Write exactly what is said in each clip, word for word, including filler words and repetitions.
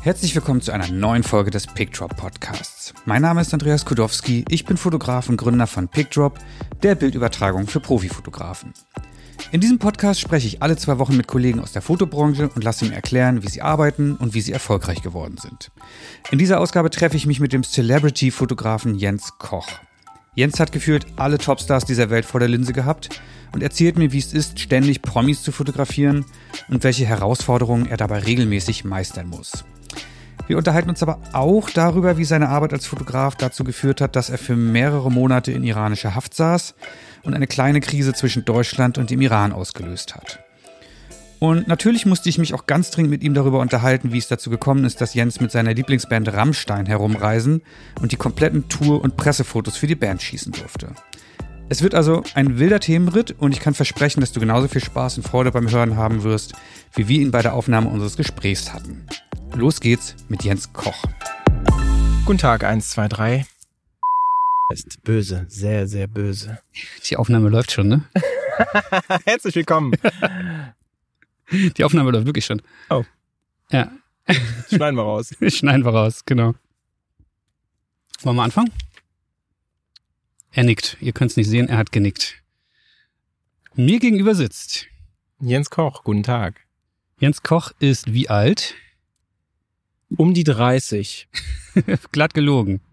Herzlich willkommen zu einer neuen Folge des PicDrop Podcasts. Mein Name ist Andreas Kudowski, ich bin Fotograf und Gründer von PicDrop, der Bildübertragung für Profifotografen. In diesem Podcast spreche ich alle zwei Wochen mit Kollegen aus der Fotobranche und lasse ihnen erklären, wie sie arbeiten und wie sie erfolgreich geworden sind. In dieser Ausgabe treffe ich mich mit dem Celebrity-Fotografen Jens Koch. Jens hat gefühlt alle Topstars dieser Welt vor der Linse gehabt und erzählt mir, wie es ist, ständig Promis zu fotografieren und welche Herausforderungen er dabei regelmäßig meistern muss. Wir unterhalten uns aber auch darüber, wie seine Arbeit als Fotograf dazu geführt hat, dass er für mehrere Monate in iranischer Haft saß und eine kleine Krise zwischen Deutschland und dem Iran ausgelöst hat. Und natürlich musste ich mich auch ganz dringend mit ihm darüber unterhalten, wie es dazu gekommen ist, dass Jens mit seiner Lieblingsband Rammstein herumreisen und die kompletten Tour- und Pressefotos für die Band schießen durfte. Es wird also ein wilder Themenritt und ich kann versprechen, dass du genauso viel Spaß und Freude beim Hören haben wirst, wie wir ihn bei der Aufnahme unseres Gesprächs hatten. Los geht's mit Jens Koch. Guten Tag, eins, zwei, drei. Ist böse, sehr, sehr böse. Die Aufnahme läuft schon, ne? Herzlich willkommen. Die Aufnahme läuft wirklich schon. Oh. Ja. Schneiden wir raus. Schneiden wir raus, genau. Wollen wir anfangen? Er nickt. Ihr könnt es nicht sehen, er hat genickt. Mir gegenüber sitzt Jens Koch, guten Tag. Jens Koch ist wie alt? Um die dreißig. Glatt gelogen.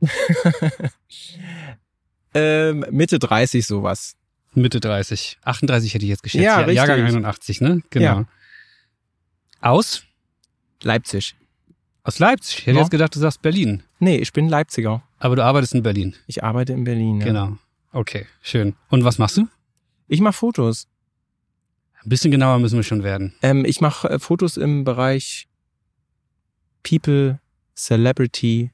ähm, Mitte dreißig sowas. Mitte dreißig. achtunddreißig hätte ich jetzt geschätzt. Ja, ja, richtig. Jahrgang einundachtzig, ne? Genau. Ja. Aus? Leipzig. Aus Leipzig? Ich hätte Ja. jetzt gedacht, du sagst Berlin. Nee, ich bin Leipziger. Aber du arbeitest in Berlin. Ich arbeite in Berlin, ja. Genau. Okay, schön. Und was machst du? Ich mache Fotos. Ein bisschen genauer müssen wir schon werden. Ähm, ich mache äh, Fotos im Bereich People, Celebrity,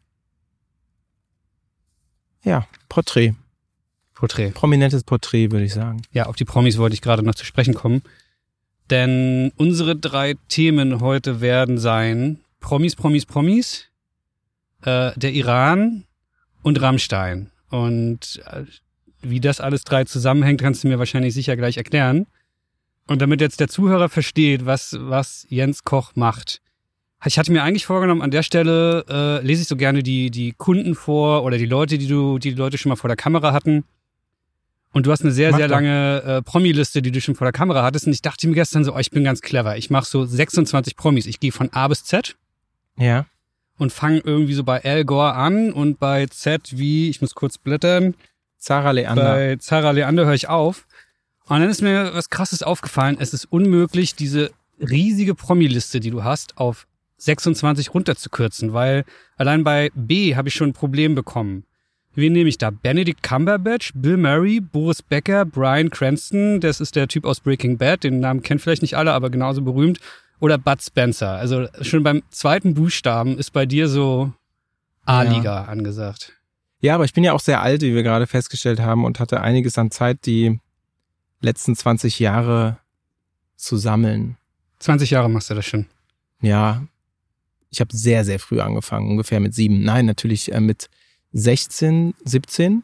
ja, Porträt. Porträt. Prominentes Porträt, würde ich sagen. Ja, auf die Promis wollte ich gerade noch zu sprechen kommen. Denn unsere drei Themen heute werden sein Promis, Promis, Promis, äh, der Iran und Rammstein. Und äh, wie das alles drei zusammenhängt, kannst du mir wahrscheinlich sicher gleich erklären. Und damit jetzt der Zuhörer versteht, was, was Jens Koch macht. Ich hatte mir eigentlich vorgenommen, an der Stelle äh, lese ich so gerne die, die Kunden vor oder die Leute, die du, die, die Leute schon mal vor der Kamera hatten. Und du hast eine sehr, Mach sehr doch. lange äh, Promi-Liste, die du schon vor der Kamera hattest. Und ich dachte mir gestern so, oh, ich bin ganz clever. Ich mache so sechsundzwanzig Promis. Ich gehe von A bis Z Ja. und fange irgendwie so bei Al Gore an und bei Z wie, ich muss kurz blättern, Zara Leander. bei Zara Leander höre ich auf. Und dann ist mir was Krasses aufgefallen. Es ist unmöglich, diese riesige Promi-Liste, die du hast, auf sechsundzwanzig runterzukürzen, weil allein bei B habe ich schon ein Problem bekommen. Wen nehme ich da? Benedict Cumberbatch, Bill Murray, Boris Becker, Bryan Cranston, das ist der Typ aus Breaking Bad, den Namen kennen vielleicht nicht alle, aber genauso berühmt, oder Bud Spencer. Also schon beim zweiten Buchstaben ist bei dir so A-Liga Ja. angesagt. Ja, aber ich bin ja auch sehr alt, wie wir gerade festgestellt haben, und hatte einiges an Zeit, die letzten zwanzig Jahre zu sammeln. zwanzig Jahre machst du das schon. Ja, ich habe sehr, sehr früh angefangen, ungefähr mit sieben. Nein, natürlich äh, mit sechzehn, siebzehn.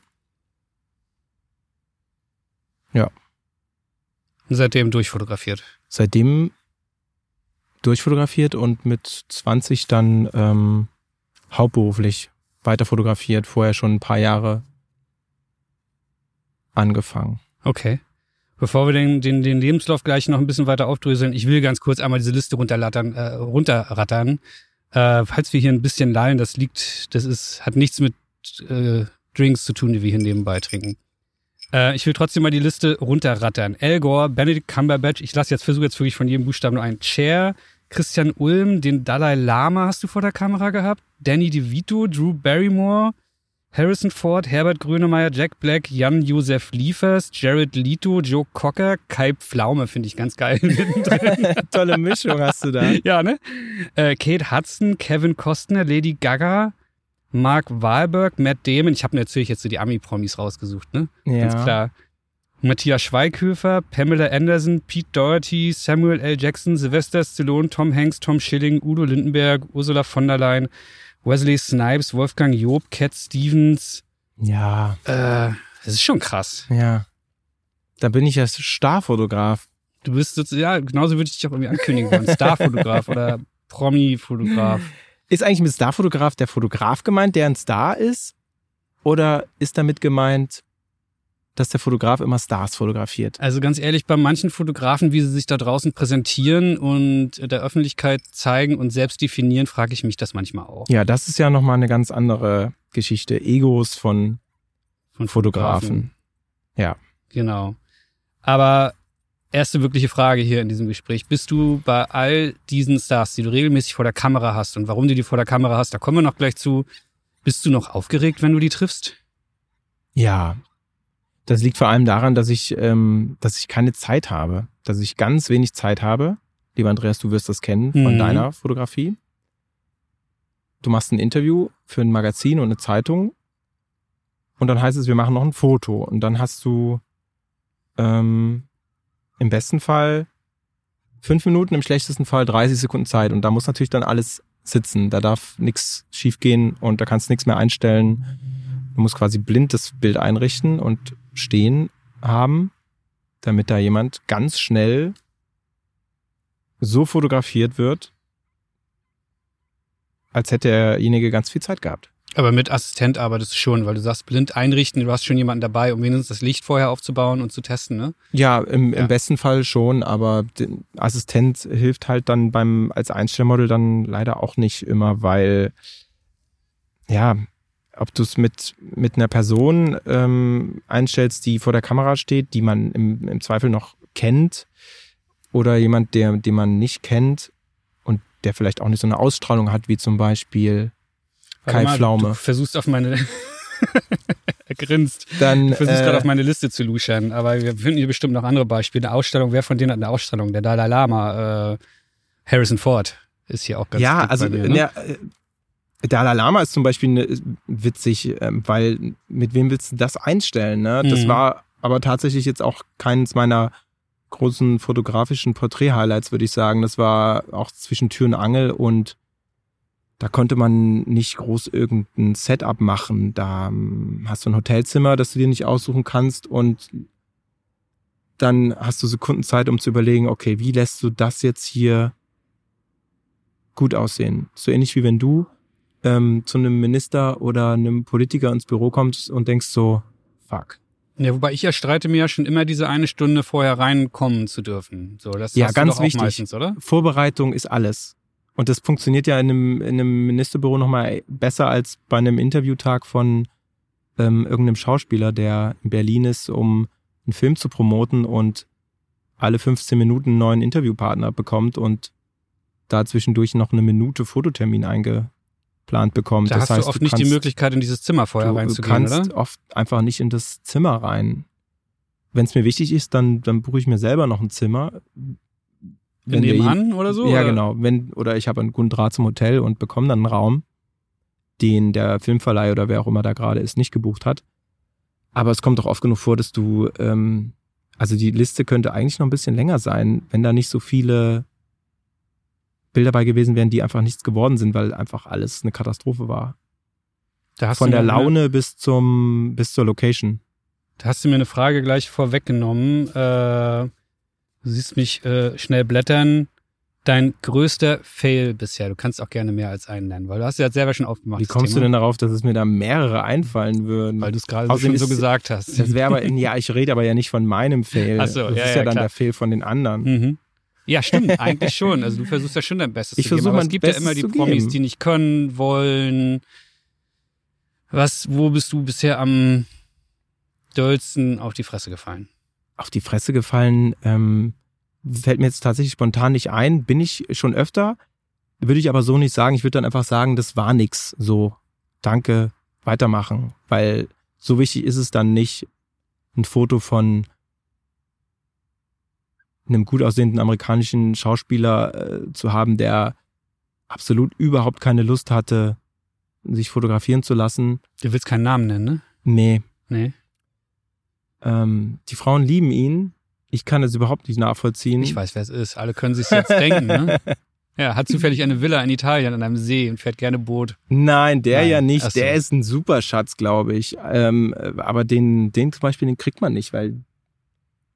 Ja, Und seitdem durchfotografiert. seitdem durchfotografiert und mit zwanzig dann ähm, hauptberuflich weiter fotografiert. Vorher schon ein paar Jahre angefangen. Okay. Bevor wir den, den, den Lebenslauf gleich noch ein bisschen weiter aufdröseln, ich will ganz kurz einmal diese Liste runterlattern, äh, runterrattern. Äh, falls wir hier ein bisschen lallen, das liegt, das ist, hat nichts mit äh, Drinks zu tun, die wir hier nebenbei trinken. Äh, ich will trotzdem mal die Liste runterrattern. Al Gore, Benedict Cumberbatch, ich lasse jetzt, versuche jetzt wirklich von jedem Buchstaben nur einen. Cher, Christian Ulm, den Dalai Lama hast du vor der Kamera gehabt, Danny DeVito, Drew Barrymore, Harrison Ford, Herbert Grönemeyer, Jack Black, Jan-Josef Liefers, Jared Leto, Joe Cocker, Kai Pflaume, finde ich ganz geil mittendrin. Tolle Mischung hast du da. Ja, ne? Äh, Kate Hudson, Kevin Costner, Lady Gaga, Mark Wahlberg, Matt Damon. Ich habe natürlich jetzt so die Ami-Promis rausgesucht, ne? Ja. Ganz klar. Matthias Schweighöfer, Pamela Anderson, Pete Doherty, Samuel L. Jackson, Sylvester Stallone, Tom Hanks, Tom Schilling, Udo Lindenberg, Ursula von der Leyen, Wesley Snipes, Wolfgang Job, Cat Stevens. Ja. Äh, das ist schon krass. Ja. Da bin ich ja Starfotograf. Du bist so, ja, genauso würde ich dich auch irgendwie ankündigen wollen. Starfotograf oder Promi-Fotograf. Ist eigentlich mit Starfotograf der Fotograf gemeint, der ein Star ist? Oder ist damit gemeint, dass der Fotograf immer Stars fotografiert? Also ganz ehrlich, bei manchen Fotografen, wie sie sich da draußen präsentieren und der Öffentlichkeit zeigen und selbst definieren, frage ich mich das manchmal auch. Ja, das ist ja nochmal eine ganz andere Geschichte. Egos von, Von Fotografen. Ja. Genau. Aber erste wirkliche Frage hier in diesem Gespräch. Bist du bei all diesen Stars, die du regelmäßig vor der Kamera hast und warum du die vor der Kamera hast, da kommen wir noch gleich zu, bist du noch aufgeregt, wenn du die triffst? Ja. Das liegt vor allem daran, dass ich, ähm, dass ich keine Zeit habe. Dass ich ganz wenig Zeit habe. Lieber Andreas, du wirst das kennen von Mhm. deiner Fotografie. Du machst ein Interview für ein Magazin und eine Zeitung und dann heißt es, wir machen noch ein Foto. Und dann hast du ähm, im besten Fall fünf Minuten, im schlechtesten Fall dreißig Sekunden Zeit. Und da muss natürlich dann alles sitzen. Da darf nichts schief gehen und da kannst du nichts mehr einstellen. Du musst quasi blind das Bild einrichten und stehen haben, damit da jemand ganz schnell so fotografiert wird, als hätte derjenige ganz viel Zeit gehabt. Aber mit Assistent arbeitest du schon, weil du sagst, blind einrichten, du hast schon jemanden dabei, um wenigstens das Licht vorher aufzubauen und zu testen, ne? Ja, im, Ja. im besten Fall schon, aber der Assistent hilft halt dann beim als Einstellmodel dann leider auch nicht immer, weil ja, ob du es mit mit einer Person ähm, einstellst, die vor der Kamera steht, die man im, im Zweifel noch kennt, oder jemand, der den man nicht kennt und der vielleicht auch nicht so eine Ausstrahlung hat, wie zum Beispiel Warte Kai mal, Pflaume. Du versuchst auf meine... er grinst. Dann, Du versuchst äh, gerade auf meine Liste zu luschern, aber wir finden hier bestimmt noch andere Beispiele. Eine Ausstellung, wer von denen hat eine Ausstellung? Der Dalai Lama, äh, Harrison Ford ist hier auch ganz ja, dick also bei mir, ne? der, äh, Dalai Lama ist zum Beispiel ne, witzig, ähm, weil mit wem willst du das einstellen? Ne? Das Mhm. war aber tatsächlich jetzt auch keines meiner großen fotografischen Porträt-Highlights, würde ich sagen. Das war auch zwischen Tür und Angel und da konnte man nicht groß irgendein Setup machen. Da ähm, hast du ein Hotelzimmer, das du dir nicht aussuchen kannst und dann hast du Sekunden Zeit, um zu überlegen, okay, wie lässt du das jetzt hier gut aussehen? So ähnlich wie wenn du ähm, zu einem Minister oder einem Politiker ins Büro kommst und denkst so, fuck. Ja, wobei ich erstreite mir ja schon immer diese eine Stunde vorher reinkommen zu dürfen. So, das Ja, hast ganz du doch auch wichtig. meistens, oder? Vorbereitung ist alles. Und das funktioniert ja in einem, in einem Ministerbüro nochmal besser als bei einem Interviewtag von ähm, irgendeinem Schauspieler, der in Berlin ist, um einen Film zu promoten und alle fünfzehn Minuten einen neuen Interviewpartner bekommt und da zwischendurch noch eine Minute Fototermin eingeplant bekommt. Da das hast heißt, du oft du nicht die kannst, Möglichkeit, in dieses Zimmer vorher du, du reinzugehen, kannst oder? oft einfach nicht in das Zimmer rein. Wenn es mir wichtig ist, dann, dann buche ich mir selber noch ein Zimmer. Wenn der- Nebenan oder so? Ja, oder? genau. Wenn, oder ich habe einen guten Draht zum Hotel und bekomme dann einen Raum, den der Filmverleih oder wer auch immer da gerade ist, nicht gebucht hat. Aber es kommt doch oft genug vor, dass du, ähm, also die Liste könnte eigentlich noch ein bisschen länger sein, wenn da nicht so viele Bilder bei gewesen wären, die einfach nichts geworden sind, weil einfach alles eine Katastrophe war. Da hast Von du der mir eine- Laune bis zum, bis zur Location. Da hast du mir eine Frage gleich vorweggenommen. Äh, du siehst mich äh, schnell blättern. Dein größter Fail bisher. Du kannst auch gerne mehr als einen nennen, weil du hast ja jetzt selber schon aufgemacht. Wie das kommst du Thema, denn darauf, dass es mir da mehrere einfallen würden? Weil du es gerade so Außerdem schon so ist- gesagt hast. Das wäre aber, ja, ich rede aber ja nicht von meinem Fail. Ach so, das ja, ist ja, ja, dann klar. der Fail von den anderen. Mhm. Ja, stimmt, eigentlich schon. Also du versuchst ja schon dein Bestes Ich zu geben. versuch Aber mein es gibt Bestes ja immer die zu Promis, geben. die nicht können, wollen. Was, wo bist du bisher am dollsten auf die Fresse gefallen? Auf die Fresse gefallen, ähm, fällt mir jetzt tatsächlich spontan nicht ein. Bin ich schon öfter, würde ich aber so nicht sagen. Ich würde dann einfach sagen, das war nix. So, danke, weitermachen. Weil so wichtig ist es dann nicht, ein Foto von einem gut aussehenden amerikanischen Schauspieler äh, zu haben, der absolut überhaupt keine Lust hatte, sich fotografieren zu lassen. Du willst keinen Namen nennen, ne? Nee. Nee. Ähm, die Frauen lieben ihn. Ich kann es überhaupt nicht nachvollziehen. Ich weiß, wer es ist. Alle können sich's jetzt denken, ne? Ja, hat zufällig eine Villa in Italien an einem See und fährt gerne Boot. Nein, der Nein. ja nicht. Ach so. Der ist ein Superschatz, glaube ich. Ähm, aber den, den zum Beispiel, den kriegt man nicht, weil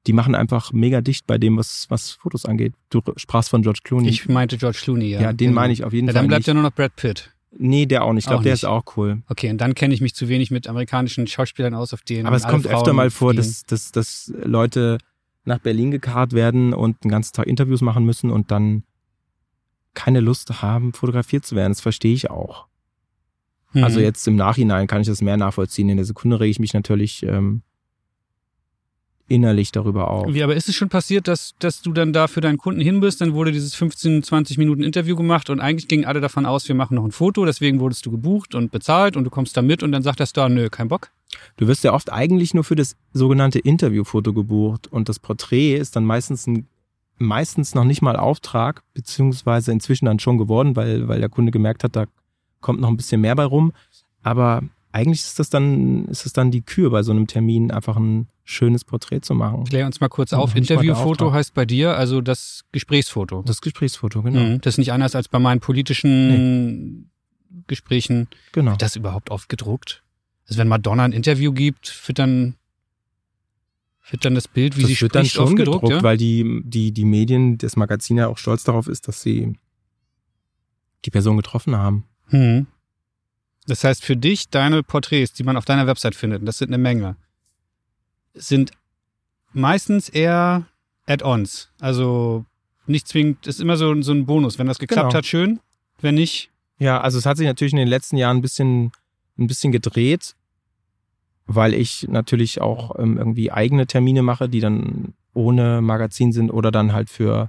die machen einfach mega dicht bei dem, was, was Fotos angeht. Du sprachst von George Clooney. Ich meinte George Clooney, ja. Ja, den genau. meine ich auf jeden ja, Fall Dann bleibt nicht. ja nur noch Brad Pitt. Nee, der auch nicht. Ich glaube, Auch der nicht. ist auch cool. Okay, und dann kenne ich mich zu wenig mit amerikanischen Schauspielern aus, auf denen Aber es alle kommt Frauen öfter mal vor, fliegen. dass, dass, dass Leute nach Berlin gekarrt werden und den ganzen Tag Interviews machen müssen und dann keine Lust haben, fotografiert zu werden. Das verstehe ich auch. Mhm. Also jetzt im Nachhinein kann ich das mehr nachvollziehen. In der Sekunde rege ich mich natürlich ähm, innerlich darüber auf. Wie, aber ist es schon passiert, dass, dass du dann da für deinen Kunden hin bist, dann wurde dieses fünfzehn, zwanzig Minuten Interview gemacht und eigentlich gingen alle davon aus, wir machen noch ein Foto, deswegen wurdest du gebucht und bezahlt und du kommst da mit und dann sagt das da, nö, kein Bock? Du wirst ja oft eigentlich nur für das sogenannte Interviewfoto gebucht und das Porträt ist dann meistens ein, meistens noch nicht mal Auftrag, beziehungsweise inzwischen dann schon geworden, weil, weil der Kunde gemerkt hat, da kommt noch ein bisschen mehr bei rum. Aber eigentlich ist das dann, ist es dann die Kür bei so einem Termin, einfach ein schönes Porträt zu machen. Klär uns mal kurz Ja, auf. nicht mal der Interviewfoto Auftrag. heißt bei dir also das Gesprächsfoto. Das Gesprächsfoto, genau. Mhm. Das ist nicht anders als bei meinen politischen Gesprächen. Genau. Wird das überhaupt oft gedruckt? Also wenn Madonna ein Interview gibt, wird dann, wird dann das Bild, wie das sie wird spricht, dann schon oft gedruckt, gedruckt, ja? weil die, die, die Medien, das Magazin ja auch stolz darauf ist, dass sie die Person getroffen haben. Mhm. Das heißt, für dich, deine Porträts, die man auf deiner Website findet, und das sind eine Menge, sind meistens eher Add-ons. Also nicht zwingend, ist immer so, so ein Bonus. Wenn das geklappt Genau. hat, schön. Wenn nicht, Ja, also es hat sich natürlich in den letzten Jahren ein bisschen, ein bisschen gedreht, weil ich natürlich auch ähm, irgendwie eigene Termine mache, die dann ohne Magazin sind oder dann halt für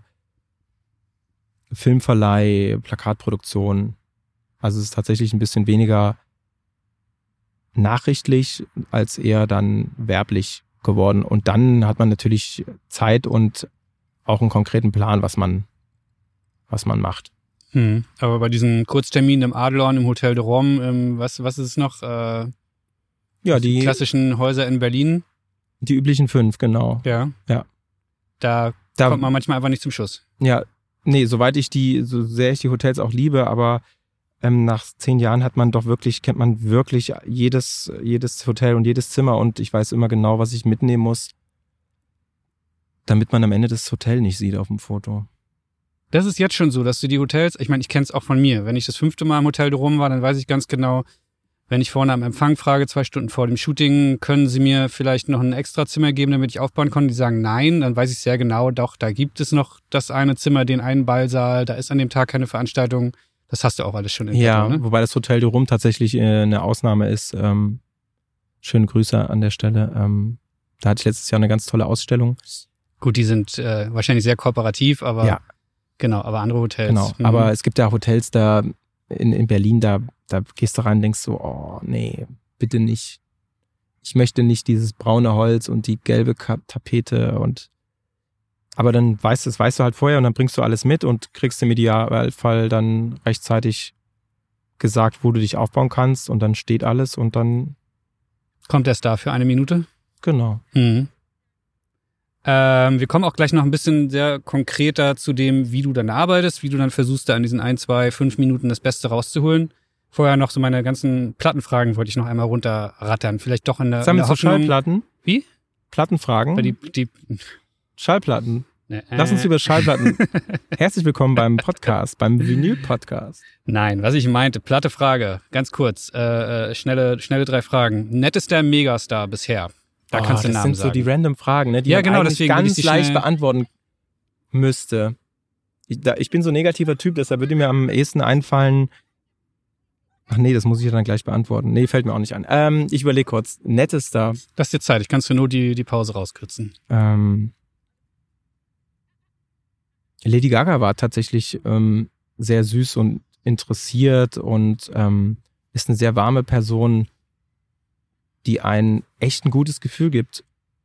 Filmverleih, Plakatproduktion. Also es ist tatsächlich ein bisschen weniger nachrichtlich als eher dann werblich geworden. Und dann hat man natürlich Zeit und auch einen konkreten Plan, was man, was man macht. hm. aber bei diesen Kurzterminen im Adlon, im Hotel de Rome, im, was, was ist es noch? Äh, Ja, die, klassischen Häuser in Berlin. die üblichen fünf, genau. Ja. Ja. Da, Da, kommt man manchmal einfach nicht zum Schuss. ja, nee, soweit ich die, so sehr ich die Hotels auch liebe, aber ähm, nach zehn Jahren hat man doch wirklich, kennt man wirklich jedes, jedes Hotel und jedes Zimmer und ich weiß immer genau, was ich mitnehmen muss, damit man am Ende das Hotel nicht sieht auf dem Foto. Das ist jetzt schon so, dass du die Hotels, ich meine, ich kenne es auch von mir. Wenn ich das fünfte Mal im Hotel de Rome war, dann weiß ich ganz genau, wenn ich vorne am Empfang frage, zwei Stunden vor dem Shooting, können Sie mir vielleicht noch ein extra Zimmer geben, damit ich aufbauen kann? Die sagen nein, dann weiß ich sehr genau, doch, da gibt es noch das eine Zimmer, den einen Ballsaal, da ist an dem Tag keine Veranstaltung. Das hast du auch alles schon in Ja, petto, ne? wobei das Hotel de Rome tatsächlich äh, eine Ausnahme ist. Ähm, schöne Grüße an der Stelle. Ähm, da hatte ich letztes Jahr eine ganz tolle Ausstellung. Gut, die sind äh, wahrscheinlich sehr kooperativ, aber Ja. genau, aber andere Hotels. Genau, Mhm. aber es gibt ja Hotels da in, in Berlin, da, da gehst du rein und denkst so, oh nee, bitte nicht. Ich möchte nicht dieses braune Holz und die gelbe Ka- Tapete und aber dann weißt du, das weißt du halt vorher und dann bringst du alles mit und kriegst im Idealfall dann rechtzeitig gesagt, wo du dich aufbauen kannst und dann steht alles und dann, Kommt der Star für eine Minute? genau. Mhm. Ähm, wir kommen auch gleich noch ein bisschen sehr konkreter zu dem, wie du dann arbeitest, wie du dann versuchst, da in diesen ein, zwei, fünf Minuten das Beste rauszuholen. Vorher noch so meine ganzen Plattenfragen wollte ich noch einmal runterrattern. Vielleicht doch in der, in Sammelst der du Hoffnung... Schallplatten? Wie? Plattenfragen? Weil die, die, Schallplatten. ne, äh, Lass uns über Schallplatten. Herzlich willkommen beim Podcast, beim Vinyl-Podcast. Nein, was ich meinte, platte Frage, ganz kurz, äh, äh, schnelle, schnelle drei Fragen. Nettester Megastar bisher? Da Oh, kannst du den das Namen sind sagen. so die random Fragen, ne, die Ja, man genau, eigentlich deswegen will ich ganz die leicht schnell- beantworten müsste. Ich, da, ich bin so ein negativer Typ, deshalb würde mir am ehesten einfallen. Ach nee, das muss ich ja dann gleich beantworten. Nee, fällt mir auch nicht ein. Ähm, ich überlege kurz. Nettester. Lass dir Zeit, ich kann für nur die, die Pause rauskürzen. Ähm, Lady Gaga war tatsächlich ähm, sehr süß und interessiert und ähm, ist eine sehr warme Person, die ein echt ein gutes Gefühl gibt.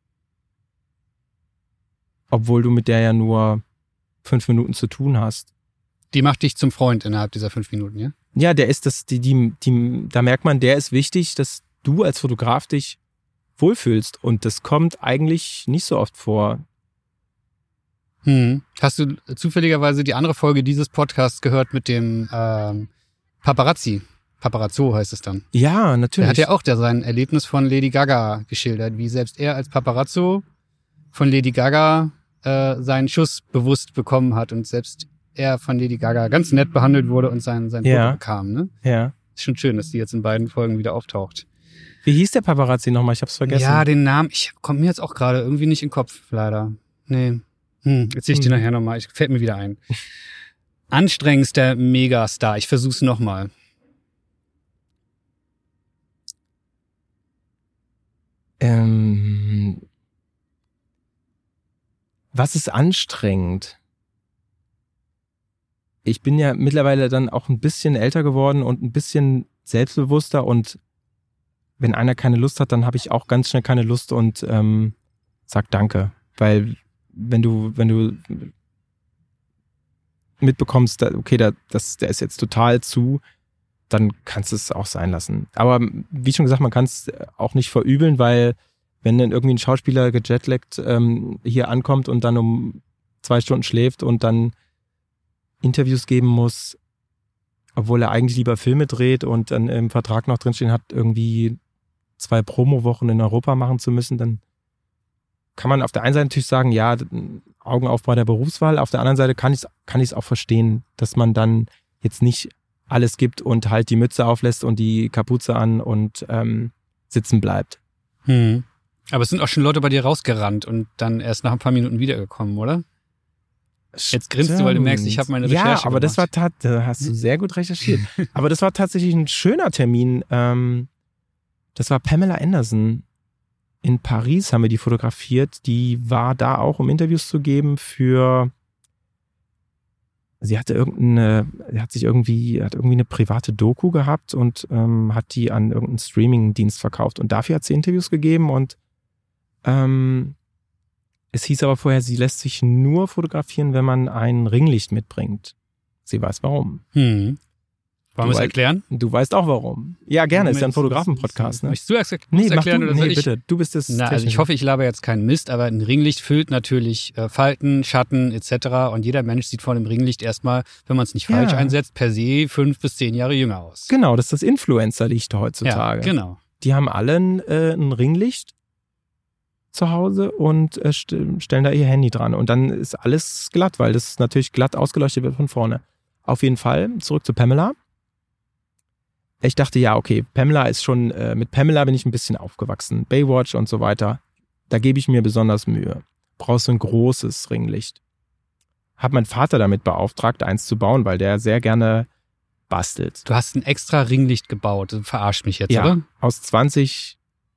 Obwohl du mit der ja nur fünf Minuten zu tun hast. Die macht dich zum Freund innerhalb dieser fünf Minuten, ja? Ja, der ist das, die, die, die, da merkt man, der ist wichtig, dass du als Fotograf dich wohlfühlst. Und das kommt eigentlich nicht so oft vor. Hm. Hast du zufälligerweise die andere Folge dieses Podcasts gehört mit dem ähm, Paparazzi? Paparazzo heißt es dann. Ja, natürlich. Der hat ja auch der sein Erlebnis von Lady Gaga geschildert, wie selbst er als Paparazzo von Lady Gaga äh, seinen Schuss bewusst bekommen hat und selbst er von Lady Gaga ganz nett behandelt wurde und sein, sein Ja. Foto bekam. Ne? Ja. Ist schon schön, dass die jetzt in beiden Folgen wieder auftaucht. Wie hieß der Paparazzi nochmal? Ich hab's vergessen. Ja, den Namen, ich komme mir jetzt auch gerade irgendwie nicht in den Kopf, leider. Nee. Hm, jetzt sehe ich den Hm. nachher nochmal. Ich fällt mir wieder ein. Anstrengendster Megastar. Ich versuch's nochmal. Ähm, was ist anstrengend? Ich bin ja mittlerweile dann auch ein bisschen älter geworden und ein bisschen selbstbewusster und wenn einer keine Lust hat, dann habe ich auch ganz schnell keine Lust und ähm, sag Danke. Weil wenn du, wenn du mitbekommst, da, okay, da, das, der ist jetzt total zu, dann kannst du es auch sein lassen. Aber wie schon gesagt, man kann es auch nicht verübeln, weil wenn dann irgendwie ein Schauspieler gejetlaggt ähm, hier ankommt und dann um zwei Stunden schläft und dann Interviews geben muss, obwohl er eigentlich lieber Filme dreht und dann im Vertrag noch drinstehen hat, irgendwie zwei Promowochen in Europa machen zu müssen, dann kann man auf der einen Seite natürlich sagen, ja, Augen auf bei der Berufswahl. Auf der anderen Seite kann ich es kann ich es auch verstehen, dass man dann jetzt nicht alles gibt und halt die Mütze auflässt und die Kapuze an und ähm, sitzen bleibt. Hm. Aber es sind auch schon Leute bei dir rausgerannt und dann erst nach ein paar Minuten wiedergekommen, oder? Jetzt grinst du, weil du merkst, ich habe meine Recherche Ja, aber gemacht. das war tat, da hast du sehr gut recherchiert. Aber das war tatsächlich ein schöner Termin. Ähm, das war Pamela Anderson. In Paris haben wir die fotografiert. Die war da auch, um Interviews zu geben für. Sie hatte irgendeine, sie hat sich irgendwie, hat irgendwie eine private Doku gehabt und ähm, hat die an irgendeinen Streaming-Dienst verkauft. Und dafür hat sie Interviews gegeben und ähm, es hieß aber vorher, sie lässt sich nur fotografieren, wenn man ein Ringlicht mitbringt. Sie weiß warum. Hm. Wollen wir es Du- erklären? Du weißt auch warum. Ja, gerne, ist ja ein Moment, Fotografen-Podcast, ne? Möchtest du erklären Nee, mach erklären du, oder soll nee, ich? bitte. Du bist das Na, also ich Technische. hoffe, ich laber jetzt keinen Mist, aber ein Ringlicht füllt natürlich äh, Falten, Schatten et cetera. Und jeder Mensch sieht vor dem Ringlicht erstmal, wenn man es nicht falsch Ja. einsetzt, per se fünf bis zehn Jahre jünger aus. Genau, das ist das Influencer-Licht heutzutage. Ja, genau. Die haben alle ein, äh, ein Ringlicht zu Hause und äh, st- stellen da ihr Handy dran. Und dann ist alles glatt, weil das natürlich glatt ausgeleuchtet wird von vorne. Auf jeden Fall, zurück zu Pamela. Ich dachte, ja, okay, Pamela ist schon, äh, mit Pamela bin ich ein bisschen aufgewachsen. Baywatch und so weiter. Da gebe ich mir besonders Mühe. Brauchst du ein großes Ringlicht. Hab meinen Vater damit beauftragt, eins zu bauen, weil der sehr gerne bastelt. Du hast ein extra Ringlicht gebaut. Du verarscht mich jetzt, Ja, oder? aus zwanzig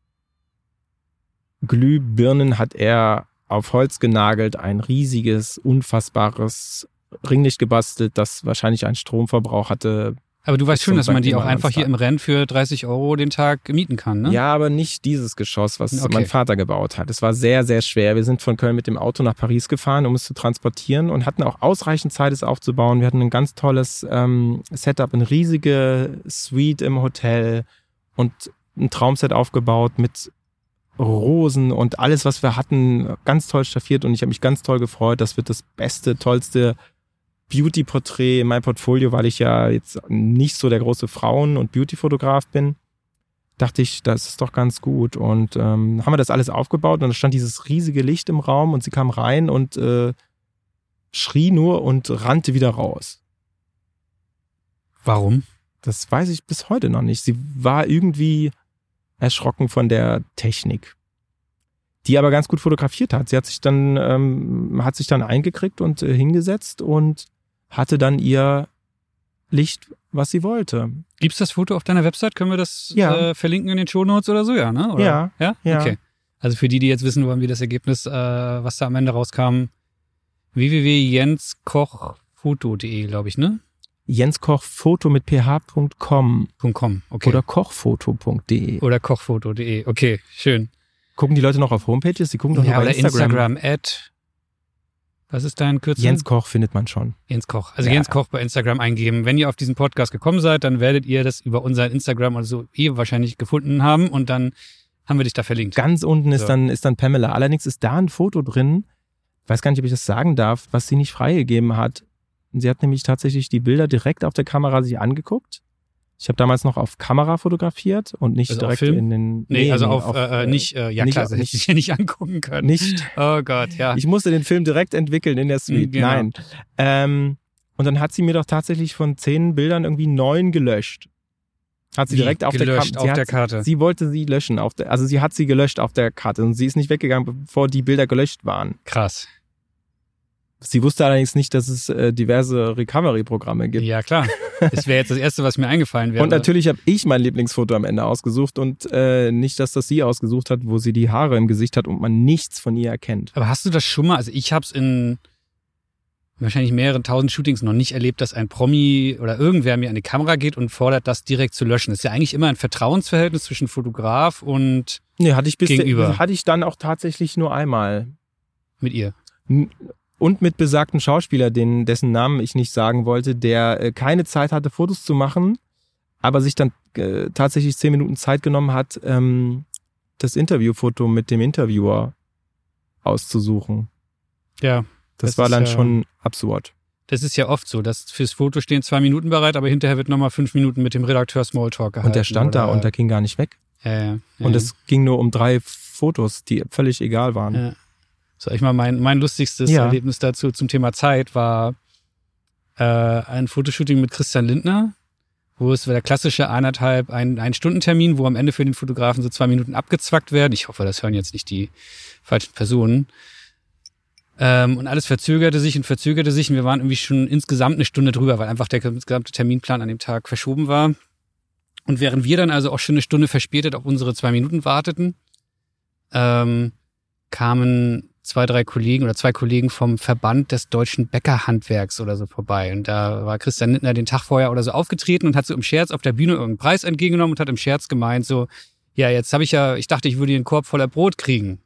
Glühbirnen hat er auf Holz genagelt, ein riesiges, unfassbares Ringlicht gebastelt, das wahrscheinlich einen Stromverbrauch hatte. Aber du weißt schon, Zum dass man die Sankt auch einfach hier Nimmerleinstag. im Rennen für dreißig Euro den Tag mieten kann, ne? Ja, aber nicht dieses Geschoss, was Okay. mein Vater gebaut hat. Es war sehr, sehr schwer. Wir sind von Köln mit dem Auto nach Paris gefahren, um es zu transportieren und hatten auch ausreichend Zeit, es aufzubauen. Wir hatten ein ganz tolles ähm, Setup, eine riesige Suite im Hotel und ein Traumset aufgebaut mit Rosen und alles, was wir hatten, ganz toll staffiert und ich habe mich ganz toll gefreut. Das wird das beste, tollste Beauty-Porträt in meinem Portfolio, weil ich ja jetzt nicht so der große Frauen- und Beauty-Fotograf bin. Dachte ich, das ist doch ganz gut. Und ähm, haben wir das alles aufgebaut und da stand dieses riesige Licht im Raum und sie kam rein und äh, schrie nur und rannte wieder raus. Warum? Das weiß ich bis heute noch nicht. Sie war irgendwie erschrocken von der Technik, die aber ganz gut fotografiert hat. Sie hat sich dann, ähm, hat sich dann eingekriegt und äh, hingesetzt und hatte dann ihr Licht, was sie wollte. Gibt's das Foto auf deiner Website? Können wir das Ja. äh, verlinken in den Shownotes oder so? Ja, ne? Oder? Ja. Ja? Ja. Okay. Also für die, die jetzt wissen wollen, wie das Ergebnis, äh, was da am Ende rauskam, w w w punkt jens koch foto punkt de, glaube ich, ne? jenskochfoto mit ph punkt com .com, okay. oder kochfoto punkt de. Oder kochfoto punkt de, okay, schön. Gucken die Leute noch auf Homepages? Die gucken doch Ja, noch bei oder Instagram. Instagram, Ad. Was ist dein Kürzel? Jens Koch findet man schon. Jens Koch. Also Ja. Jens Koch bei Instagram eingeben. Wenn ihr auf diesen Podcast gekommen seid, dann werdet ihr das über unser Instagram oder so eh wahrscheinlich gefunden haben und dann haben wir dich da verlinkt. Ganz unten ist, So. dann, ist dann Pamela. Allerdings ist da ein Foto drin, ich weiß gar nicht, ob ich das sagen darf, was sie nicht freigegeben hat. Sie hat nämlich tatsächlich die Bilder direkt auf der Kamera sich angeguckt Ich habe damals noch auf Kamera fotografiert und nicht also direkt Film? in den... Nee, nee also auf, auf äh, nicht, äh, ja nicht, klar, das hätte ich ja nicht angucken können. Nicht. Oh Gott, ja. Ich musste den Film direkt entwickeln in der Suite. Genau. Nein. Ähm, und dann hat sie mir doch tatsächlich von zehn Bildern irgendwie neun gelöscht. Hat sie Wie direkt auf gelöscht der, Kam- auf sie der hat, Karte. Sie wollte sie löschen. Auf der, also sie hat sie gelöscht auf der Karte und sie ist nicht weggegangen, bevor die Bilder gelöscht waren. Krass. Sie wusste allerdings nicht, dass es äh, diverse Recovery-Programme gibt. Ja, klar. Das wäre jetzt das Erste, was mir eingefallen wäre. Und natürlich habe ich mein Lieblingsfoto am Ende ausgesucht und äh, nicht, dass das sie ausgesucht hat, wo sie die Haare im Gesicht hat und man nichts von ihr erkennt. Aber hast du das schon mal, also ich habe es in wahrscheinlich mehreren tausend Shootings noch nicht erlebt, dass ein Promi oder irgendwer mir an die Kamera geht und fordert, das direkt zu löschen. Das ist ja eigentlich immer ein Vertrauensverhältnis zwischen Fotograf und Nee, hatte ich bis gegenüber. hatte ich dann auch tatsächlich nur einmal. Mit ihr. Und mit besagten Schauspieler, den, dessen Namen ich nicht sagen wollte, der äh, keine Zeit hatte, Fotos zu machen, aber sich dann äh, tatsächlich zehn Minuten Zeit genommen hat, ähm, das Interviewfoto mit dem Interviewer auszusuchen. Ja. Das, Das war ist dann ja- schon absurd. Das ist ja oft so, dass fürs Foto stehen zwei Minuten bereit, aber hinterher wird nochmal fünf Minuten mit dem Redakteur Smalltalk gehalten. Und der stand da oder- und der ging gar nicht weg. Ja, ja, ja. Und es ging nur um drei Fotos, die völlig egal waren. Ja. Soll ich mal mein, mein lustigstes Ja. Erlebnis dazu zum Thema Zeit war äh, ein Fotoshooting mit Christian Lindner, wo es war der klassische eineinhalb, ein, ein Stundentermin, wo am Ende für den Fotografen so zwei Minuten abgezwackt werden. Ich hoffe, das hören jetzt nicht die falschen Personen. Ähm, und alles verzögerte sich und verzögerte sich und wir waren irgendwie schon insgesamt eine Stunde drüber, weil einfach der gesamte Terminplan an dem Tag verschoben war. Und während wir dann also auch schon eine Stunde verspätet auf unsere zwei Minuten warteten, ähm, kamen zwei, drei Kollegen oder zwei Kollegen vom Verband des deutschen Bäckerhandwerks oder so vorbei. Und da war Christian Lindner den Tag vorher oder so aufgetreten und hat so im Scherz auf der Bühne irgendeinen Preis entgegengenommen und hat im Scherz gemeint so, ja, jetzt habe ich ja, ich dachte, ich würde hier einen Korb voller Brot kriegen.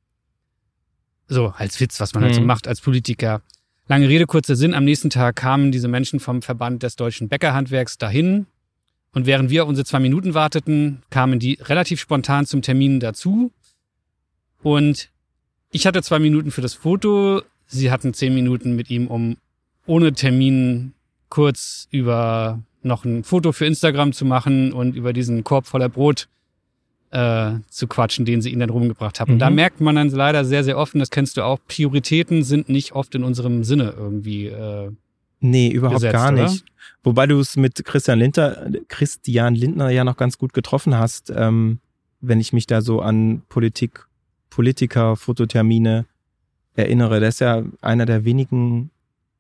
So, als Witz, was man halt so Mhm. macht als Politiker. Lange Rede, kurzer Sinn. Am nächsten Tag kamen diese Menschen vom Verband des deutschen Bäckerhandwerks dahin. Und während wir auf unsere zwei Minuten warteten, kamen die relativ spontan zum Termin dazu. Und ich hatte zwei Minuten für das Foto. Sie hatten zehn Minuten mit ihm, um ohne Termin kurz über noch ein Foto für Instagram zu machen und über diesen Korb voller Brot äh, zu quatschen, den sie ihnen dann rumgebracht haben. Mhm. Und da merkt man dann leider sehr, sehr oft, und das kennst du auch, Prioritäten sind nicht oft in unserem Sinne irgendwie äh, Nee, überhaupt gesetzt, gar oder? nicht. Wobei du es mit Christian Lindner, Christian Lindner ja noch ganz gut getroffen hast, ähm, wenn ich mich da so an Politik, Politiker, Fototermine erinnere. Der ist ja einer der wenigen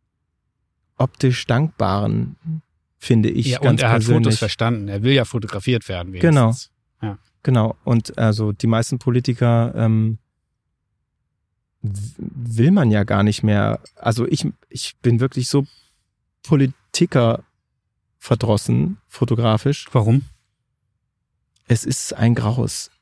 optisch dankbaren, finde ich, ja, ganz und er hat persönlich. Fotos verstanden. Er will ja fotografiert werden. Genau. wenigstens. Genau, und also die meisten Politiker ähm, w- will man ja gar nicht mehr. Also ich, ich bin wirklich so Politiker verdrossen, fotografisch. Warum? Es ist ein Graus.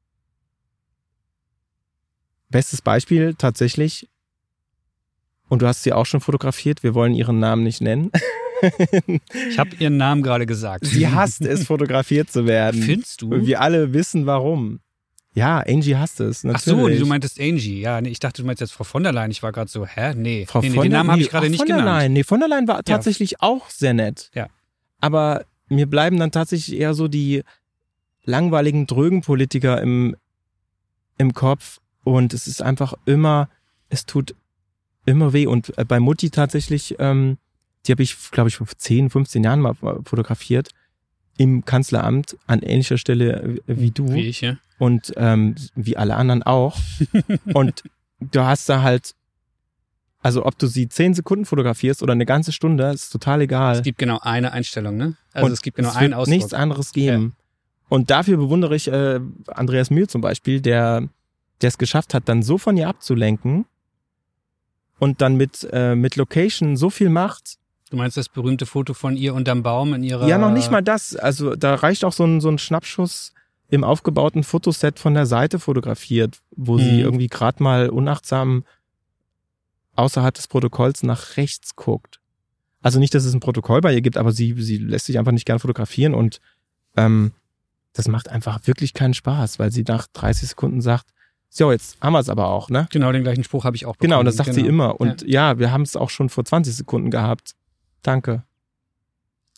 Bestes Beispiel tatsächlich, und du hast sie auch schon fotografiert, wir wollen ihren Namen nicht nennen. Ich habe ihren Namen gerade gesagt. Sie hasst es, fotografiert zu werden. Findest du? Und wir alle wissen warum. Ja, Angie hasst es, Ach natürlich. so, du meintest Angie. Ja, nee, ich dachte, du meinst jetzt Frau von der Leyen. Ich war gerade so, hä? Nee, Frau nee, nee von den der- Namen habe nee, ich gerade ach, nicht von der genannt. Leyen. Nee, von der Leyen war tatsächlich auch sehr nett. Ja. Aber mir bleiben dann tatsächlich eher so die langweiligen, drögen Politiker im, im Kopf. Und es ist einfach immer, es tut immer weh. Und äh, bei Mutti tatsächlich, ähm, die habe ich, glaube ich, vor zehn, fünfzehn Jahren mal fotografiert. Im Kanzleramt an ähnlicher Stelle wie du. Wie ich, ja. Und ähm, wie alle anderen auch. Und du hast da halt, also ob du sie zehn Sekunden fotografierst oder eine ganze Stunde, ist total egal. Es gibt genau eine Einstellung, ne? Also Und es gibt genau es einen wird Ausdruck. nichts anderes geben. Und dafür bewundere ich äh, Andreas Mühl zum Beispiel, der der es geschafft hat, dann so von ihr abzulenken und dann mit äh, mit Location so viel macht. Du meinst das berühmte Foto von ihr unterm Baum in ihrer... Ja, noch nicht mal das. Also da reicht auch so ein, so ein Schnappschuss im aufgebauten Fotoset von der Seite fotografiert, wo Mhm. sie irgendwie gerade mal unachtsam außerhalb des Protokolls nach rechts guckt. Also nicht, dass es ein Protokoll bei ihr gibt, aber sie, sie lässt sich einfach nicht gern fotografieren und ähm, das macht einfach wirklich keinen Spaß, weil sie nach dreißig Sekunden sagt, so, jetzt haben wir es aber auch, ne? Genau, den gleichen Spruch habe ich auch bekommen. Genau, und das sagt genau. sie immer. Und ja, wir haben es auch schon vor zwanzig Sekunden gehabt. Danke.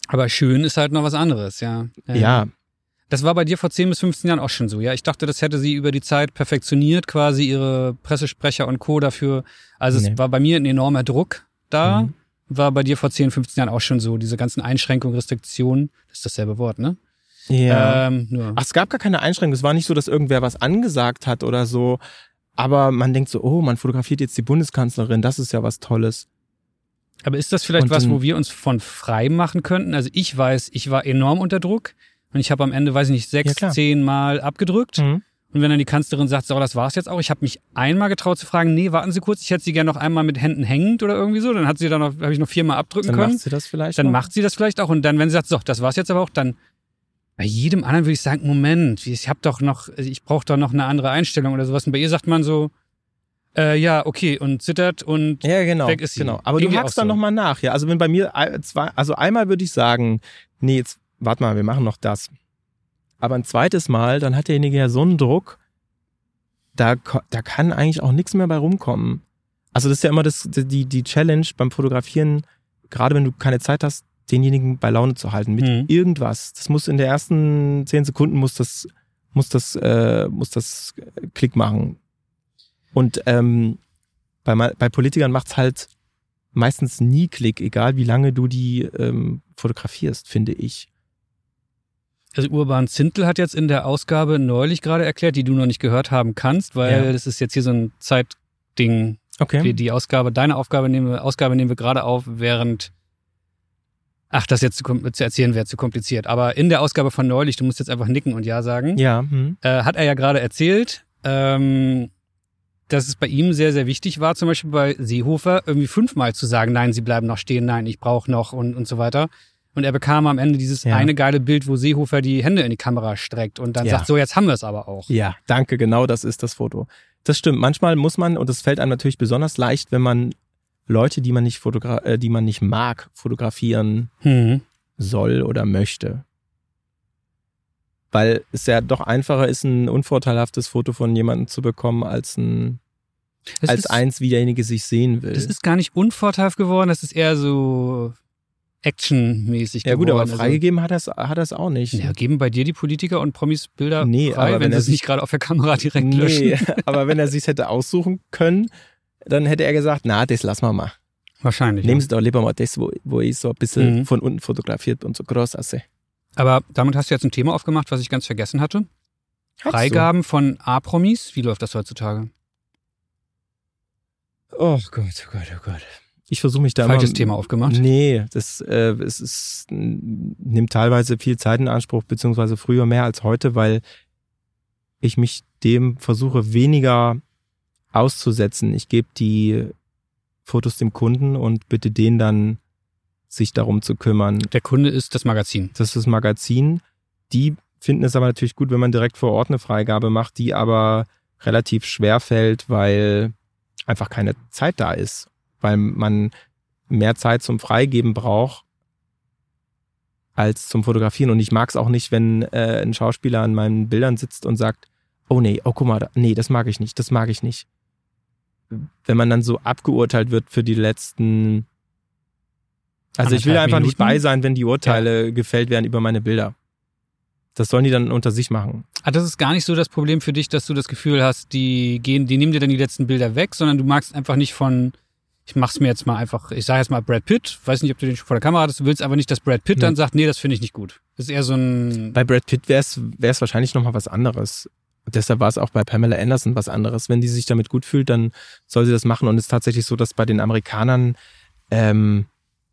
Aber schön ist halt noch was anderes, ja. Ja. ja. Das war bei dir vor zehn bis fünfzehn Jahren auch schon so, ja? Ich dachte, das hätte sie über die Zeit perfektioniert, quasi ihre Pressesprecher und Co. dafür. Also nee. Es war bei mir ein enormer Druck da. Mhm. War bei dir vor zehn, fünfzehn Jahren auch schon so. Diese ganzen Einschränkungen, Restriktionen. Das ist dasselbe Wort, ne? Ja. Ähm, nur. Ach, es gab gar keine Einschränkungen. Es war nicht so, dass irgendwer was angesagt hat oder so. Aber man denkt so, oh, man fotografiert jetzt die Bundeskanzlerin. Das ist ja was Tolles. Aber ist das vielleicht und was, wo wir uns von frei machen könnten? Also ich weiß, ich war enorm unter Druck. Und ich habe am Ende, weiß ich nicht, sechs, ja, zehn Mal abgedrückt. Mhm. Und wenn dann die Kanzlerin sagt, so, das war's jetzt auch. Ich habe mich einmal getraut zu fragen, nee, warten Sie kurz, ich hätte Sie gerne noch einmal mit Händen hängend oder irgendwie so. Dann hat sie dann noch, habe ich noch viermal abdrücken dann können. Dann macht sie das vielleicht Dann auch. macht sie das vielleicht auch. Und dann, wenn sie sagt, so, das war's jetzt aber auch, dann bei jedem anderen würde ich sagen, Moment, ich habe doch noch, ich brauche doch noch eine andere Einstellung oder sowas. Und bei ihr sagt man so, äh, ja, okay, und zittert und ja, genau, weg ist sie. Genau. Aber irgendwie du hakst dann so. Nochmal nach, ja. Also wenn bei mir zwei, also einmal würde ich sagen, nee, jetzt, warte mal, wir machen noch das. Aber ein zweites Mal, dann hat derjenige ja so einen Druck, da, da kann eigentlich auch nichts mehr bei rumkommen. Also das ist ja immer das, die, die Challenge beim Fotografieren, gerade wenn du keine Zeit hast, denjenigen bei Laune zu halten mit mhm. irgendwas. Das muss in der ersten zehn Sekunden muss das, muss das, äh, muss das Klick machen. Und ähm, bei, bei Politikern macht's halt meistens nie Klick, egal wie lange du die ähm, fotografierst, finde ich. Also Urban Zintl hat jetzt in der Ausgabe neulich gerade erklärt, die du noch nicht gehört haben kannst, weil ja. das ist jetzt hier so ein Zeitding. Okay. Die, die Ausgabe, deine Aufgabe nehmen wir, Ausgabe nehmen wir gerade auf, während, ach, das jetzt zu, zu erzählen wäre zu kompliziert. Aber in der Ausgabe von neulich, du musst jetzt einfach nicken und Ja sagen, ja. Hm. äh, hat er ja gerade erzählt, ähm, dass es bei ihm sehr, sehr wichtig war, zum Beispiel bei Seehofer irgendwie fünfmal zu sagen, nein, sie bleiben noch stehen, nein, ich brauche noch und, und so weiter. Und er bekam am Ende dieses ja. eine geile Bild, wo Seehofer die Hände in die Kamera streckt und dann ja. sagt, so, jetzt haben wir es aber auch. Ja, danke, genau das ist das Foto. Das stimmt, manchmal muss man, und das fällt einem natürlich besonders leicht, wenn man Leute, die man nicht, fotogra- äh, die man nicht mag, fotografieren mhm. soll oder möchte. Weil es ja doch einfacher ist, ein unvorteilhaftes Foto von jemandem zu bekommen, als ein das als ist, eins, wie derjenige sich sehen will. Das ist gar nicht unvorteilhaft geworden, das ist eher so actionmäßig ja, geworden. Ja gut, aber freigegeben hat er es hat er's auch nicht. Ja, geben bei dir die Politiker und Promis Bilder nee, frei, aber wenn, wenn sie es nicht gerade auf der Kamera direkt nee, löschen? aber wenn er sich hätte aussuchen können, dann hätte er gesagt, na, das lassen wir mal. Wahrscheinlich. Nehmen ja. Sie doch lieber mal das, wo, wo ich so ein bisschen mhm. von unten fotografiert und so groß aussehe. Aber damit hast du jetzt ein Thema aufgemacht, was ich ganz vergessen hatte. Hast Freigaben du? Von A-Promis. Wie läuft das heutzutage? Oh Gott, oh Gott, oh Gott. Ich versuche mich da Falsches immer, Thema aufgemacht? Nee, das äh, es ist, nimmt teilweise viel Zeit in Anspruch, beziehungsweise früher mehr als heute, weil ich mich dem versuche, weniger auszusetzen. Ich gebe die Fotos dem Kunden und bitte den dann, sich darum zu kümmern. Der Kunde ist das Magazin. Das ist das Magazin. Die finden es aber natürlich gut, wenn man direkt vor Ort eine Freigabe macht, die aber relativ schwer fällt, weil einfach keine Zeit da ist. Weil man mehr Zeit zum Freigeben braucht als zum Fotografieren. Und ich mag es auch nicht, wenn äh, ein Schauspieler an meinen Bildern sitzt und sagt, oh nee, oh guck mal, nee, das mag ich nicht, das mag ich nicht. Wenn man dann so abgeurteilt wird für die letzten... Also ich will einfach Minuten? nicht bei sein, wenn die Urteile ja. gefällt werden über meine Bilder. Das sollen die dann unter sich machen. Ah, das ist gar nicht so das Problem für dich, dass du das Gefühl hast, die gehen, die nehmen dir dann die letzten Bilder weg, sondern du magst einfach nicht von, ich mach's mir jetzt mal einfach, ich sage jetzt mal Brad Pitt, weiß nicht, ob du den schon vor der Kamera hattest, du willst aber nicht, dass Brad Pitt nee. dann sagt, nee, das finde ich nicht gut. Das ist eher so ein... Bei Brad Pitt wäre es wahrscheinlich nochmal was anderes. Deshalb war es auch bei Pamela Anderson was anderes. Wenn die sich damit gut fühlt, dann soll sie das machen. Und es ist tatsächlich so, dass bei den Amerikanern, ähm,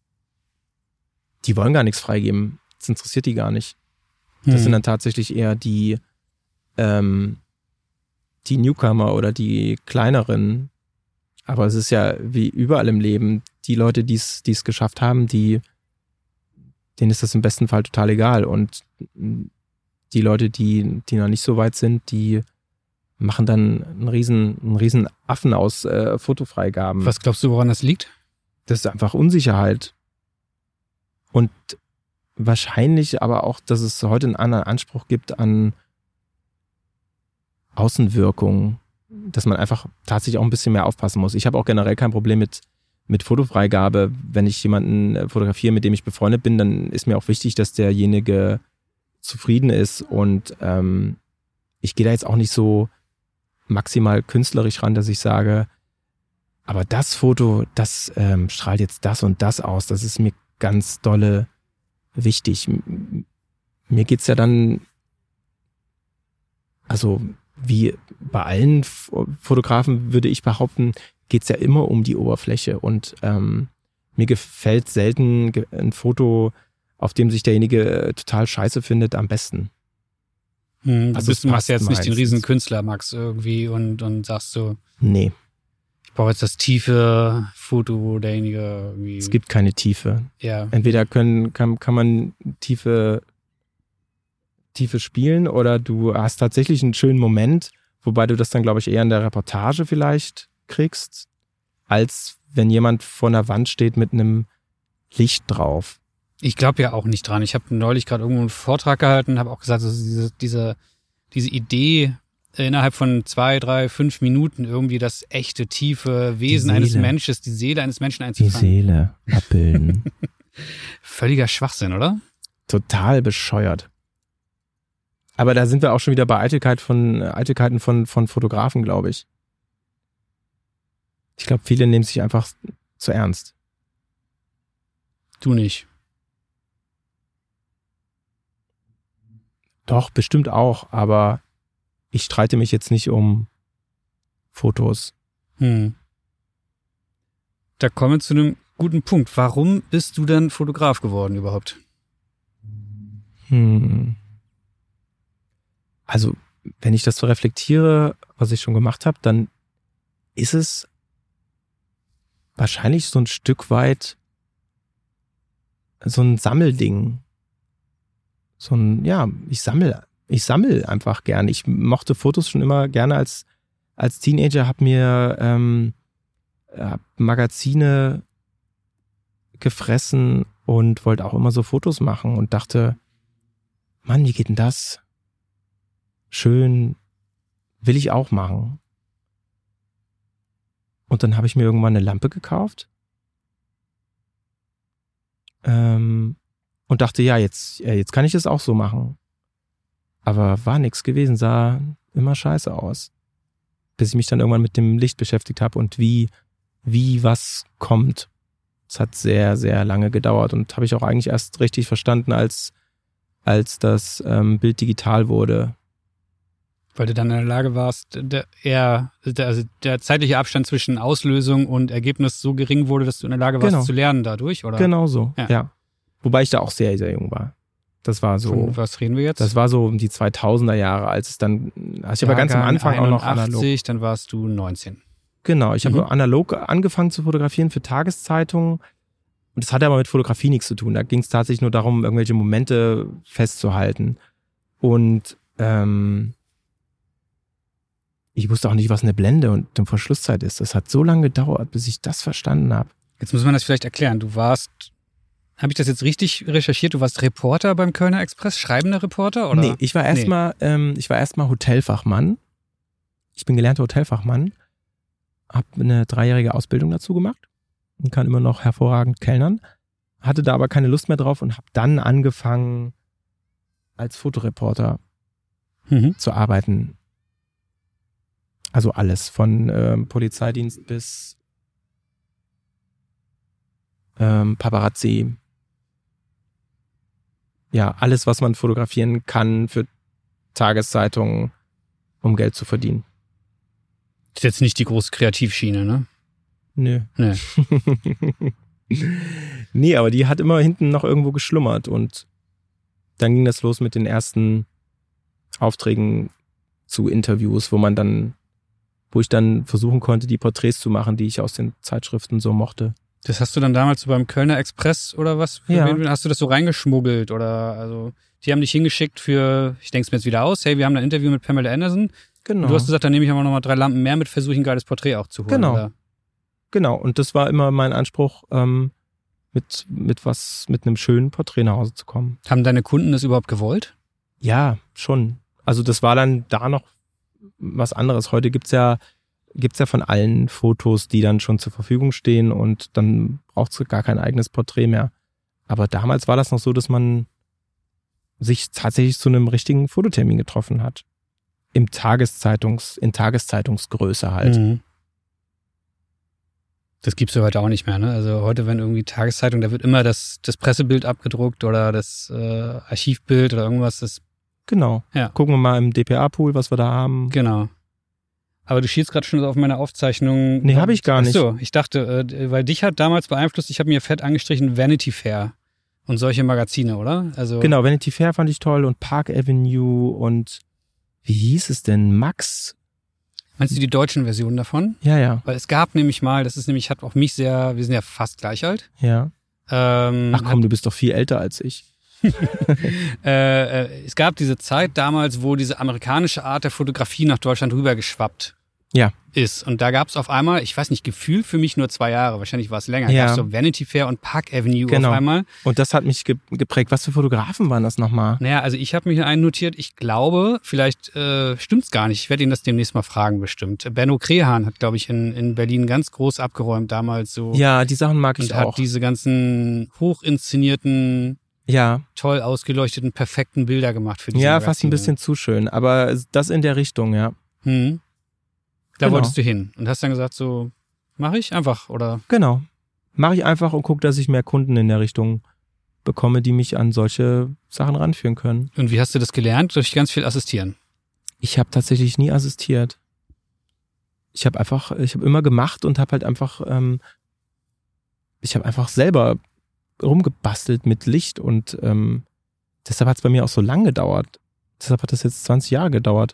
die wollen gar nichts freigeben. Das interessiert die gar nicht. Das hm. sind dann tatsächlich eher die, ähm, die Newcomer oder die kleineren. Aber es ist ja wie überall im Leben, die Leute, die es geschafft haben, die, denen ist das im besten Fall total egal. Und die Leute, die, die noch nicht so weit sind, die machen dann einen riesen, einen riesen Affen aus äh, Fotofreigaben. Was glaubst du, woran das liegt? Das ist einfach Unsicherheit. Und wahrscheinlich aber auch, dass es heute einen anderen Anspruch gibt an Außenwirkung, dass man einfach tatsächlich auch ein bisschen mehr aufpassen muss. Ich habe auch generell kein Problem mit, mit Fotofreigabe, wenn ich jemanden fotografiere, mit dem ich befreundet bin, dann ist mir auch wichtig, dass derjenige zufrieden ist und ähm, ich gehe da jetzt auch nicht so maximal künstlerisch ran, dass ich sage, aber das Foto, das ähm, strahlt jetzt das und das aus, das ist mir ganz dolle wichtig. Mir geht's ja dann, also wie bei allen Fotografen würde ich behaupten, geht's ja immer um die Oberfläche und ähm, mir gefällt selten ein Foto, auf dem sich derjenige total scheiße findet, am besten. Hm, also du machst ja jetzt nicht den riesen Künstler, Max, irgendwie und, und sagst so, nee. Ich brauche jetzt das tiefe Foto, wo derjenige irgendwie... Es gibt keine Tiefe. Ja. Entweder können, kann, kann man Tiefe, Tiefe spielen oder du hast tatsächlich einen schönen Moment, wobei du das dann, glaube ich, eher in der Reportage vielleicht kriegst, als wenn jemand vor einer Wand steht mit einem Licht drauf. Ich glaube ja auch nicht dran. Ich habe neulich gerade irgendwo einen Vortrag gehalten, habe auch gesagt, dass diese, diese, diese Idee innerhalb von zwei, drei, fünf Minuten irgendwie das echte, tiefe Wesen eines Menschen, die Seele eines Menschen einzufangen. Die Seele abbilden. Völliger Schwachsinn, oder? Total bescheuert. Aber da sind wir auch schon wieder bei Eitelkeit von, Eitelkeiten von, von Fotografen, glaube ich. Ich glaube, viele nehmen sich einfach zu ernst. Du nicht. Doch, bestimmt auch, aber ich streite mich jetzt nicht um Fotos. Hm. Da kommen wir zu einem guten Punkt. Warum bist du denn Fotograf geworden überhaupt? Hm. Also, wenn ich das so reflektiere, was ich schon gemacht habe, dann ist es wahrscheinlich so ein Stück weit so ein Sammelding. So ein, ja, ich sammle, ich sammle einfach gerne. Ich mochte Fotos schon immer gerne als, als Teenager, habe mir ähm, hab Magazine gefressen und wollte auch immer so Fotos machen und dachte, Mann, wie geht denn das? Schön, will ich auch machen. Und dann habe ich mir irgendwann eine Lampe gekauft ähm, und dachte, ja, jetzt, jetzt kann ich es auch so machen. Aber war nix gewesen, sah immer scheiße aus. Bis ich mich dann irgendwann mit dem Licht beschäftigt habe und wie, wie was kommt. Es hat sehr, sehr lange gedauert und habe ich auch eigentlich erst richtig verstanden, als, als das ähm, Bild digital wurde. Weil du dann in der Lage warst, der, eher, der, also der zeitliche Abstand zwischen Auslösung und Ergebnis so gering wurde, dass du in der Lage warst genau. zu lernen dadurch, oder? Genau so, ja. ja. Wobei ich da auch sehr, sehr jung war. Das war so. Von was reden wir jetzt? Das war so um die zweitausender Jahre, als es dann, also ich habe ganz am Anfang auch noch analog. Dann warst du neunzehn. Genau, ich mhm. habe analog angefangen zu fotografieren für Tageszeitungen. Und das hatte aber mit Fotografie nichts zu tun. Da ging es tatsächlich nur darum, irgendwelche Momente festzuhalten. Und ähm, ich wusste auch nicht, was eine Blende und eine Verschlusszeit ist. Das hat so lange gedauert, bis ich das verstanden habe. Jetzt muss man das vielleicht erklären. Du warst, habe ich das jetzt richtig recherchiert? Du warst Reporter beim Kölner Express, schreibender Reporter? Oder? Nee, ich war erstmal nee. ähm, ich war erstmal Hotelfachmann. Ich bin gelernter Hotelfachmann. Habe eine dreijährige Ausbildung dazu gemacht und kann immer noch hervorragend kellnern. Hatte da aber keine Lust mehr drauf und habe dann angefangen, als Fotoreporter mhm. zu arbeiten. Also alles, von ähm, Polizeidienst bis ähm, Paparazzi. Ja, alles, was man fotografieren kann für Tageszeitungen, um Geld zu verdienen. Das ist jetzt nicht die große Kreativschiene, ne? Nö. Nee. Nee, aber die hat immer hinten noch irgendwo geschlummert und dann ging das los mit den ersten Aufträgen zu Interviews, wo man dann, wo ich dann versuchen konnte, die Porträts zu machen, die ich aus den Zeitschriften so mochte. Das hast du dann damals so beim Kölner Express oder was? Ja. Hast du das so reingeschmuggelt oder also die haben dich hingeschickt für, ich denke es mir jetzt wieder aus, hey, wir haben ein Interview mit Pamela Anderson. Genau. Und du hast gesagt, dann nehme ich aber nochmal drei Lampen mehr mit, versuche ich ein geiles Porträt auch zu holen. Genau. Oder? Genau. Und das war immer mein Anspruch, ähm, mit, mit was, mit einem schönen Porträt nach Hause zu kommen. Haben deine Kunden das überhaupt gewollt? Ja, schon. Also das war dann da noch was anderes. Heute gibt's ja gibt es ja von allen Fotos, die dann schon zur Verfügung stehen und dann braucht es gar kein eigenes Porträt mehr. Aber damals war das noch so, dass man sich tatsächlich zu einem richtigen Fototermin getroffen hat. Im Tageszeitungs, in Tageszeitungsgröße halt. Mhm. Das gibt's ja heute auch nicht mehr, ne? Also heute, wenn irgendwie Tageszeitung, da wird immer das, das Pressebild abgedruckt oder das äh, Archivbild oder irgendwas. Das, genau. Ja. Gucken wir mal im D P A-Pool, was wir da haben. Genau. Aber du schielst gerade schon so auf meine Aufzeichnung. Nee, habe ich gar nicht. Ach so, ich dachte, äh, weil dich hat damals beeinflusst, ich habe mir fett angestrichen Vanity Fair und solche Magazine, oder? Also Genau, Vanity Fair fand ich toll und Park Avenue und wie hieß es denn? Max? Meinst du die deutschen Versionen davon? Ja, ja. Weil es gab nämlich mal, das ist nämlich, hat auch mich sehr, wir sind ja fast gleich alt. Ja. Ähm, Ach komm, du bist doch viel älter als ich. äh, äh, es gab diese Zeit damals, wo diese amerikanische Art der Fotografie nach Deutschland rübergeschwappt Ja. ist. Und da gab es auf einmal, ich weiß nicht, gefühlt für mich nur zwei Jahre, wahrscheinlich war es länger, Ja. gab es so Vanity Fair und Park Avenue Genau. auf einmal. Und das hat mich ge- geprägt. Was für Fotografen waren das nochmal? Naja, also ich habe mir hier einen notiert, ich glaube, vielleicht äh, stimmt's gar nicht, ich werde ihn das demnächst mal fragen bestimmt. Benno Krehan hat, glaube ich, in, in Berlin ganz groß abgeräumt damals so. Ja, die Sachen mag ich und auch. hat diese ganzen hochinszenierten, Ja, toll ausgeleuchteten, perfekten Bilder gemacht für diese ja, Magazine. fast ein bisschen zu schön. Aber das in der Richtung, ja. Hm. Da Genau. wolltest du hin und hast dann gesagt, so, mache ich einfach, oder? Genau. Mache ich einfach und gucke, dass ich mehr Kunden in der Richtung bekomme, die mich an solche Sachen ranführen können. Und wie hast du das gelernt? Durch ganz viel Assistieren. Ich habe tatsächlich nie assistiert. Ich habe einfach, ich habe immer gemacht und habe halt einfach, ähm, ich habe einfach selber rumgebastelt mit Licht und ähm, deshalb hat es bei mir auch so lang gedauert. Deshalb hat das jetzt zwanzig Jahre gedauert,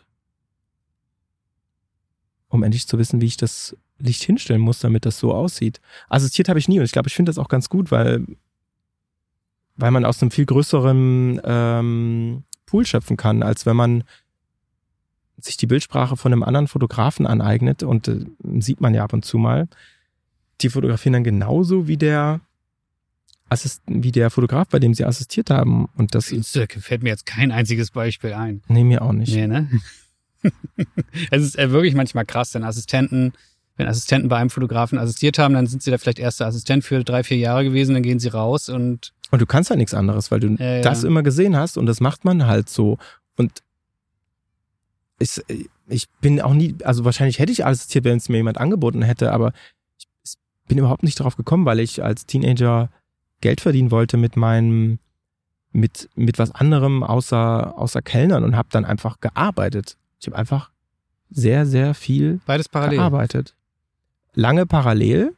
um endlich zu wissen, wie ich das Licht hinstellen muss, damit das so aussieht. Assistiert habe ich nie und ich glaube, ich finde das auch ganz gut, weil, weil man aus einem viel größeren ähm, Pool schöpfen kann, als wenn man sich die Bildsprache von einem anderen Fotografen aneignet und äh, sieht man ja ab und zu mal. Die fotografieren dann genauso wie der Assist, wie der Fotograf, bei dem sie assistiert haben. Und das Fällt mir jetzt kein einziges Beispiel ein. Nee, mir auch nicht. Nee, ne? Es ist äh, wirklich manchmal krass, wenn Assistenten, wenn Assistenten bei einem Fotografen assistiert haben, dann sind sie da vielleicht erster Assistent für drei, vier Jahre gewesen, dann gehen sie raus und Und du kannst ja nichts anderes, weil du Ja, ja. das immer gesehen hast und das macht man halt so. Und ich, ich bin auch nie, also wahrscheinlich hätte ich assistiert, wenn es mir jemand angeboten hätte, aber ich bin überhaupt nicht darauf gekommen, weil ich als Teenager Geld verdienen wollte mit meinem, mit, mit was anderem außer, außer Kellnern und habe dann einfach gearbeitet. Ich habe einfach sehr, sehr viel beides parallel. gearbeitet. Lange parallel.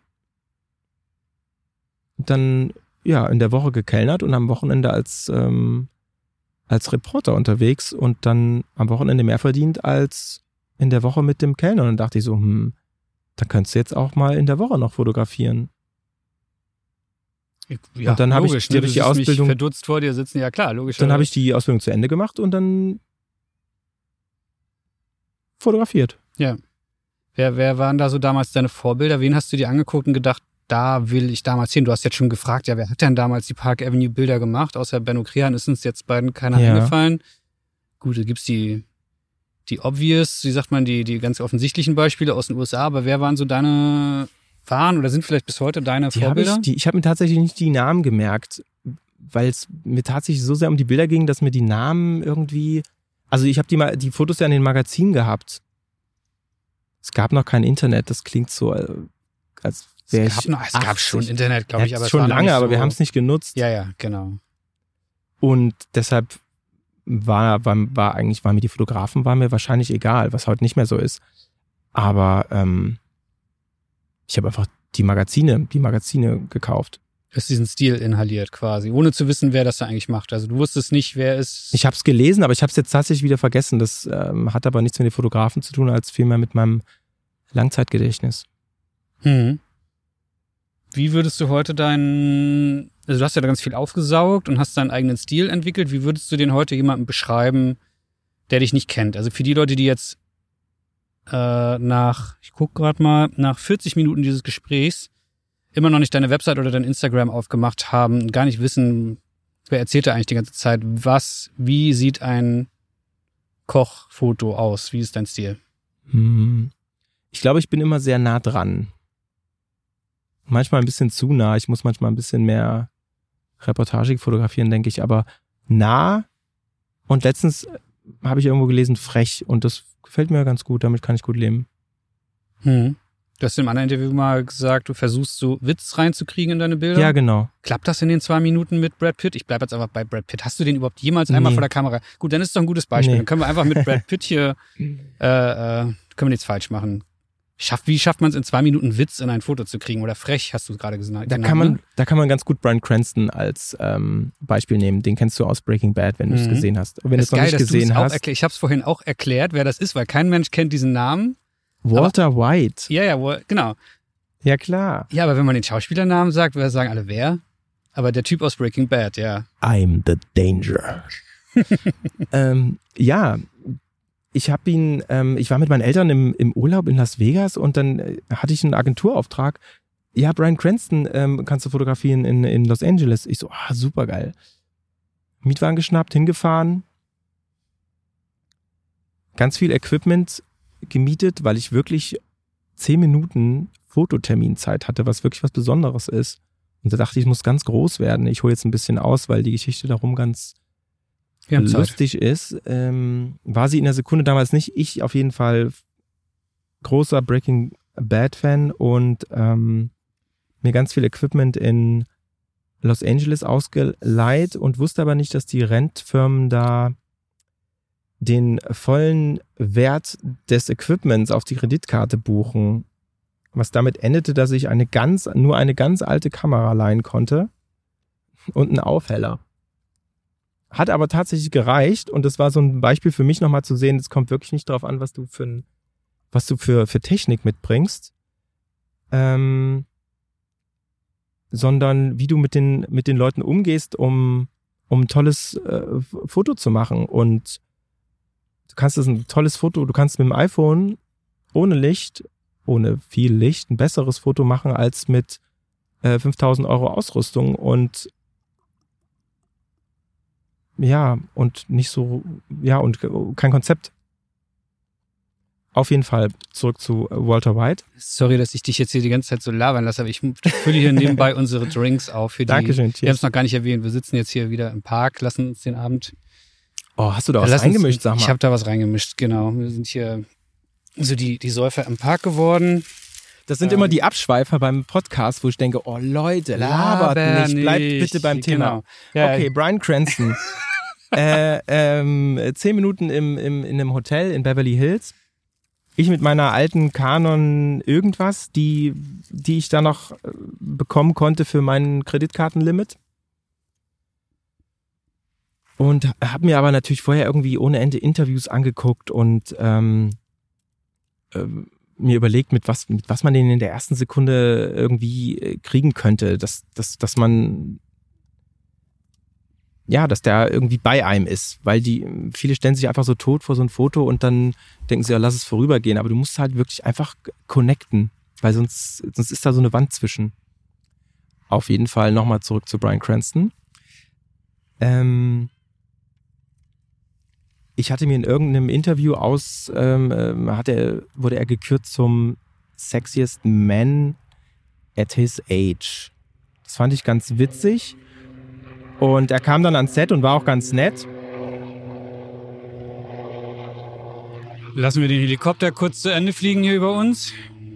Dann, ja, in der Woche gekellnert und am Wochenende als, ähm, als Reporter unterwegs und dann am Wochenende mehr verdient als in der Woche mit dem Kellner. Und dann dachte ich so, hm, dann könntest du jetzt auch mal in der Woche noch fotografieren. Ja, und dann habe ich, logisch, die, ne? hab ich Du die siehst mich Ausbildung, verdutzt vor dir sitzen, ja klar, logisch. dann habe ich die Ausbildung zu Ende gemacht und dann fotografiert. Ja. Wer, wer waren da so damals deine Vorbilder? Wen hast du dir angeguckt und gedacht, da will ich damals hin? Du hast jetzt schon gefragt, ja, wer hat denn damals die Park Avenue Bilder gemacht? Außer Benno Krehan ist uns jetzt beiden keiner Ja. eingefallen. Gut, da gibt's die, die obvious, wie sagt man, die, die ganz offensichtlichen Beispiele aus den U S A, aber wer waren so deine, waren oder sind vielleicht bis heute deine Die hab Vorbilder? ich, die, ich habe mir tatsächlich nicht die Namen gemerkt, weil es mir tatsächlich so sehr um die Bilder ging, dass mir die Namen irgendwie, also ich habe die, Ma- die Fotos ja in den Magazinen gehabt. Es gab noch kein Internet, das klingt so, äh, als wäre es gab, ich noch, es gab achtzig. schon Internet, glaube ich, Ja, aber es schon war noch lange, nicht so, aber wir haben es nicht genutzt. Ja, ja, genau. Und deshalb war, war, war eigentlich, waren mir die Fotografen, war mir wahrscheinlich egal, was heute nicht mehr so ist. Aber ähm, ich habe einfach die Magazine, die Magazine gekauft. Du hast diesen Stil inhaliert quasi, ohne zu wissen, wer das da eigentlich macht. Also du wusstest nicht, wer es... Ich habe es gelesen, aber ich habe es jetzt tatsächlich wieder vergessen. Das ähm, hat aber nichts mit den Fotografen zu tun, als vielmehr mit meinem Langzeitgedächtnis. Hm. Wie würdest du heute deinen... Also du hast ja da ganz viel aufgesaugt und hast deinen eigenen Stil entwickelt. Wie würdest du den heute jemandem beschreiben, der dich nicht kennt? Also für die Leute, die jetzt äh, nach, ich guck gerade mal, nach vierzig Minuten dieses Gesprächs immer noch nicht deine Website oder dein Instagram aufgemacht haben und gar nicht wissen, wer erzählt da eigentlich die ganze Zeit, was, wie sieht ein Kochfoto aus? Wie ist dein Stil? Hm. Ich glaube, ich bin immer sehr nah dran. Manchmal ein bisschen zu nah. Ich muss manchmal ein bisschen mehr Reportage fotografieren, denke ich. Aber nah und letztens habe ich irgendwo gelesen, frech. Und das gefällt mir ganz gut. Damit kann ich gut leben. Hm. Du hast in einem anderen Interview mal gesagt, du versuchst so Witz reinzukriegen in deine Bilder. Ja, genau. Klappt das in den zwei Minuten mit Brad Pitt? Ich bleibe jetzt einfach bei Brad Pitt. Hast du den überhaupt jemals einmal Nee. vor der Kamera? Gut, dann ist es doch ein gutes Beispiel. Nee. Dann können wir einfach mit Brad Pitt hier, äh, äh, können wir nichts falsch machen. Schaff, wie schafft man es in zwei Minuten Witz in ein Foto zu kriegen? Oder frech, hast du gerade gesagt. Da kann man, da kann man ganz gut Bryan Cranston als ähm, Beispiel nehmen. Den kennst du aus Breaking Bad, wenn du es Mhm. gesehen hast. Und wenn du Das es noch ist geil, nicht dass du gesehen es auch hast. erklär- Ich habe es vorhin auch erklärt, wer das ist, weil kein Mensch kennt diesen Namen. Walter White. Ja, ja, wo, genau. Ja, klar. Ja, aber wenn man den Schauspielernamen sagt, wir sagen alle wer. Aber der Typ aus Breaking Bad, ja. I'm the danger. ähm, ja, ich habe ihn, ähm, ich war mit meinen Eltern im, im Urlaub in Las Vegas und dann äh, hatte ich einen Agenturauftrag. Ja, Bryan Cranston ähm, kannst du fotografieren in, in Los Angeles. Ich so, ah, super geil. Mietwagen geschnappt, hingefahren. Ganz viel Equipment gemietet, weil ich wirklich zehn Minuten Fototerminzeit hatte, was wirklich was Besonderes ist. Und da dachte ich, ich muss ganz groß werden. Ich hole jetzt ein bisschen aus, weil die Geschichte darum ganz Wir haben Zeit. lustig ist. Ähm, war sie in der Sekunde damals nicht. Ich auf jeden Fall großer Breaking Bad Fan und ähm, mir ganz viel Equipment in Los Angeles ausgeleiht und wusste aber nicht, dass die Rentfirmen da den vollen Wert des Equipments auf die Kreditkarte buchen. Was damit endete, dass ich eine ganz, nur eine ganz alte Kamera leihen konnte und einen Aufheller. Hat aber tatsächlich gereicht und das war so ein Beispiel für mich nochmal zu sehen, es kommt wirklich nicht darauf an, was du für, ein, was du für, für Technik mitbringst, ähm, sondern wie du mit den, mit den Leuten umgehst, um, um ein tolles äh, Foto zu machen. Und du kannst das ein tolles Foto, du kannst mit dem iPhone ohne Licht, ohne viel Licht, ein besseres Foto machen als mit äh, fünftausend Euro Ausrüstung und ja, und nicht so, ja, und kein Konzept. Auf jeden Fall zurück zu Walter White. Sorry, dass ich dich jetzt hier die ganze Zeit so labern lasse, aber ich fülle hier nebenbei unsere Drinks auf. Für die, Dankeschön, wir haben es noch gar nicht erwähnt. Wir sitzen jetzt hier wieder im Park, lassen uns den Abend. Oh, hast du da was Lass reingemischt, uns, sag mal? Ich habe da was reingemischt, genau. Wir sind hier so die, die Säufer im Park geworden. Das sind ähm, immer die Abschweifer beim Podcast, wo ich denke, oh Leute, labert Laber nicht, bleibt nicht. bitte beim Thema. Genau. Ja, okay, Bryan Cranston. äh, ähm, zehn Minuten im, im, in einem Hotel in Beverly Hills. Ich mit meiner alten Canon irgendwas, die, die ich da noch bekommen konnte für mein Kreditkartenlimit. Und habe mir aber natürlich vorher irgendwie ohne Ende Interviews angeguckt und ähm, äh, mir überlegt, mit was, mit was man den in der ersten Sekunde irgendwie kriegen könnte, dass, dass, dass man, ja, dass der irgendwie bei einem ist, weil die, viele stellen sich einfach so tot vor so ein Foto und dann denken sie, ja, lass es vorübergehen, aber du musst halt wirklich einfach connecten, weil sonst, sonst ist da so eine Wand zwischen. Auf jeden Fall nochmal zurück zu Bryan Cranston. Ähm, Ich hatte mir in irgendeinem Interview aus, ähm, hat er, wurde er gekürt zum sexiest man at his age. Das fand ich ganz witzig. Und er kam dann ans Set und war auch ganz nett. Lassen wir den Helikopter kurz zu Ende fliegen hier über uns.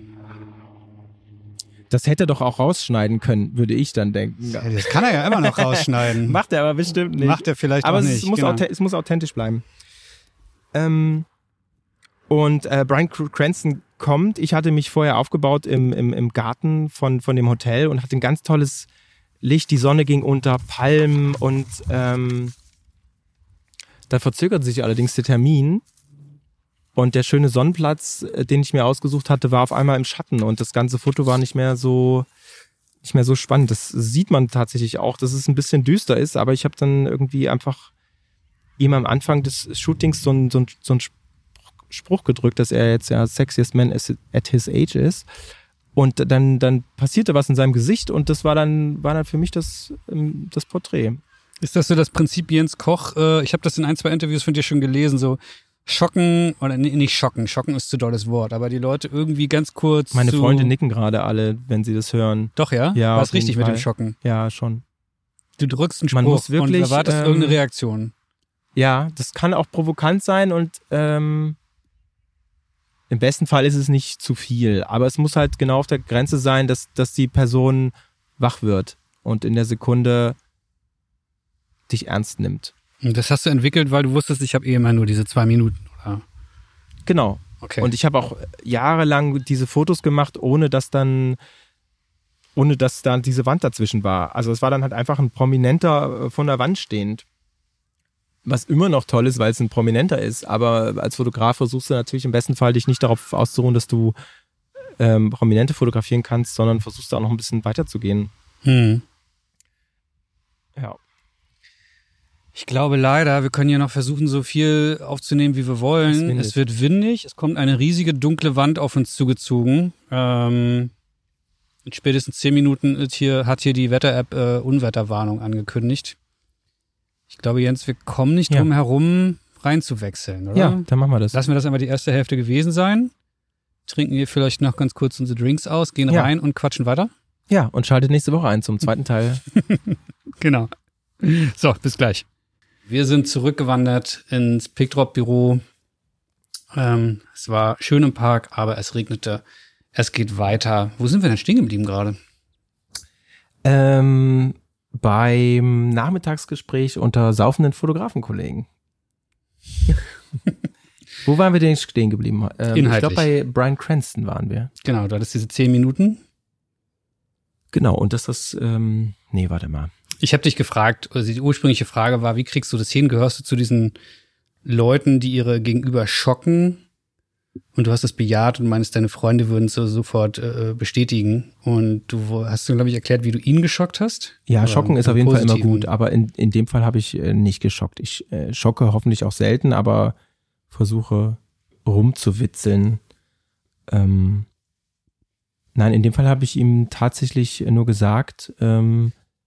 Das hätte er doch auch rausschneiden können, würde ich dann denken. Das kann er ja immer noch rausschneiden. Macht er aber bestimmt nicht. Macht er vielleicht aber auch es nicht. Muss genau. authent- es muss authentisch bleiben. Ähm, und äh, Bryan Cranston kommt. Ich hatte mich vorher aufgebaut im, im, im Garten von, von dem Hotel und hatte ein ganz tolles Licht. Die Sonne ging unter, Palmen und ähm, da verzögerte sich allerdings der Termin. Und der schöne Sonnenplatz, den ich mir ausgesucht hatte, war auf einmal im Schatten und das ganze Foto war nicht mehr so nicht mehr so spannend. Das sieht man tatsächlich auch, dass es ein bisschen düster ist, aber ich habe dann irgendwie einfach ihm am Anfang des Shootings so einen so ein, so ein Spruch gedrückt, dass er jetzt ja sexiest man at his age ist. Und dann, dann passierte was in seinem Gesicht und das war dann, war dann für mich das, das Porträt. Ist das so das Prinzip Jens Koch? Ich habe das in ein, zwei Interviews von dir schon gelesen, so schocken, oder nee, nicht schocken, schocken ist zu dolles Wort, aber die Leute irgendwie ganz kurz Meine zu, Freunde nicken gerade alle, wenn sie das hören. Doch, ja? Ja, War auf es richtig jeden mit Fall. dem Schocken? Ja, schon. Du drückst einen Spruch Man muss wirklich, und erwartest ähm, irgendeine Reaktion. Ja, das kann auch provokant sein und ähm, im besten Fall ist es nicht zu viel. Aber es muss halt genau auf der Grenze sein, dass, dass die Person wach wird und in der Sekunde dich ernst nimmt. Und das hast du entwickelt, weil du wusstest, ich habe eh immer nur diese zwei Minuten, oder? Genau. Okay. Und ich habe auch jahrelang diese Fotos gemacht, ohne dass dann, ohne dass dann diese Wand dazwischen war. Also es war dann halt einfach ein Prominenter von der Wand stehend. Was immer noch toll ist, weil es ein Prominenter ist. Aber als Fotograf versuchst du natürlich im besten Fall, dich nicht darauf auszuruhen, dass du ähm, Prominente fotografieren kannst, sondern versuchst da auch noch ein bisschen weiterzugehen. Hm. Ja. Ich glaube leider, wir können hier noch versuchen, so viel aufzunehmen, wie wir wollen. Es wird windig, es kommt eine riesige dunkle Wand auf uns zugezogen. Ähm, in spätestens zehn Minuten ist hier, hat hier die Wetter-App äh, Unwetterwarnung angekündigt. Ich glaube, Jens, wir kommen nicht Ja. drum herum, reinzuwechseln, oder? Ja, dann machen wir das. Lassen wir das einmal die erste Hälfte gewesen sein. Trinken wir vielleicht noch ganz kurz unsere Drinks aus, gehen Ja. rein und quatschen weiter. Ja, und schaltet nächste Woche ein zum zweiten Teil. Genau. So, bis gleich. Wir sind zurückgewandert ins Pickdrop-Büro. Ähm, es war schön im Park, aber es regnete. Es geht weiter. Wo sind wir denn stehen geblieben gerade? ähm, beim Nachmittagsgespräch unter saufenden Fotografenkollegen. Wo waren wir denn stehen geblieben? Ähm, ich Inhaltlich. glaube, bei Bryan Cranston waren wir. Genau, du hattest diese zehn Minuten. Genau, und dass das, ähm, nee, warte mal. Ich habe dich gefragt, also die ursprüngliche Frage war, wie kriegst du das hin? Gehörst du zu diesen Leuten, die ihre Gegenüber schocken? Und du hast es bejaht und meinst, deine Freunde würden es so sofort äh, bestätigen. Und du hast, glaube ich, erklärt, wie du ihn geschockt hast? Ja, Oder schocken ist im auf jeden Fall immer Positiven? gut, aber in, in dem Fall habe ich äh, nicht geschockt. Ich äh, schocke hoffentlich auch selten, aber versuche rumzuwitzeln. Ähm, nein, in dem Fall habe ich ihm tatsächlich nur gesagt, ähm,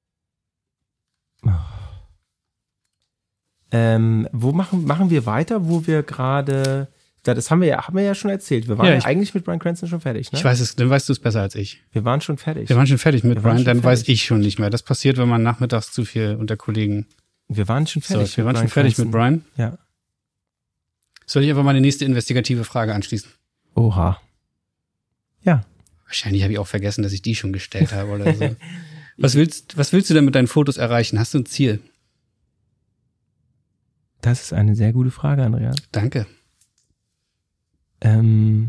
ähm, wo machen, machen wir weiter, wo wir gerade, ja, das haben wir ja, haben wir ja schon erzählt. Wir waren Ja, ja, ich- eigentlich mit Bryan Cranston schon fertig, ne? Ich weiß es, dann weißt du es besser als ich. Wir waren schon fertig. Wir waren schon fertig mit Wir waren Brian, schon dann weiß fertig. ich schon nicht mehr. Das passiert, wenn man nachmittags zu viel unter Kollegen. Wir waren schon So, fertig. wir waren mit schon Bryan fertig mit Cranston. Brian. Ja. Soll ich einfach mal die nächste investigative Frage anschließen? Oha. Wahrscheinlich habe ich auch vergessen, dass ich die schon gestellt habe oder so. Was willst, was willst du denn mit deinen Fotos erreichen? Hast du ein Ziel? Das ist eine sehr gute Frage, Andreas. Danke. Ähm,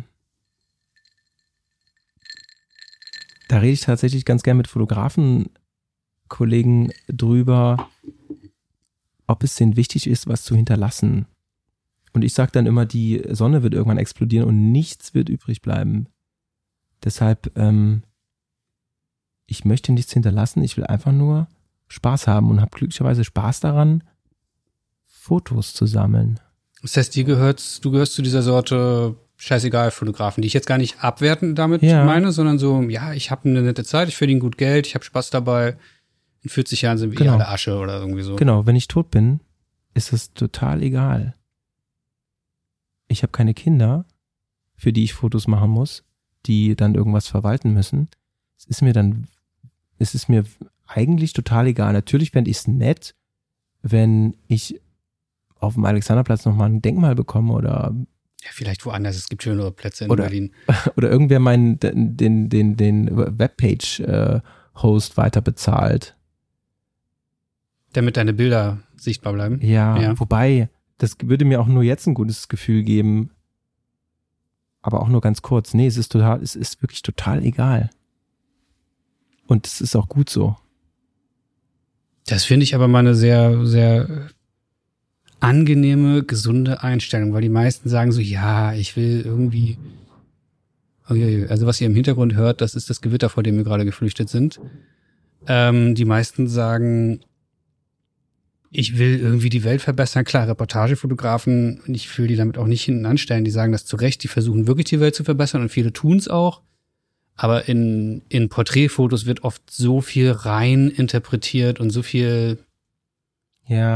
da rede ich tatsächlich ganz gern mit Fotografenkollegen drüber, ob es denen wichtig ist, was zu hinterlassen. Und ich sage dann immer, die Sonne wird irgendwann explodieren und nichts wird übrig bleiben. Deshalb, ähm, ich möchte nichts hinterlassen, ich will einfach nur Spaß haben und habe glücklicherweise Spaß daran, Fotos zu sammeln. Das heißt, dir gehört, du gehörst zu dieser Sorte scheißegal Fotografen, die ich jetzt gar nicht abwertend damit Ja. meine, sondern so, ja, ich habe eine nette Zeit, ich verdiene gut Geld, ich habe Spaß dabei. In vierzig Jahren sind wir Genau. eh alle Asche oder irgendwie so. Genau, wenn ich tot bin, ist es total egal. Ich habe keine Kinder, für die ich Fotos machen muss, die dann irgendwas verwalten müssen. Es ist mir dann, es ist mir eigentlich total egal. Natürlich fände ich es nett, wenn ich auf dem Alexanderplatz nochmal ein Denkmal bekomme oder, Ja, vielleicht woanders, es gibt schönere Plätze in Oder- Berlin. oder irgendwer meinen, den, den, den, den Webpage-Host weiter bezahlt. Damit deine Bilder sichtbar bleiben. Ja, Ja. wobei, das würde mir auch nur jetzt ein gutes Gefühl geben, aber auch nur ganz kurz. Nee, es ist total, es ist wirklich total egal. Und es ist auch gut so. Das finde ich aber mal eine sehr, sehr angenehme, gesunde Einstellung, weil die meisten sagen so, ja, ich will irgendwie, Uiuiui. Also was ihr im Hintergrund hört, das ist das Gewitter, vor dem wir gerade geflüchtet sind. Ähm, die meisten sagen, ich will irgendwie die Welt verbessern. Klar, Reportagefotografen, und ich will die damit auch nicht hinten anstellen, die sagen das zu Recht, die versuchen wirklich die Welt zu verbessern und viele tun es auch. Aber in, in Porträtfotos wird oft so viel rein interpretiert und so viel Ja,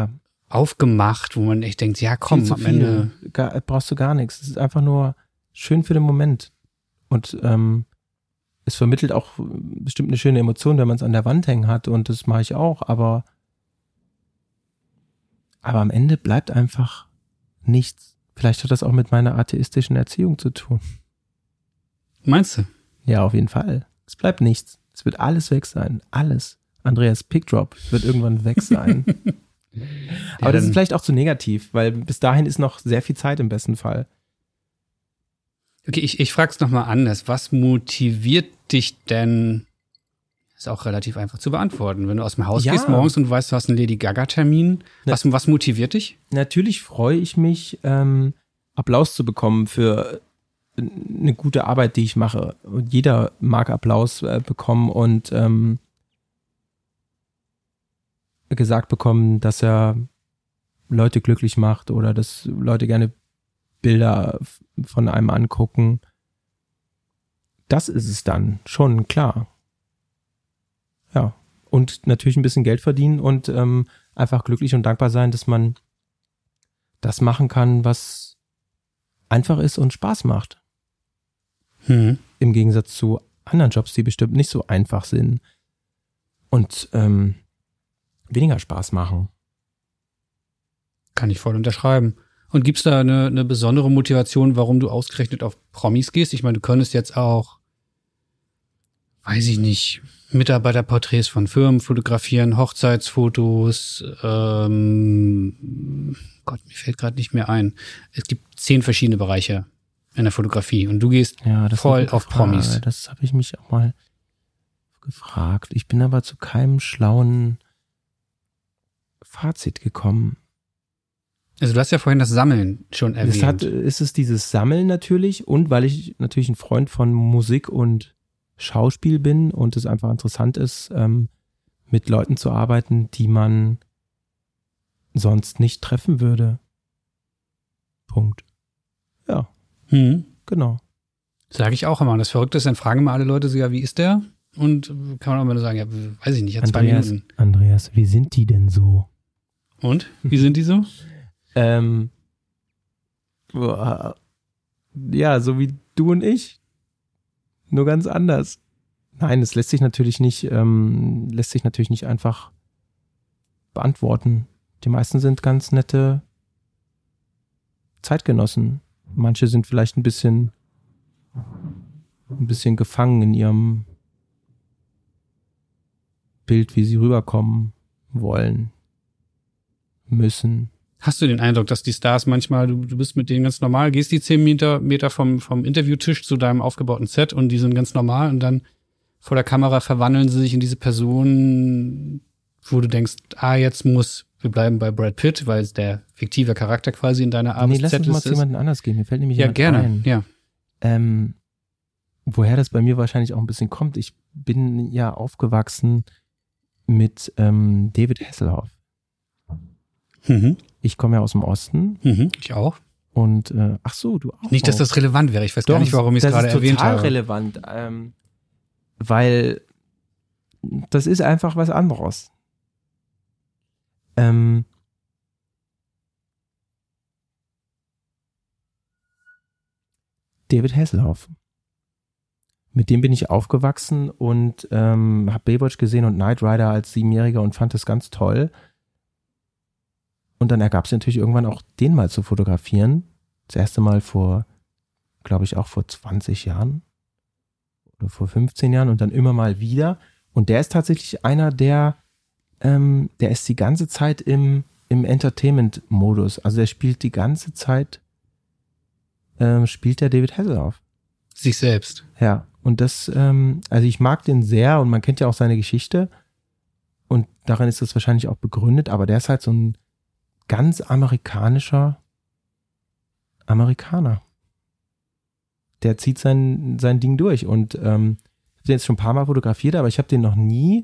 aufgemacht, wo man echt denkt, ja komm, Viel zu am viel. Ende. Gar, brauchst du gar nichts. Es ist einfach nur schön für den Moment. Und ähm, es vermittelt auch bestimmt eine schöne Emotion, wenn man es an der Wand hängen hat. Und das mache ich auch. Aber, aber am Ende bleibt einfach nichts. Vielleicht hat das auch mit meiner atheistischen Erziehung zu tun. Meinst du? Ja, auf jeden Fall. Es bleibt nichts. Es wird alles weg sein. Alles. Andreas Pickdrop wird irgendwann weg sein. Aber ja, das ist vielleicht auch zu negativ, weil bis dahin ist noch sehr viel Zeit im besten Fall. Okay, ich, ich frage es nochmal anders. Was motiviert dich denn, ist auch relativ einfach zu beantworten, wenn du aus dem Haus Ja. gehst morgens und weißt, du hast einen Lady Gaga-Termin, was, was motiviert dich? Natürlich freue ich mich, ähm, Applaus zu bekommen für eine gute Arbeit, die ich mache. Und jeder mag Applaus äh, bekommen und ähm, gesagt bekommen, dass er Leute glücklich macht oder dass Leute gerne Bilder f- von einem angucken. Das ist es dann, schon klar. Ja. Und natürlich ein bisschen Geld verdienen und ähm, einfach glücklich und dankbar sein, dass man das machen kann, was einfach ist und Spaß macht. Hm. Im Gegensatz zu anderen Jobs, die bestimmt nicht so einfach sind und ähm, weniger Spaß machen. Kann ich voll unterschreiben. Und gibt's da eine, eine besondere Motivation, warum du ausgerechnet auf Promis gehst? Ich meine, du könntest jetzt auch, weiß ich nicht, Mitarbeiterporträts von Firmen fotografieren, Hochzeitsfotos, ähm, Gott, mir fällt gerade nicht mehr ein. Es gibt zehn verschiedene Bereiche in der Fotografie und du gehst Ja, das ist voll eine gute auf Frage. Promis. Das habe ich mich auch mal gefragt. Ich bin aber zu keinem schlauen Fazit gekommen. Also du hast ja vorhin das Sammeln schon erwähnt. Es hat, ist es dieses Sammeln natürlich und weil ich natürlich ein Freund von Musik und Schauspiel bin und es einfach interessant ist, ähm, mit Leuten zu arbeiten, die man sonst nicht treffen würde. Punkt. Ja, Hm. genau. Sage ich auch immer. Und das Verrückte ist, dann fragen immer alle Leute so, ja, wie ist der? Und kann man auch immer nur sagen, ja, weiß ich nicht, ja, zwei Andreas, Minuten. Andreas, wie sind die denn so? Und? Wie sind die so? Ähm, boah, ja, so wie du und ich. Nur ganz anders. Nein, es lässt sich natürlich nicht, ähm, lässt sich natürlich nicht einfach beantworten. Die meisten sind ganz nette Zeitgenossen. Manche sind vielleicht ein bisschen, ein bisschen gefangen in ihrem Bild, wie sie rüberkommen wollen, müssen. Hast du den Eindruck, dass die Stars manchmal, du, du bist mit denen ganz normal, gehst die zehn Meter, Meter vom, vom Interviewtisch zu deinem aufgebauten Set und die sind ganz normal und dann vor der Kamera verwandeln sie sich in diese Person, wo du denkst, ah, jetzt muss, wir bleiben bei Brad Pitt, weil es der fiktive Charakter quasi in deiner Nee, lass uns mal Arbeitszeit zu ist. jemandem anders gehen. Mir fällt nämlich Ja, jemand gerne, ein. ja. Ähm, woher das bei mir wahrscheinlich auch ein bisschen kommt. Ich bin ja aufgewachsen mit ähm, David Hasselhoff. Mhm. Ich komme ja aus dem Osten Mhm. Ich auch. und äh, ach so, du auch. Nicht, dass das relevant wäre. Ich weiß gar nicht, warum ich es das gerade ist erwähnt total habe. relevant, ähm, weil das ist einfach was anderes. Ähm, David Hasselhoff. Mit dem bin ich aufgewachsen und ähm, habe Baywatch gesehen und Knight Rider als Siebenjähriger und fand das ganz toll. Und dann ergab es natürlich irgendwann auch, den mal zu fotografieren. Das erste Mal vor, glaube ich, auch vor zwanzig Jahren oder vor fünfzehn Jahren und dann immer mal wieder. Und der ist tatsächlich einer, der, ähm, der ist die ganze Zeit im, im Entertainment-Modus. Also der spielt die ganze Zeit, ähm, spielt der David Hasselhoff. Sich selbst. Ja, und das, ähm, also ich mag den sehr und man kennt ja auch seine Geschichte und darin ist das wahrscheinlich auch begründet, aber der ist halt so ein ganz amerikanischer Amerikaner. Der zieht sein, sein Ding durch und ähm, ich habe den jetzt schon ein paar Mal fotografiert, aber ich habe den noch nie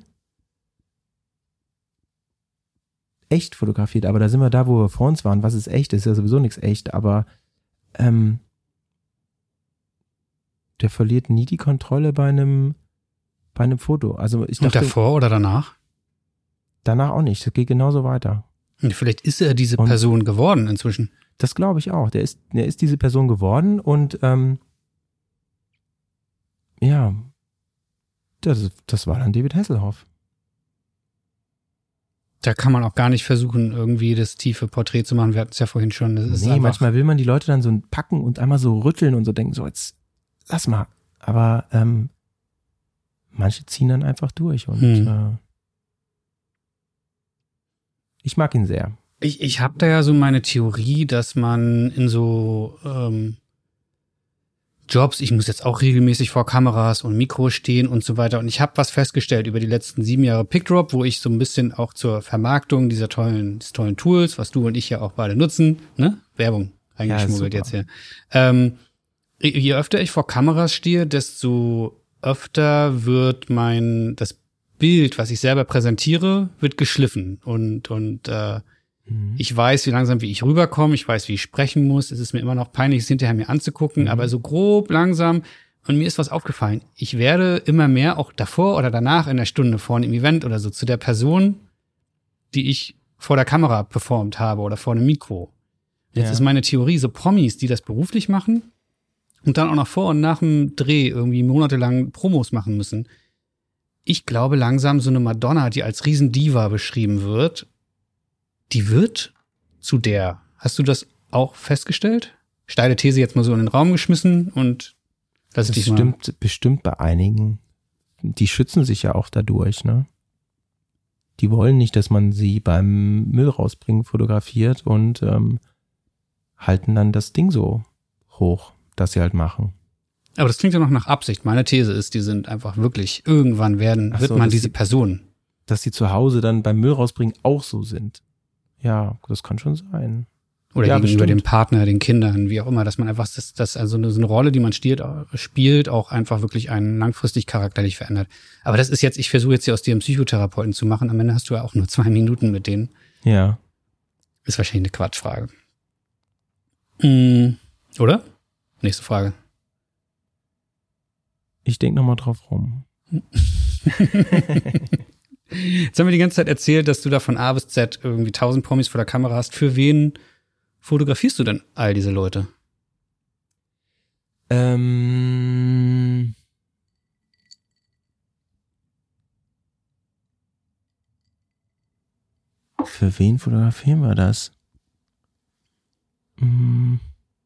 echt fotografiert, aber da sind wir da, wo wir vor uns waren. Was ist echt? Ist ja sowieso nichts echt, aber ähm, der verliert nie die Kontrolle bei einem bei einem Foto. Also ich Und dachte, davor oder danach? danach auch nicht. Das geht genauso weiter. Und vielleicht ist er diese Und Person geworden inzwischen. Das glaube ich auch. Der ist, der ist diese Person geworden und ähm, ja, das, das war dann David Hasselhoff. Da kann man auch gar nicht versuchen, irgendwie das tiefe Porträt zu machen. Wir hatten es ja vorhin schon. Das ist Nee, manchmal will man die Leute dann so packen und einmal so rütteln und so denken, so jetzt lass mal. Aber ähm, manche ziehen dann einfach durch und hm. äh, ich mag ihn sehr. Ich, ich habe da ja so meine Theorie, dass man in so ähm, Jobs, ich muss jetzt auch regelmäßig vor Kameras und Mikros stehen und so weiter. Und ich habe was festgestellt über die letzten sieben Jahre PicDrop, wo ich so ein bisschen auch zur Vermarktung dieser tollen, des tollen Tools, was du und ich ja auch beide nutzen, ne? Werbung eingeschmuggelt Ja, jetzt hier. Ähm, je öfter ich vor Kameras stehe, desto öfter wird mein, das Bild, was ich selber präsentiere, wird geschliffen. Und, und äh, mhm. ich weiß, wie langsam, wie ich rüberkomme, ich weiß, wie ich sprechen muss. Es ist mir immer noch peinlich, es hinterher mir anzugucken, mhm. aber so grob, langsam. Und mir ist was aufgefallen. Ich werde immer mehr, auch davor oder danach in der Stunde vor einem Event oder so, zu der Person, die ich vor der Kamera performt habe oder vor einem Mikro. Jetzt ja. ist meine Theorie, so Promis, die das beruflich machen und dann auch noch vor und nach dem Dreh irgendwie monatelang Promos machen müssen. Ich glaube langsam, so eine Madonna, die als Riesendiva beschrieben wird, die wird zu der. Hast du das auch festgestellt? Steile These jetzt mal so in den Raum geschmissen und das ist stimmt bestimmt bei einigen. Die schützen sich ja auch dadurch, ne? Die wollen nicht, dass man sie beim Müll rausbringen fotografiert und ähm, halten dann das Ding so hoch, das sie halt machen. Aber das klingt ja noch nach Absicht. Meine These ist, die sind einfach wirklich, irgendwann werden, Ach wird so, man dass diese sie, Person. Dass sie zu Hause dann beim Müll rausbringen auch so sind. Ja, das kann schon sein. Oder ja, gegenüber bestimmt. dem Partner, den Kindern, wie auch immer, dass man einfach, das, das also eine, so eine Rolle, die man spielt, spielt, auch einfach wirklich einen langfristig charakterlich verändert. Aber das ist jetzt, ich versuche jetzt hier aus dir einen Psychotherapeuten zu machen. Am Ende hast du ja auch nur zwei Minuten mit denen. Ja. Ist wahrscheinlich eine Quatschfrage. Mhm. Oder? Nächste Frage. Ich denke nochmal drauf rum. Jetzt haben wir die ganze Zeit erzählt, dass du da von A bis Z irgendwie tausend Promis vor der Kamera hast. Für wen fotografierst du denn all diese Leute? Ähm. Für wen fotografieren wir das? Hm.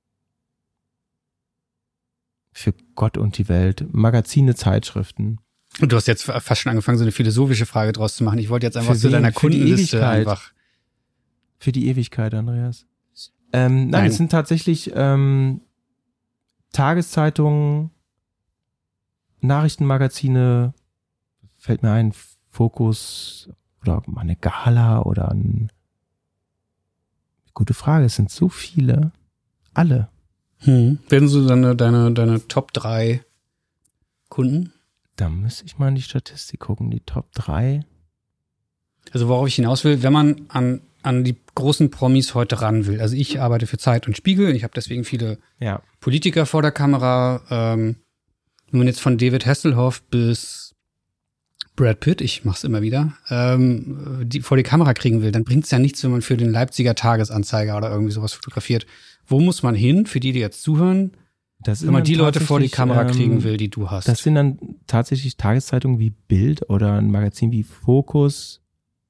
Für Gott und die Welt. Magazine, Zeitschriften. Und du hast jetzt fast schon angefangen, so eine philosophische Frage draus zu machen. Ich wollte jetzt einfach Für zu wen? deiner Für die Kundenliste Ewigkeit. einfach. Für die Ewigkeit, Andreas. Ähm, nein, Nein. es sind tatsächlich ähm, Tageszeitungen, Nachrichtenmagazine, fällt mir ein, Fokus oder mal eine Gala oder ein. Gute Frage, es sind so viele. Alle. Hm. Werden so deine, deine, deine Top drei Kunden? Da müsste ich mal in die Statistik gucken, die Top drei. Also worauf ich hinaus will, wenn man an, an die großen Promis heute ran will. Also ich arbeite für Zeit und Spiegel. Ich habe deswegen viele Ja. Politiker vor der Kamera. Ähm, wenn man jetzt von David Hasselhoff bis Brad Pitt, ich mach's immer wieder, ähm, die vor die Kamera kriegen will, dann bringt's ja nichts, wenn man für den Leipziger Tagesanzeiger oder irgendwie sowas fotografiert. Wo muss man hin, für die, die jetzt zuhören, Das wenn man sind die dann Leute vor die tatsächlich, Kamera kriegen ähm, will, die du hast? Das sind dann tatsächlich Tageszeitungen wie Bild oder ein Magazin wie Fokus,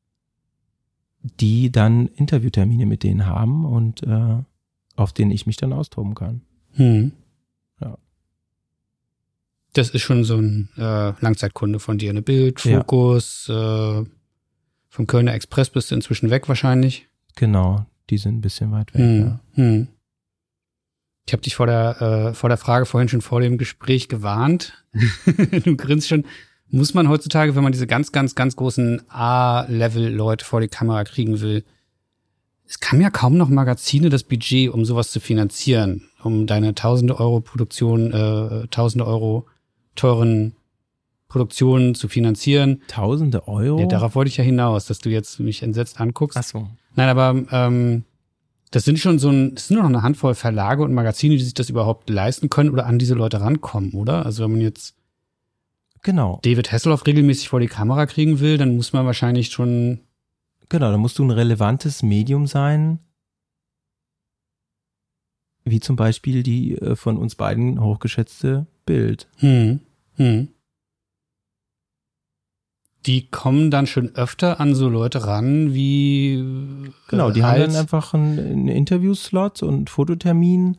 die dann Interviewtermine mit denen haben und äh, auf denen ich mich dann austoben kann. Hm. Ja. Das ist schon so ein äh, Langzeitkunde von dir. Eine Bild, Fokus, ja. äh, vom Kölner Express bist du inzwischen weg wahrscheinlich. Genau, die sind ein bisschen weit weg. Hm. Ja. Hm. Ich habe dich vor der äh, vor der Frage vorhin schon vor dem Gespräch gewarnt. Du grinst schon. Muss man heutzutage, wenn man diese ganz, ganz, ganz großen A-Level-Leute vor die Kamera kriegen will, es kann ja kaum noch Magazine das Budget, um sowas zu finanzieren, um deine tausende Euro Produktion, äh, tausende Euro teuren Produktionen zu finanzieren. Tausende Euro? Ja, darauf wollte ich ja hinaus, dass du jetzt mich entsetzt anguckst. Ach so. Nein, aber ähm, das sind schon so ein, das sind nur noch eine Handvoll Verlage und Magazine, die sich das überhaupt leisten können oder an diese Leute rankommen, oder? Also wenn man jetzt Genau. David Hasselhoff regelmäßig vor die Kamera kriegen will, dann muss man wahrscheinlich schon Genau, da musst du ein relevantes Medium sein, wie zum Beispiel die äh, von uns beiden hochgeschätzte Bild. Hm. Hm. Die kommen dann schon öfter an so Leute ran wie äh, Genau, die Hals. haben dann einfach einen, einen Interviewslot und einen Fototermin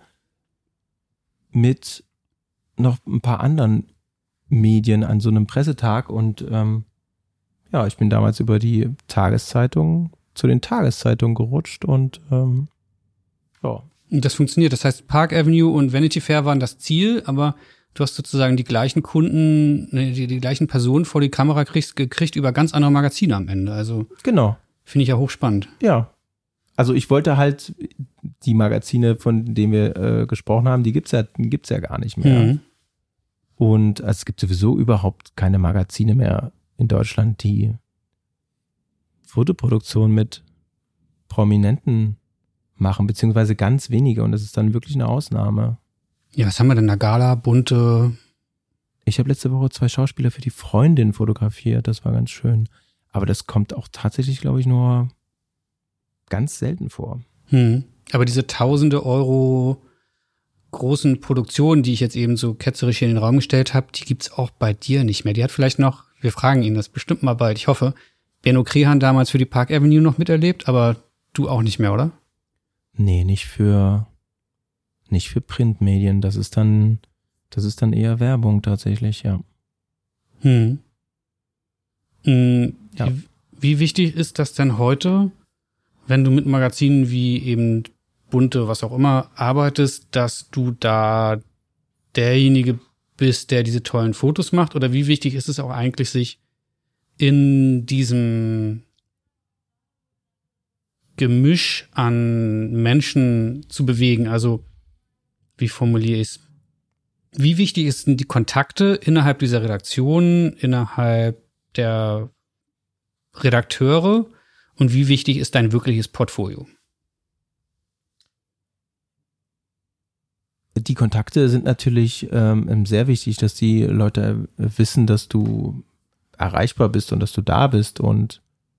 mit noch ein paar anderen Medien an so einem Pressetag und ähm, ja, ich bin damals über die Tageszeitung zu den Tageszeitungen gerutscht und ähm, ja. Und das funktioniert. Das heißt, Park Avenue und Vanity Fair waren das Ziel, aber du hast sozusagen die gleichen Kunden, die, die gleichen Personen vor die Kamera kriegst, gekriegt über ganz andere Magazine am Ende. Also Genau. Finde ich ja hochspannend. Ja. Also ich wollte halt die Magazine, von denen wir äh, gesprochen haben, die gibt's ja, gibt's ja gar nicht mehr. Mhm. Und also es gibt sowieso überhaupt keine Magazine mehr in Deutschland, die Fotoproduktion mit Prominenten machen, beziehungsweise ganz wenige. Und das ist dann wirklich eine Ausnahme. Ja, was haben wir denn da? Gala, bunte. Ich habe letzte Woche zwei Schauspieler für die Freundin fotografiert. Das war ganz schön. Aber das kommt auch tatsächlich, glaube ich, nur ganz selten vor. Hm. Aber diese tausende Euro großen Produktionen, die ich jetzt eben so ketzerisch hier in den Raum gestellt habe, die gibt's auch bei dir nicht mehr. Die hat vielleicht noch, wir fragen ihn das bestimmt mal bald, ich hoffe, Benno Krehan damals für die Park Avenue noch miterlebt, aber du auch nicht mehr, oder? Nee, nicht für nicht für Printmedien. Das ist dann, das ist dann eher Werbung tatsächlich, ja. Hm. Hm. Ja. Wie, wie wichtig ist das denn heute, wenn du mit Magazinen wie eben bunte, was auch immer, arbeitest, dass du da derjenige bist, der diese tollen Fotos macht? Oder wie wichtig ist es auch eigentlich, sich in diesem Gemisch an Menschen zu bewegen? Also, wie formuliere ich es? Wie wichtig ist denn die Kontakte innerhalb dieser Redaktion, innerhalb der Redakteure? Und wie wichtig ist dein wirkliches Portfolio? Die Kontakte sind natürlich ähm, sehr wichtig, dass die Leute wissen, dass du erreichbar bist und dass du da bist. Und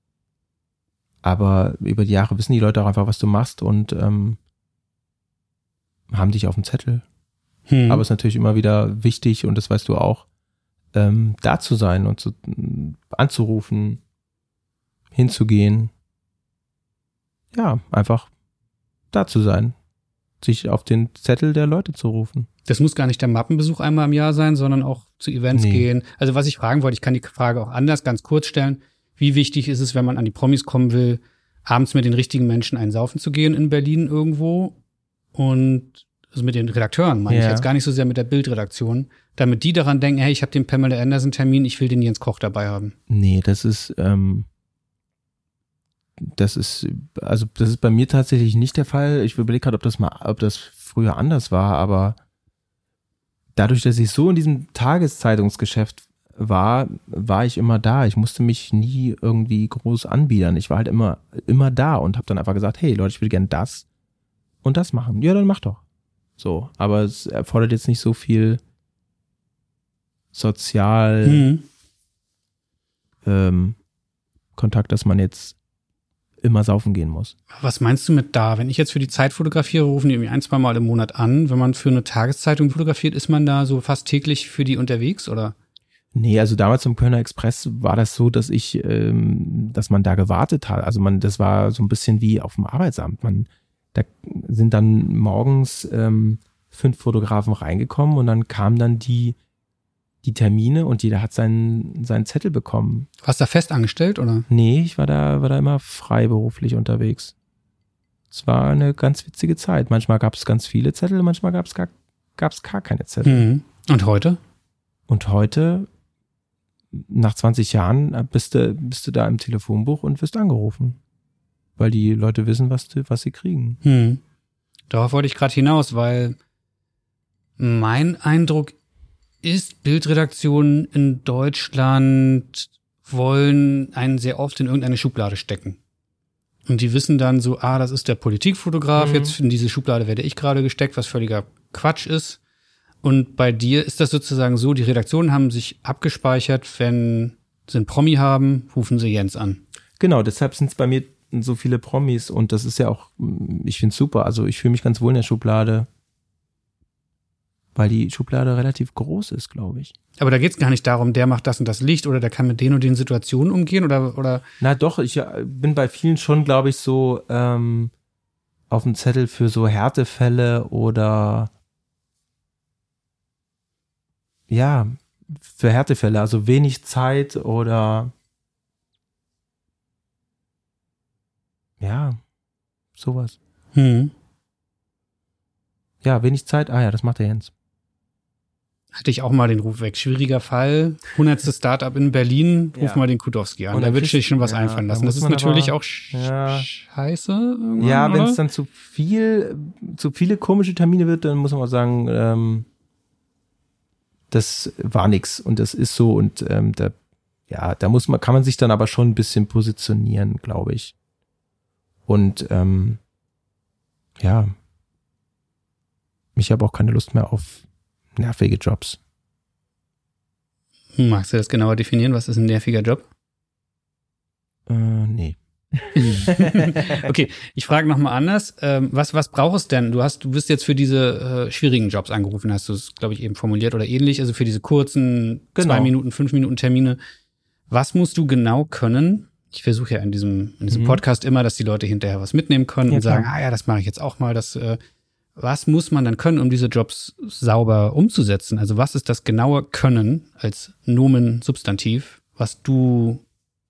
aber über die Jahre wissen die Leute auch einfach, was du machst und ähm, haben dich auf dem Zettel. Hm. Aber es ist natürlich immer wieder wichtig, und das weißt du auch, ähm, da zu sein und zu, anzurufen, hinzugehen. Ja, einfach da zu sein. Sich auf den Zettel der Leute zu rufen. Das muss gar nicht der Mappenbesuch einmal im Jahr sein, sondern auch zu Events Nee. gehen. Also was ich fragen wollte, ich kann die Frage auch anders ganz kurz stellen. Wie wichtig ist es, wenn man an die Promis kommen will, abends mit den richtigen Menschen einsaufen zu gehen in Berlin irgendwo? Und also mit den Redakteuren meine Ja. ich jetzt gar nicht so sehr mit der Bildredaktion, damit die daran denken, hey, ich habe den Pamela Anderson-Termin, ich will den Jens Koch dabei haben. Nee, das ist, ähm, das ist, also das ist bei mir tatsächlich nicht der Fall. Ich überlege gerade, ob das mal, ob das früher anders war, aber dadurch, dass ich so in diesem Tageszeitungsgeschäft war, war ich immer da. Ich musste mich nie irgendwie groß anbiedern. Ich war halt immer, immer da und habe dann einfach gesagt, hey Leute, ich will gern das und das machen. Ja, dann mach doch. So, aber es erfordert jetzt nicht so viel sozial Mhm. ähm, Kontakt, dass man jetzt immer saufen gehen muss. Was meinst du mit da? Wenn ich jetzt für die Zeit fotografiere, rufen die irgendwie ein, zwei Mal im Monat an. Wenn man für eine Tageszeitung fotografiert, ist man da so fast täglich für die unterwegs, oder? Nee, also damals im Kölner Express war das so, dass ich, ähm, dass man da gewartet hat. Also man, das war so ein bisschen wie auf dem Arbeitsamt. Man, da sind dann morgens ähm, fünf Fotografen reingekommen und dann kamen dann die, die Termine und jeder hat seinen, seinen Zettel bekommen. Warst du da fest angestellt, oder? Nee, ich war da, war da immer freiberuflich unterwegs. Es war eine ganz witzige Zeit. Manchmal gab es ganz viele Zettel, manchmal gab es gar, gab es gar keine Zettel. Mhm. Und heute? Und heute, nach zwanzig Jahren, bist du, bist du da im Telefonbuch und wirst angerufen. Weil die Leute wissen, was, du, was sie kriegen. Hm. Darauf wollte ich gerade hinaus, weil mein Eindruck ist, Bildredaktionen in Deutschland wollen einen sehr oft in irgendeine Schublade stecken. Und die wissen dann so, ah, das ist der Politikfotograf, Mhm. jetzt in diese Schublade werde ich gerade gesteckt, was völliger Quatsch ist. Und bei dir ist das sozusagen so, die Redaktionen haben sich abgespeichert, wenn sie einen Promi haben, rufen sie Jens an. Genau, deshalb sind es bei mir so viele Promis und das ist ja auch, ich finde es super. Also ich fühle mich ganz wohl in der Schublade, weil die Schublade relativ groß ist, glaube ich. Aber da geht es gar nicht darum, der macht das und das Licht oder der kann mit den und den Situationen umgehen oder? oder? Na doch, ich bin bei vielen schon, glaube ich, so ähm, auf dem Zettel für so Härtefälle oder ja, für Härtefälle, also wenig Zeit oder ja, sowas. Hm. Ja, wenig Zeit, ah ja, das macht der Jens. Hatte ich auch mal den Ruf weg. Schwieriger Fall. hundertstes Startup in Berlin. Ruf ja. mal den Kudowski an. Und da wird sich schon was ja, einfallen lassen. Da das ist natürlich aber, auch sch- ja. scheiße. Ja, wenn es dann zu viel, zu viele komische Termine wird, dann muss man auch sagen, ähm, das war nix und das ist so und ähm, da, ja, da muss man, kann man sich dann aber schon ein bisschen positionieren, glaube ich. Und ähm, ja, ich habe auch keine Lust mehr auf nervige Jobs. Magst du das genauer definieren? Was ist ein nerviger Job? Äh, nee. Okay, ich frage nochmal anders. Ähm, was, was brauchst du denn? Du hast, du bist jetzt für diese äh, schwierigen Jobs angerufen, hast du es, glaube ich, eben formuliert oder ähnlich. Also für diese kurzen genau. zwei Minuten, fünf Minuten Termine. Was musst du genau können? Ich versuche ja in diesem, in diesem mhm. Podcast immer, dass die Leute hinterher was mitnehmen können ja, und sagen, klar. ah ja, das mache ich jetzt auch mal. Das äh, Was muss man dann können, um diese Jobs sauber umzusetzen? Also was ist das genaue Können als Nomen-Substantiv, was du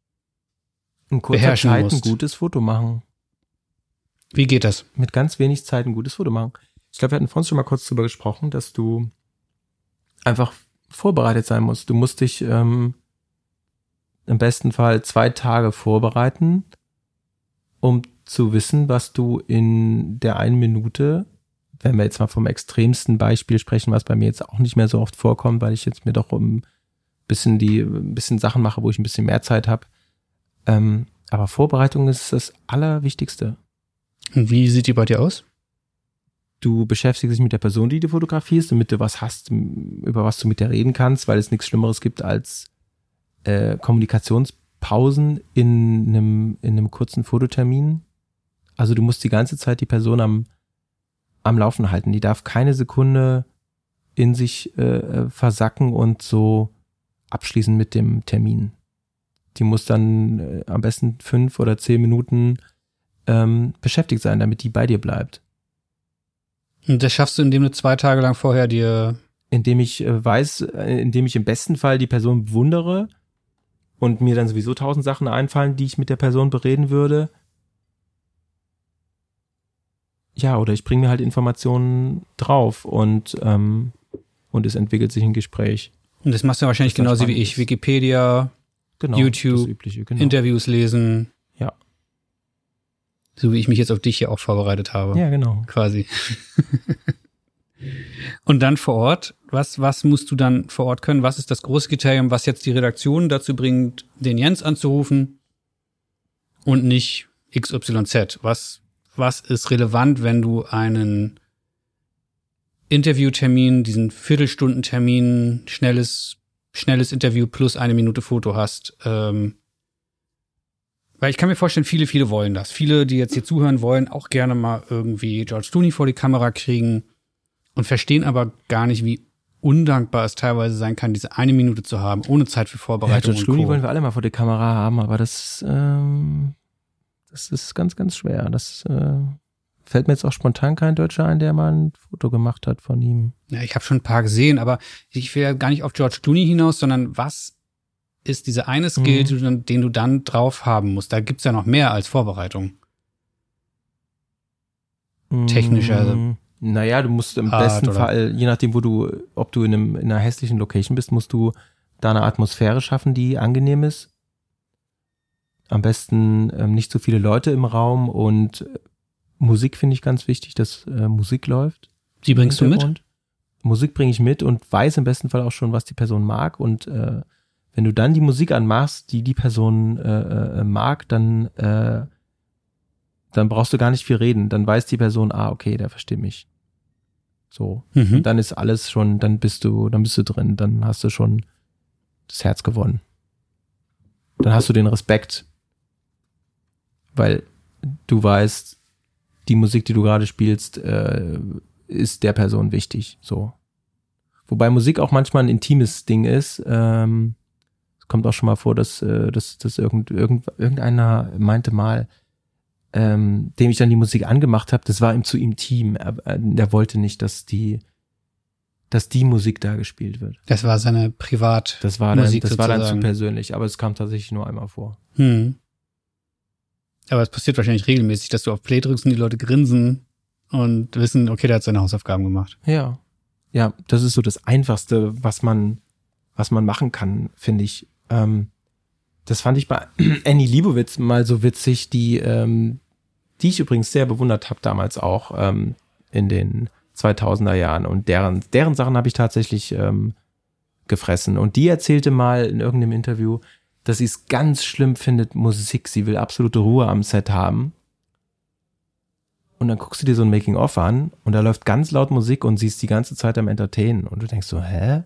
in kurzer Zeit ein gutes Foto machen? Wie geht das? Mit ganz wenig Zeit ein gutes Foto machen. Ich glaube, wir hatten vorhin schon mal kurz drüber gesprochen, dass du einfach vorbereitet sein musst. Du musst dich ähm, im besten Fall zwei Tage vorbereiten, um zu wissen, was du in der einen Minute, wenn wir jetzt mal vom extremsten Beispiel sprechen, was bei mir jetzt auch nicht mehr so oft vorkommt, weil ich jetzt mir doch um ein bisschen die, ein bisschen Sachen mache, wo ich ein bisschen mehr Zeit habe. Ähm, aber Vorbereitung ist das Allerwichtigste. Und wie sieht die bei dir aus? Du beschäftigst dich mit der Person, die du fotografierst, damit du was hast, über was du mit der reden kannst, weil es nichts Schlimmeres gibt als äh, Kommunikationspausen in einem, in einem kurzen Fototermin. Also du musst die ganze Zeit die Person am am Laufen halten. Die darf keine Sekunde in sich äh, versacken und so abschließen mit dem Termin. Die muss dann äh, am besten fünf oder zehn Minuten ähm, beschäftigt sein, damit die bei dir bleibt. Und das schaffst du, indem du zwei Tage lang vorher dir... Indem ich äh, weiß, äh, indem ich im besten Fall die Person bewundere und mir dann sowieso tausend Sachen einfallen, die ich mit der Person bereden würde. Ja, oder ich bringe mir halt Informationen drauf und, ähm, und es entwickelt sich ein Gespräch. Und das machst du wahrscheinlich genauso wie ich. Wikipedia, genau, YouTube, Übliche, genau. Interviews lesen. Ja. So wie ich mich jetzt auf dich hier auch vorbereitet habe. Ja, genau. Quasi. Und dann vor Ort, was, was musst du dann vor Ort können? Was ist das große Kriterium, was jetzt die Redaktion dazu bringt, den Jens anzurufen und nicht X Y Z? Was Was ist relevant, wenn du einen Interviewtermin, diesen Viertelstundentermin, schnelles, schnelles Interview plus eine Minute Foto hast? Ähm, weil ich kann mir vorstellen, viele, viele wollen das. Viele, die jetzt hier zuhören, wollen auch gerne mal irgendwie George Clooney vor die Kamera kriegen und verstehen aber gar nicht, wie undankbar es teilweise sein kann, diese eine Minute zu haben, ohne Zeit für Vorbereitung. Ja, George Clooney wollen wir alle mal vor der Kamera haben, aber das ähm Das ist ganz, ganz schwer. Das äh, fällt mir jetzt auch spontan kein Deutscher ein, der mal ein Foto gemacht hat von ihm. Ja, ich habe schon ein paar gesehen, aber ich will ja gar nicht auf George Clooney hinaus, sondern was ist dieser eine Skill, mhm. den du dann drauf haben musst? Da gibt's ja noch mehr als Vorbereitung. Mhm. Technischer. Naja, du musst im Art, besten oder? Fall, je nachdem, wo du, ob du in, einem, in einer hässlichen Location bist, musst du da eine Atmosphäre schaffen, die angenehm ist. Am besten ähm, nicht so viele Leute im Raum und äh, Musik finde ich ganz wichtig, dass äh, Musik läuft. Die bringst du mit? Musik bringe ich mit und weiß im besten Fall auch schon, was die Person mag. Und äh, wenn du dann die Musik anmachst, die die Person äh, äh, mag, dann äh, dann brauchst du gar nicht viel reden. Dann weiß die Person, ah, okay, der versteht mich. So. Mhm. Und dann ist alles schon, dann bist du, dann bist du drin, dann hast du schon das Herz gewonnen. Dann hast du den Respekt weil du weißt, die Musik, die du gerade spielst, äh, ist der Person wichtig, so. Wobei Musik auch manchmal ein intimes Ding ist. Ähm, es kommt auch schon mal vor, dass, äh, dass, dass irgend, irgend, irgendeiner meinte mal, ähm, dem ich dann die Musik angemacht habe, das war ihm zu intim. Er, er, der wollte nicht, dass die, dass die Musik da gespielt wird. Das war seine Privatmusik. Das war dann, das war dann zu persönlich, aber es kam tatsächlich nur einmal vor. Hm. Aber es passiert wahrscheinlich regelmäßig, dass du auf Play drückst und die Leute grinsen und wissen, okay, der hat seine Hausaufgaben gemacht. Ja. Ja, das ist so das Einfachste, was man, was man machen kann, finde ich. Ähm, das fand ich bei Annie Leibovitz mal so witzig, die, ähm, die ich übrigens sehr bewundert habe damals auch ähm, in den zweitausender Jahren. Und deren, deren Sachen habe ich tatsächlich ähm, gefressen. Und die erzählte mal in irgendeinem Interview, dass sie es ganz schlimm findet, Musik. Sie will absolute Ruhe am Set haben. Und dann guckst du dir so ein Making-of an und da läuft ganz laut Musik und sie ist die ganze Zeit am Entertainen. Und du denkst so, hä?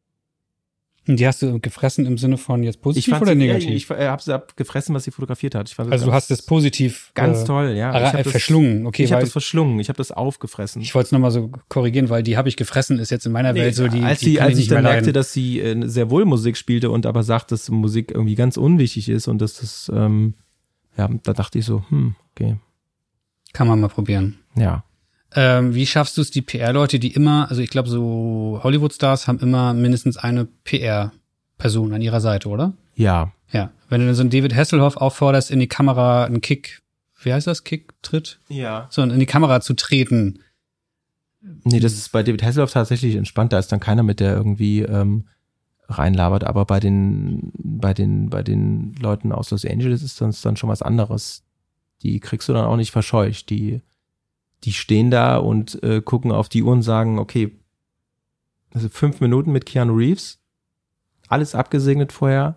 Die hast du gefressen im Sinne von jetzt positiv ich oder negativ? Ich, ich habe sie gefressen, was sie fotografiert hat. Ich fand also du hast das positiv ganz äh, toll, ja. Ich hab verschlungen. Okay, ich habe das verschlungen, ich habe das aufgefressen. Ich wollte es nochmal so korrigieren, weil die habe ich gefressen, ist jetzt in meiner nee, Welt so die, als die sie, als ich, ich dann merkte, leiden. dass sie äh, sehr wohl Musik spielte und aber sagt, dass Musik irgendwie ganz unwichtig ist und dass das, ähm, ja, da dachte ich so, hm, okay. Kann man mal probieren. Ja. Ähm, wie schaffst du es, die P R-Leute, die immer, also ich glaube, so Hollywood-Stars haben immer mindestens eine P R-Person an ihrer Seite, oder? Ja. Ja. Wenn du dann so einen David Hasselhoff aufforderst, in die Kamera einen Kick, wie heißt das, Kick-Tritt? Ja. So, in die Kamera zu treten. Nee, das ist bei David Hasselhoff tatsächlich entspannt. Da ist dann keiner mit, der irgendwie ähm, reinlabert. Aber bei den, bei den, bei den Leuten aus Los Angeles ist das dann schon was anderes. Die kriegst du dann auch nicht verscheucht. Die, die stehen da und äh, gucken auf die Uhr und sagen, okay, also fünf Minuten mit Keanu Reeves, alles abgesegnet vorher.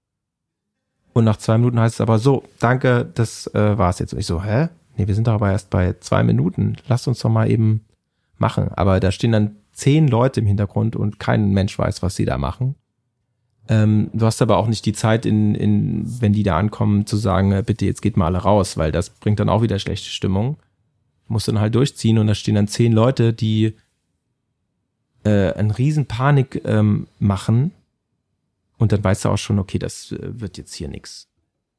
Und nach zwei Minuten heißt es aber so, danke, das äh, war's jetzt. Und ich so, hä? Nee, wir sind doch aber erst bei zwei Minuten. Lasst uns doch mal eben machen. Aber da stehen dann zehn Leute im Hintergrund und kein Mensch weiß, was sie da machen. Ähm, du hast aber auch nicht die Zeit, in, in, wenn die da ankommen, zu sagen, äh, bitte jetzt geht mal alle raus, weil das bringt dann auch wieder schlechte Stimmung. Du musst dann halt durchziehen und da stehen dann zehn Leute, die äh, eine riesen Panik ähm, machen und dann weißt du auch schon, okay, das äh, wird jetzt hier nix.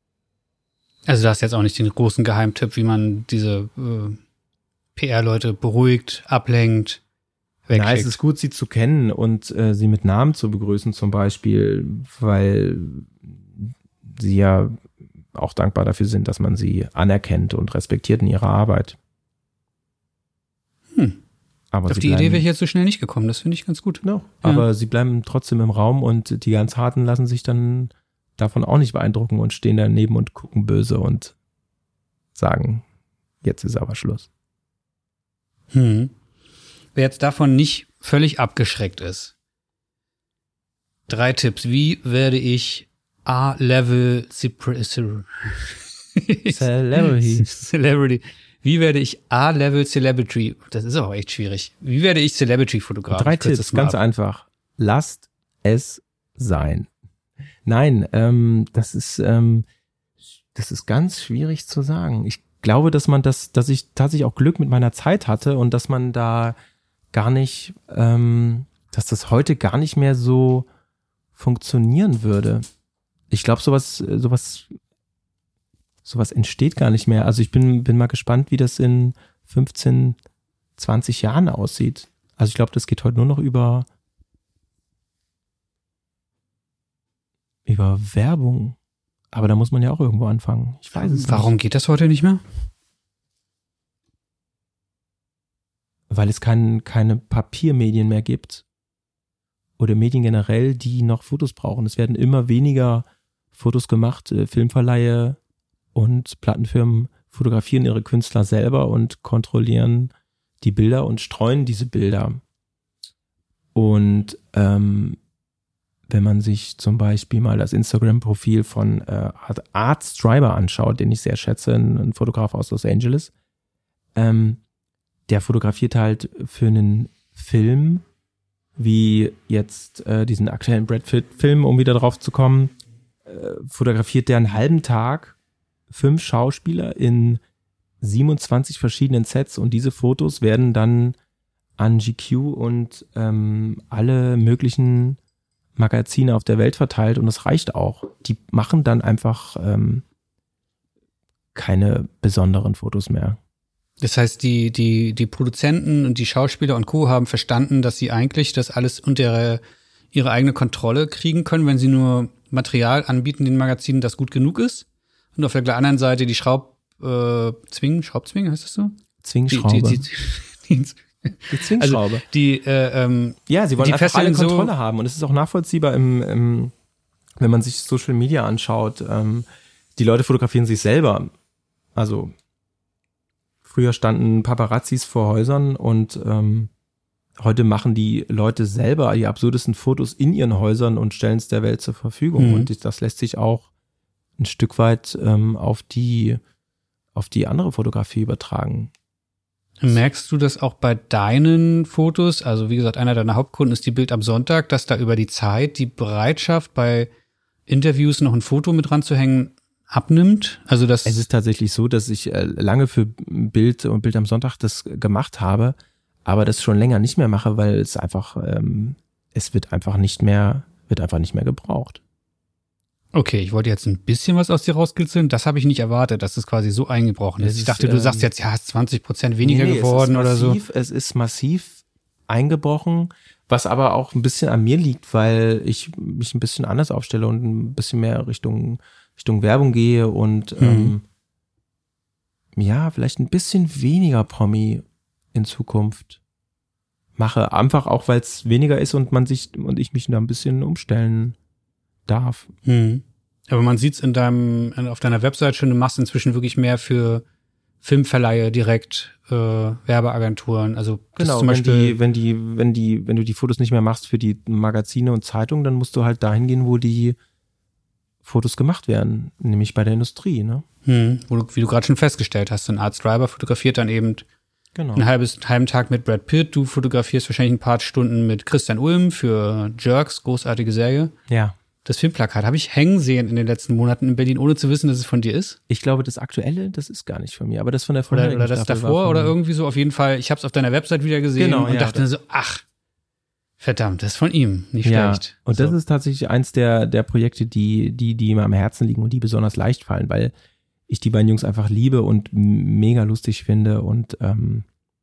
Also du hast jetzt auch nicht den großen Geheimtipp, wie man diese äh, P R-Leute beruhigt, ablenkt, wegschickt. Na, es ist gut, sie zu kennen und äh, sie mit Namen zu begrüßen zum Beispiel, weil sie ja auch dankbar dafür sind, dass man sie anerkennt und respektiert in ihrer Arbeit. Hm. Aber auf die bleiben, Idee wäre ich jetzt so schnell nicht gekommen, das finde ich ganz gut. No, ja. Aber sie bleiben trotzdem im Raum und die ganz Harten lassen sich dann davon auch nicht beeindrucken und stehen daneben und gucken böse und sagen, jetzt ist aber Schluss. Hm. Wer jetzt davon nicht völlig abgeschreckt ist. Drei Tipps. Wie werde ich A-Level Celebrity. Celebrity. Wie werde ich A-Level Celebrity? Das ist aber echt schwierig. Wie werde ich Celebrity-Fotograf? Drei Tipps, ganz ab. einfach. Lasst es sein. Nein, ähm, das ist, ähm, das ist ganz schwierig zu sagen. Ich glaube, dass man das, dass ich tatsächlich auch Glück mit meiner Zeit hatte und dass man da gar nicht, ähm, dass das heute gar nicht mehr so funktionieren würde. Ich glaube, sowas, sowas, sowas entsteht gar nicht mehr. Also ich bin, bin mal gespannt, wie das in fünfzehn, zwanzig Jahren aussieht. Also ich glaube, das geht heute nur noch über, über Werbung. Aber da muss man ja auch irgendwo anfangen. Ich weiß es nicht. Warum geht das heute nicht mehr? Weil es kein, keine Papiermedien mehr gibt oder Medien generell, die noch Fotos brauchen. Es werden immer weniger Fotos gemacht. Filmverleihe und Plattenfirmen fotografieren ihre Künstler selber und kontrollieren die Bilder und streuen diese Bilder. Und ähm, wenn man sich zum Beispiel mal das Instagram-Profil von äh, Art Streiber anschaut, den ich sehr schätze, ein, ein Fotograf aus Los Angeles, ähm, der fotografiert halt für einen Film, wie jetzt äh, diesen aktuellen Brad Pitt-Film, um wieder drauf zu kommen, äh, fotografiert der einen halben Tag fünf Schauspieler in siebenundzwanzig verschiedenen Sets und diese Fotos werden dann an G Q und ähm, alle möglichen Magazine auf der Welt verteilt und das reicht auch. Die machen dann einfach ähm, keine besonderen Fotos mehr. Das heißt, die, die, die Produzenten und die Schauspieler und Co. haben verstanden, dass sie eigentlich das alles unter ihre, ihre eigene Kontrolle kriegen können, wenn sie nur Material anbieten den Magazinen, das gut genug ist. Und auf der anderen Seite die Schraub, äh, Zwingen, Schraubzwingen, heißt das so? Zwingschraube. Die, die, die, die, die Zwingschraube. Also die, äh, ähm, ja, sie wollen die einfach alle Kontrolle so haben. Und es ist auch nachvollziehbar, im, im, wenn man sich Social Media anschaut. Ähm, die Leute fotografieren sich selber. Also früher standen Paparazzis vor Häusern und ähm, heute machen die Leute selber die absurdesten Fotos in ihren Häusern und stellen es der Welt zur Verfügung. Mhm. Und das lässt sich auch ein Stück weit ähm, auf die auf die andere Fotografie übertragen. Merkst du das auch bei deinen Fotos? Also wie gesagt, einer deiner Hauptkunden ist die Bild am Sonntag, dass da über die Zeit die Bereitschaft bei Interviews noch ein Foto mit ranzuhängen abnimmt? Also das es ist tatsächlich so, dass ich äh, lange für Bild und Bild am Sonntag das gemacht habe, aber das schon länger nicht mehr mache, weil es einfach ähm, es wird einfach nicht mehr wird einfach nicht mehr gebraucht. Okay, ich wollte jetzt ein bisschen was aus dir rauskitzeln. Das habe ich nicht erwartet, dass es quasi so eingebrochen ist. Es Ich dachte, ist, du ähm, sagst jetzt, ja, es ist zwanzig Prozent weniger nee, nee, geworden es ist massiv, oder so. Es ist massiv eingebrochen, was aber auch ein bisschen an mir liegt, weil ich mich ein bisschen anders aufstelle und ein bisschen mehr Richtung, Richtung Werbung gehe und Mhm. ähm, ja, vielleicht ein bisschen weniger Promi in Zukunft mache. Einfach auch, weil es weniger ist und man sich und ich mich da ein bisschen umstellen darf. Hm. Aber man sieht's in deinem, auf deiner Website schon, du machst inzwischen wirklich mehr für Filmverleihe direkt, äh, Werbeagenturen. Also das Genau, zum wenn Beispiel, die, wenn die, wenn die, wenn du die Fotos nicht mehr machst für die Magazine und Zeitungen, dann musst du halt dahin gehen, wo die Fotos gemacht werden, nämlich bei der Industrie, ne? hm, wo du, wie du gerade schon festgestellt hast, ein Arzt Driver fotografiert dann eben Genau. einen halbes, halben Tag mit Brad Pitt, du fotografierst wahrscheinlich ein paar Stunden mit Christian Ulm für Jerks, großartige Serie. Ja. Das Filmplakat habe ich hängen sehen in den letzten Monaten in Berlin, ohne zu wissen, dass es von dir ist. Ich glaube, das aktuelle, das ist gar nicht von mir, aber das von der Oder, vorherigen oder das Staffel war davor von oder mir. irgendwie so. Auf jeden Fall, ich habe es auf deiner Website wieder gesehen Genau, und ja, dachte das- so, ach, verdammt, das ist von ihm, nicht Ja, schlecht. und so. das ist tatsächlich eins der, der Projekte, die, die, die mir am Herzen liegen und die besonders leicht fallen, weil ich die beiden Jungs einfach liebe und m- mega lustig finde und ähm,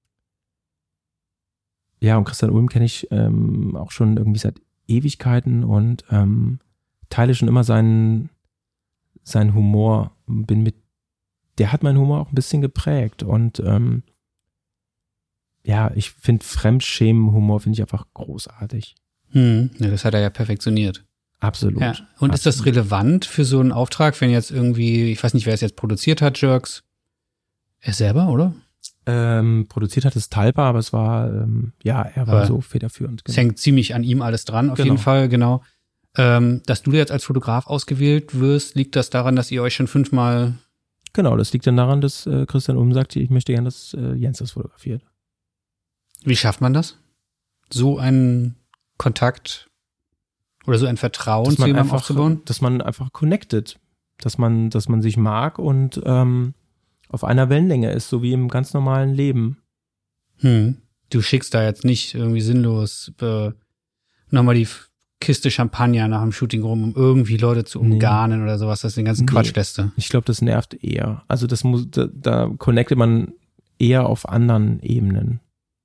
ja, und Christian Ulm kenne ich ähm, auch schon irgendwie seit Ewigkeiten und ähm, teile schon immer seinen, seinen Humor, bin mit, der hat meinen Humor auch ein bisschen geprägt und ähm, ja, ich finde Fremdschämen-Humor finde ich einfach großartig. Hm, ja, das hat er ja perfektioniert. Absolut. Ja. Und ist das Absolut. relevant für so einen Auftrag, wenn jetzt irgendwie, ich weiß nicht, wer es jetzt produziert hat, Jerks? Er selber, oder? Ähm, produziert hat es Talpa, aber es war, ähm, ja, er war Aber so federführend. Es hängt ziemlich an ihm alles dran, auf Genau. jeden Fall, genau. Ähm, dass du jetzt als Fotograf ausgewählt wirst, liegt das daran, dass ihr euch schon fünfmal. Genau, das liegt dann daran, dass äh, Christian Ulm sagte, ich möchte gerne, dass äh, Jens das fotografiert. Wie schafft man das? So einen Kontakt oder so ein Vertrauen Dass zu man jemandem einfach, aufzubauen? dass man einfach connected, dass man, dass man sich mag und ähm, auf einer Wellenlänge ist, so wie im ganz normalen Leben. Hm. Du schickst da jetzt nicht irgendwie sinnlos äh, nochmal die F- Kiste Champagner nach dem Shooting rum, um irgendwie Leute zu Nee. umgarnen oder sowas. Das ist den ganzen Nee. Quatsch lässt du. Ich glaube, das nervt eher. Also das muss, da, da connectet man eher auf anderen Ebenen.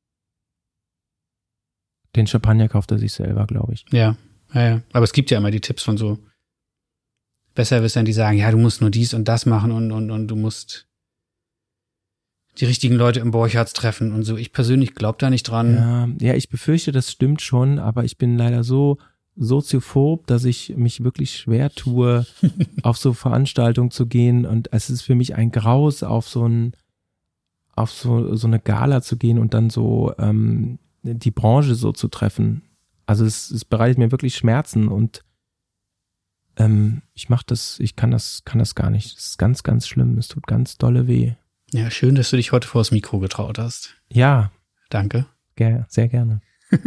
Den Champagner kauft er sich selber, glaube ich. Ja, ja, ja. Aber es gibt ja immer die Tipps von so Besserwissern, die sagen, ja, du musst nur dies und das machen und, und, und du musst die richtigen Leute im Borchards treffen und so. Ich persönlich glaube da nicht dran. Ja, ja, ich befürchte, das stimmt schon, aber ich bin leider so soziophob, dass ich mich wirklich schwer tue, auf so Veranstaltungen zu gehen und es ist für mich ein Graus, auf so ein, auf so, so eine Gala zu gehen und dann so ähm, die Branche so zu treffen. Also es, es bereitet mir wirklich Schmerzen und ähm, ich mach das, ich kann das, kann das gar nicht. Es ist ganz, ganz schlimm. Es tut ganz dolle weh. Ja, schön, dass du dich heute vor das Mikro getraut hast. Ja, Danke. ger- sehr gerne.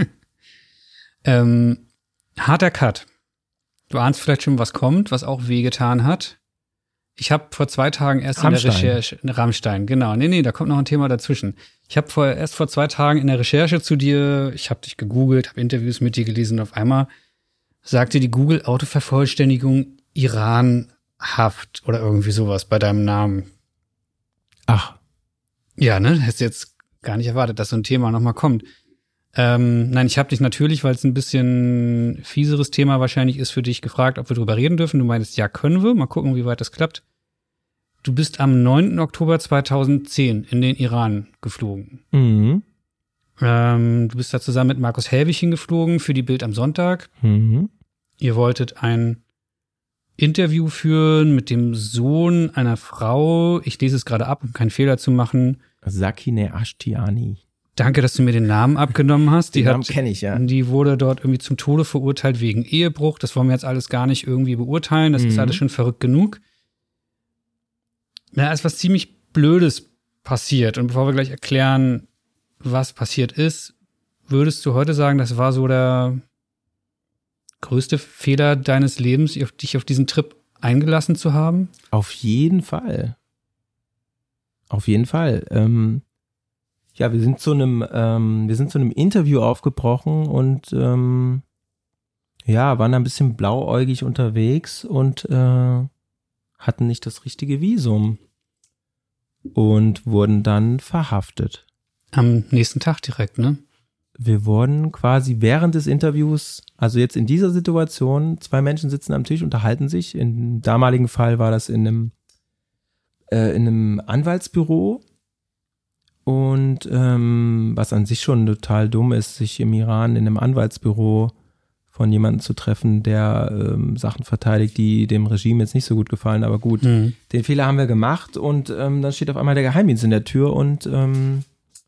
Ähm, harter Cut. Du ahnst vielleicht schon, was kommt, was auch wehgetan hat. Ich habe vor zwei Tagen erst Rammstein. in der Recherche, Rammstein, genau, nee, nee, da kommt noch ein Thema dazwischen. Ich habe vor, erst vor zwei Tagen in der Recherche zu dir, ich habe dich gegoogelt, habe Interviews mit dir gelesen und auf einmal sagte die Google-Autovervollständigung Iran-Haft oder irgendwie sowas bei deinem Namen. Ach. Ja, ne, hättest du jetzt gar nicht erwartet, dass so ein Thema nochmal kommt. Ähm, nein, ich habe dich natürlich, weil es ein bisschen fieseres Thema wahrscheinlich ist, für dich gefragt, ob wir drüber reden dürfen. Du meinst, ja, können wir. Mal gucken, wie weit das klappt. Du bist am neunten Oktober zweitausendzehn in den Iran geflogen. Mhm. Ähm, du bist da zusammen mit Markus Helwig hingeflogen für die Bild am Sonntag. Mhm. Ihr wolltet ein Interview führen mit dem Sohn einer Frau. Ich lese es gerade ab, um keinen Fehler zu machen. Sakineh Ashtiani. Danke, dass du mir den Namen abgenommen hast. Die Den Namen hat, kenne ich, ja. Die wurde dort irgendwie zum Tode verurteilt wegen Ehebruch. Das wollen wir jetzt alles gar nicht irgendwie beurteilen. Das Mhm. ist alles schon verrückt genug. Ja, ist was ziemlich Blödes passiert. Und bevor wir gleich erklären, was passiert ist, würdest du heute sagen, das war so der größte Fehler deines Lebens, dich auf diesen Trip eingelassen zu haben? Auf jeden Fall. Auf jeden Fall. Ähm, ja, wir sind zu einem, ähm, wir sind zu einem Interview aufgebrochen und ähm, ja, waren ein bisschen blauäugig unterwegs und äh, hatten nicht das richtige Visum und wurden dann verhaftet. Am nächsten Tag direkt, ne? Wir wurden quasi während des Interviews, also jetzt in dieser Situation, zwei Menschen sitzen am Tisch, unterhalten sich. Im damaligen Fall war das in einem, äh, in einem Anwaltsbüro. Und ähm, was an sich schon total dumm ist, sich im Iran in einem Anwaltsbüro von jemandem zu treffen, der ähm, Sachen verteidigt, die dem Regime jetzt nicht so gut gefallen. Aber gut, Mhm. den Fehler haben wir gemacht und ähm, dann steht auf einmal der Geheimdienst in der Tür und ähm,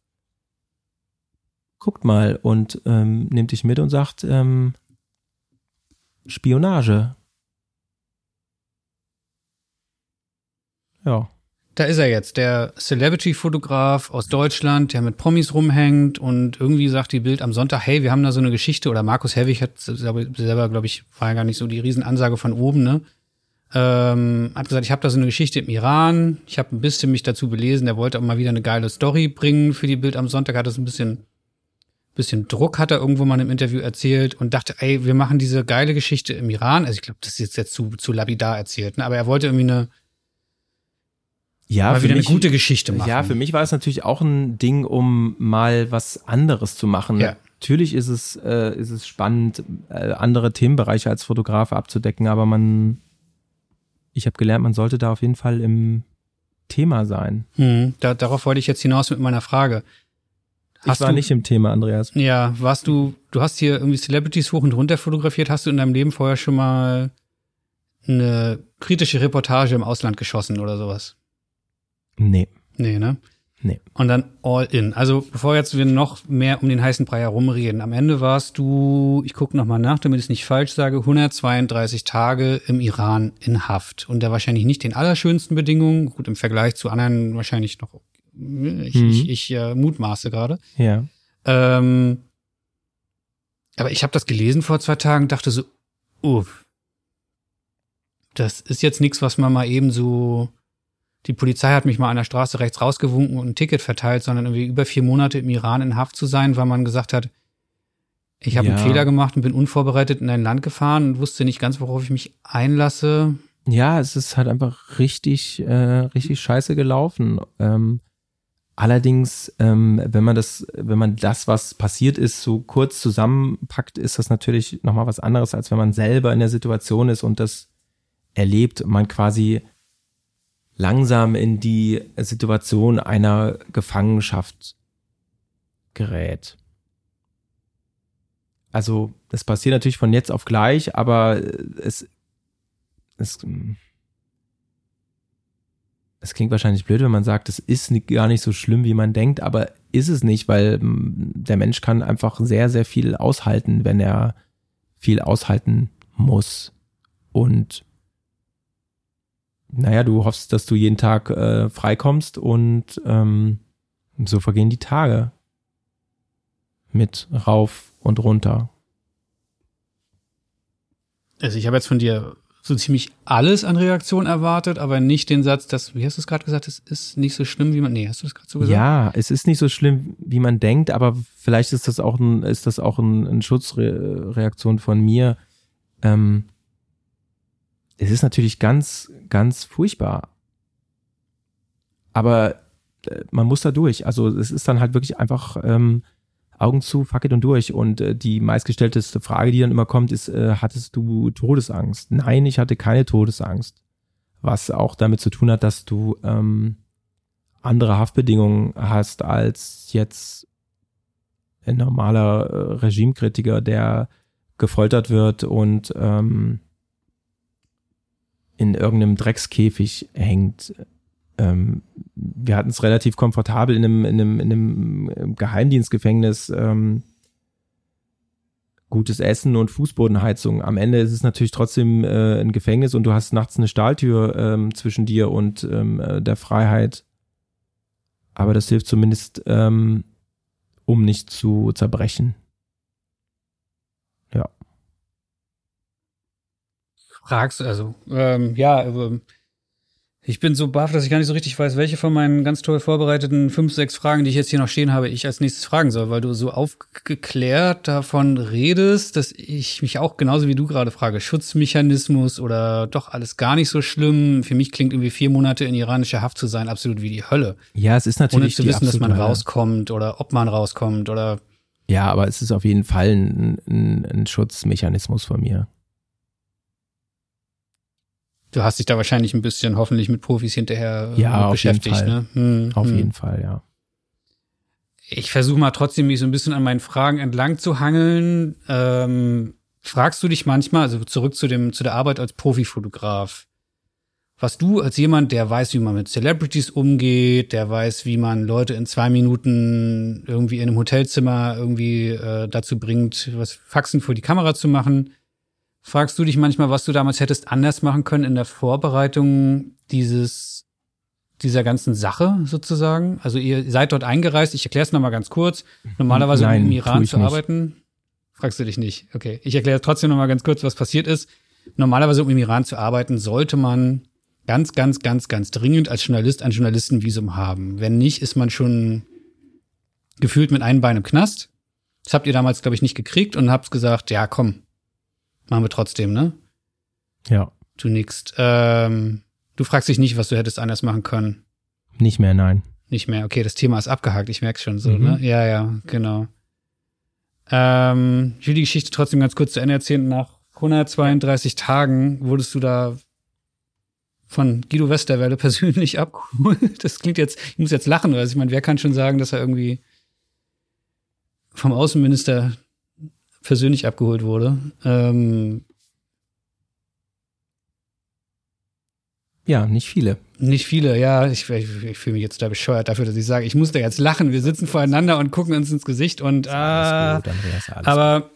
guckt mal und ähm, nimmt dich mit und sagt, ähm, Spionage. Ja. Da ist er jetzt, der Celebrity-Fotograf aus Deutschland, der mit Promis rumhängt und irgendwie sagt die Bild am Sonntag, hey, wir haben da so eine Geschichte, oder Markus Helwig hat selber, glaube ich, war ja gar nicht so die Riesenansage von oben, ne? Ähm, hat gesagt, ich habe da so eine Geschichte im Iran, ich habe ein bisschen mich dazu belesen, der wollte auch mal wieder eine geile Story bringen für die Bild am Sonntag, hat das ein bisschen, bisschen Druck, hat er irgendwo mal im Interview erzählt und dachte, ey, wir machen diese geile Geschichte im Iran, also ich glaube, das ist jetzt, jetzt zu, zu lapidar erzählt, ne? Aber er wollte irgendwie eine Ja, mal für wieder mich, eine gute Geschichte machen. Ja, für mich war es natürlich auch ein Ding, um mal was anderes zu machen. Ja. Natürlich ist es, äh, ist es spannend, äh, andere Themenbereiche als Fotograf abzudecken, aber man, ich habe gelernt, man sollte da auf jeden Fall im Thema sein. Hm, da, darauf wollte ich jetzt hinaus mit meiner Frage. Hast ich war du, nicht im Thema, Andreas. Ja, warst du, du hast hier irgendwie Celebrities hoch und runter fotografiert, hast du in deinem Leben vorher schon mal eine kritische Reportage im Ausland geschossen oder sowas? Nee. Nee, ne? Nee. Und dann all in. Also bevor jetzt wir noch mehr um den heißen Brei herumreden, am Ende warst du, ich gucke nochmal nach, damit ich es nicht falsch sage, hundertzweiunddreißig Tage im Iran in Haft. Unter wahrscheinlich nicht den allerschönsten Bedingungen. Gut, im Vergleich zu anderen wahrscheinlich noch, ich, Mhm. ich, ich äh, mutmaße gerade. Ja. Ähm, aber ich habe das gelesen vor zwei Tagen, dachte so, uff, das ist jetzt nichts, was man mal eben so, die Polizei hat mich mal an der Straße rechts rausgewunken und ein Ticket verteilt, sondern irgendwie über vier Monate im Iran in Haft zu sein, weil man gesagt hat, ich habe Ja. einen Fehler gemacht und bin unvorbereitet in ein Land gefahren und wusste nicht ganz, worauf ich mich einlasse. Ja, es ist halt einfach richtig, äh, richtig scheiße gelaufen. Ähm, allerdings, ähm, wenn man das, wenn man das, was passiert ist, so kurz zusammenpackt, ist das natürlich nochmal was anderes, als wenn man selber in der Situation ist und das erlebt, und man quasi langsam in die Situation einer Gefangenschaft gerät. Also, das passiert natürlich von jetzt auf gleich, aber es, es, es klingt wahrscheinlich blöd, wenn man sagt, es ist nicht, gar nicht so schlimm, wie man denkt, aber ist es nicht, weil der Mensch kann einfach sehr, sehr viel aushalten, wenn er viel aushalten muss. Und naja, du hoffst, dass du jeden Tag äh, freikommst und ähm, so vergehen die Tage mit rauf und runter. Also ich habe jetzt von dir so ziemlich alles an Reaktion erwartet, aber nicht den Satz, dass, wie hast du es gerade gesagt, es ist nicht so schlimm, wie man, nee, hast du das gerade so gesagt? Ja, es ist nicht so schlimm, wie man denkt, aber vielleicht ist das auch ein, ist das auch ein, ein Schutzreaktion von mir. Ähm, es ist natürlich ganz, ganz furchtbar. Aber äh, man muss da durch. Also es ist dann halt wirklich einfach ähm, Augen zu, fuck it und durch. Und äh, die meistgestellteste Frage, die dann immer kommt, ist, äh, hattest du Todesangst? Nein, ich hatte keine Todesangst. Was auch damit zu tun hat, dass du ähm, andere Haftbedingungen hast als jetzt ein normaler äh, Regimekritiker, der gefoltert wird und ähm, in irgendeinem Dreckskäfig hängt. Ähm, wir hatten es relativ komfortabel in einem, in einem, in einem Geheimdienstgefängnis, ähm, gutes Essen und Fußbodenheizung. Am Ende ist es natürlich trotzdem äh, ein Gefängnis und du hast nachts eine Stahltür ähm, zwischen dir und ähm, der Freiheit. Aber das hilft zumindest, ähm, um nicht zu zerbrechen. Ja. Fragst, also, ähm, ja, ähm, ich bin so baff, dass ich gar nicht so richtig weiß, welche von meinen ganz toll vorbereiteten fünf, sechs Fragen, die ich jetzt hier noch stehen habe, ich als nächstes fragen soll, weil du so aufgeklärt davon redest, dass ich mich auch genauso wie du gerade frage, Schutzmechanismus oder doch alles gar nicht so schlimm. Für mich klingt irgendwie vier Monate in iranischer Haft zu sein absolut wie die Hölle. Ja, es ist natürlich ohne zu wissen, dass man rauskommt oder ob man rauskommt oder. Ja, aber es ist auf jeden Fall ein, ein, ein Schutzmechanismus von mir. Du hast dich da wahrscheinlich ein bisschen hoffentlich mit Profis hinterher ja, beschäftigt, auf jeden Fall. ne? Hm, auf hm. jeden Fall, ja. Ich versuche mal trotzdem, mich so ein bisschen an meinen Fragen entlang zu hangeln. Ähm, fragst du dich manchmal, also zurück zu dem zu der Arbeit als Profifotograf, was du als jemand, der weiß, wie man mit Celebrities umgeht, der weiß, wie man Leute in zwei Minuten irgendwie in einem Hotelzimmer irgendwie äh, dazu bringt, was Faxen vor die Kamera zu machen, fragst du dich manchmal, was du damals hättest anders machen können in der Vorbereitung dieses, dieser ganzen Sache sozusagen? Also ihr seid dort eingereist, ich erkläre es nochmal ganz kurz. Normalerweise, Nein, um im Iran zu nicht. arbeiten, fragst du dich nicht. Okay, ich erkläre trotzdem nochmal ganz kurz, was passiert ist. Normalerweise, um im Iran zu arbeiten, sollte man ganz, ganz, ganz, ganz dringend als Journalist ein Journalistenvisum haben. Wenn nicht, ist man schon gefühlt mit einem Bein im Knast. Das habt ihr damals, glaube ich, nicht gekriegt und habt gesagt, ja, komm, machen wir trotzdem, ne? Ja. Du nix. Ähm, du fragst dich nicht, was du hättest anders machen können. Nicht mehr, nein. Nicht mehr. Okay, das Thema ist abgehakt. Ich merk's schon so, Mhm. ne? Ja, ja, genau. Ähm, ich will die Geschichte trotzdem ganz kurz zu Ende erzählen. Nach hundertzweiunddreißig Tagen wurdest du da von Guido Westerwelle persönlich abgeholt. Das klingt jetzt, ich muss jetzt lachen, weil ich meine, wer kann schon sagen, dass er irgendwie vom Außenminister persönlich abgeholt wurde. Ähm, ja, nicht viele. Nicht viele, ja. Ich, ich, ich fühle mich jetzt da bescheuert dafür, dass ich sage, ich muss da jetzt lachen. Wir sitzen voreinander und gucken uns ins Gesicht und Alles äh, gut, Andreas, alles aber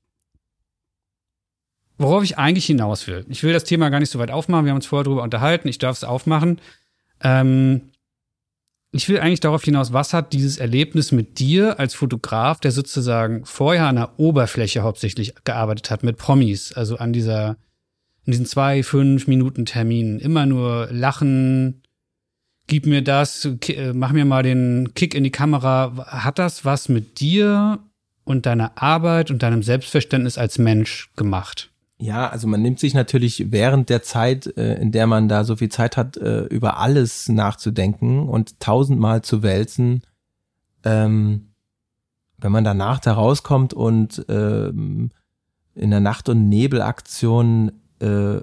worauf ich eigentlich hinaus will, ich will das Thema gar nicht so weit aufmachen, wir haben uns vorher drüber unterhalten, ich darf es aufmachen. Ähm, ich will eigentlich darauf hinaus, was hat dieses Erlebnis mit dir als Fotograf, der sozusagen vorher an der Oberfläche hauptsächlich gearbeitet hat, mit Promis, also an dieser, in diesen zwei, fünf Minuten Terminen, immer nur lachen, gib mir das, mach mir mal den Kick in die Kamera. Hat das was mit dir und deiner Arbeit und deinem Selbstverständnis als Mensch gemacht? Ja, also man nimmt sich natürlich während der Zeit, in der man da so viel Zeit hat, über alles nachzudenken und tausendmal zu wälzen. Ähm, wenn man danach da rauskommt und ähm, in der Nacht- und Nebelaktion äh,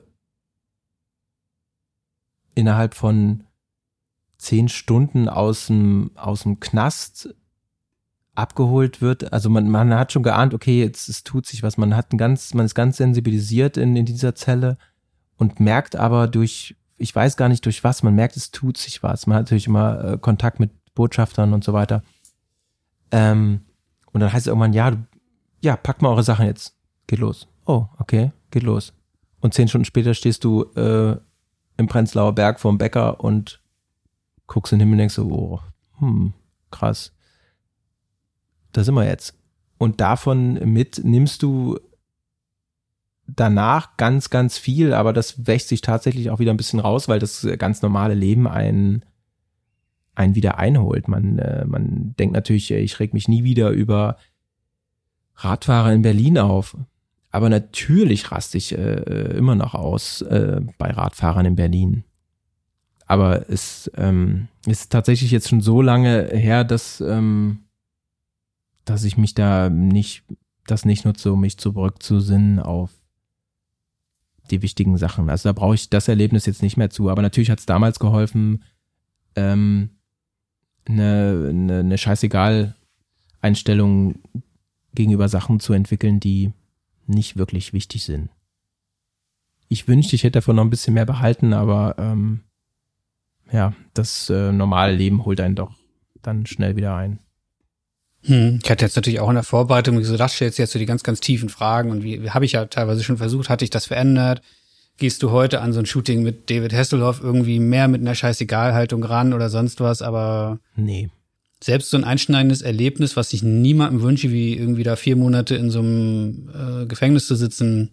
innerhalb von zehn Stunden aus dem aus dem Knast abgeholt wird, also man man hat schon geahnt, okay, jetzt es tut sich was, man hat ein ganz, man ist ganz sensibilisiert in in dieser Zelle und merkt aber durch, ich weiß gar nicht durch was, man merkt, es tut sich was. Man hat natürlich immer äh, Kontakt mit Botschaftern und so weiter. Ähm, und dann heißt es irgendwann, ja, du, ja, packt mal eure Sachen jetzt, geht los. Oh, okay, geht los. Und zehn Stunden später stehst du äh, im Prenzlauer Berg vorm Bäcker und guckst in den Himmel und denkst so, oh, hm, krass. Da sind wir jetzt. Und davon mit nimmst du danach ganz, ganz viel, aber das wächst sich tatsächlich auch wieder ein bisschen raus, weil das ganz normale Leben einen, einen wieder einholt. Man, äh, man denkt natürlich, ich reg mich nie wieder über Radfahrer in Berlin auf. Aber natürlich raste ich äh, immer noch aus äh, bei Radfahrern in Berlin. Aber es ähm, ist tatsächlich jetzt schon so lange her, dass, ähm, dass ich mich da nicht, das nicht nutze, um mich zurückzusinnen auf die wichtigen Sachen. Also da brauche ich das Erlebnis jetzt nicht mehr zu. Aber natürlich hat es damals geholfen, ähm, eine, eine, eine Scheißegal-Einstellung gegenüber Sachen zu entwickeln, die nicht wirklich wichtig sind. Ich wünschte, ich hätte davon noch ein bisschen mehr behalten, aber ähm, ja, das äh, normale Leben holt einen doch dann schnell wieder ein. Hm. Ich hatte jetzt natürlich auch in der Vorbereitung gesagt, das stellst jetzt so die ganz, ganz tiefen Fragen und wie, wie habe ich ja teilweise schon versucht, hatte ich das verändert? Gehst du heute an so ein Shooting mit David Hasselhoff irgendwie mehr mit einer Scheißegal-Haltung ran oder sonst was, aber nee. Selbst so ein einschneidendes Erlebnis, was ich niemandem wünsche, wie irgendwie da vier Monate in so einem äh, Gefängnis zu sitzen,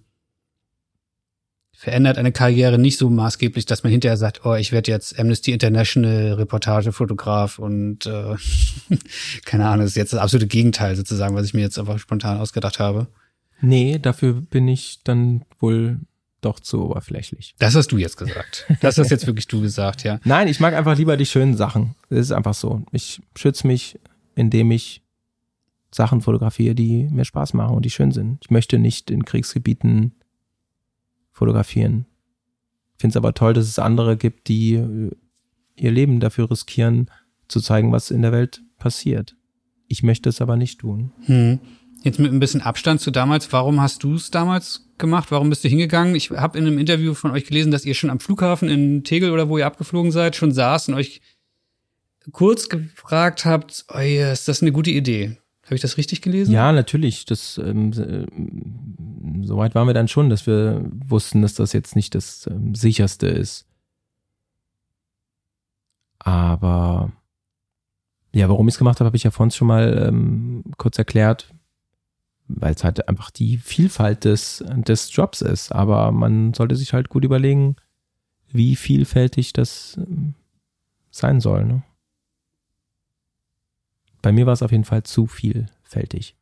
verändert eine Karriere nicht so maßgeblich, dass man hinterher sagt, oh, ich werde jetzt Amnesty International Reportagefotograf und äh, keine Ahnung, das ist jetzt das absolute Gegenteil sozusagen, was ich mir jetzt einfach spontan ausgedacht habe. Nee, dafür bin ich dann wohl doch zu oberflächlich. Das hast du jetzt gesagt. Das hast jetzt wirklich du gesagt, ja. Nein, ich mag einfach lieber die schönen Sachen. Es ist einfach so. Ich schütze mich, indem ich Sachen fotografiere, die mir Spaß machen und die schön sind. Ich möchte nicht in Kriegsgebieten fotografieren. Ich finde es aber toll, dass es andere gibt, die ihr Leben dafür riskieren, zu zeigen, was in der Welt passiert. Ich möchte es aber nicht tun. Hm. Jetzt mit ein bisschen Abstand zu damals, warum hast du es damals gemacht? Warum bist du hingegangen? Ich habe in einem Interview von euch gelesen, dass ihr schon am Flughafen in Tegel oder wo ihr abgeflogen seid, schon saßt und euch kurz gefragt habt, oh ja, ist das eine gute Idee? Habe ich das richtig gelesen? Ja, natürlich. Das, ähm, äh, soweit waren wir dann schon, dass wir wussten, dass das jetzt nicht das ähm, sicherste ist. Aber ja, warum ich es gemacht habe, habe ich ja vorhin schon mal ähm, kurz erklärt, weil es halt einfach die Vielfalt des, des Jobs ist. Aber man sollte sich halt gut überlegen, wie vielfältig das ähm, sein soll. Ne? Bei mir war es auf jeden Fall zu vielfältig.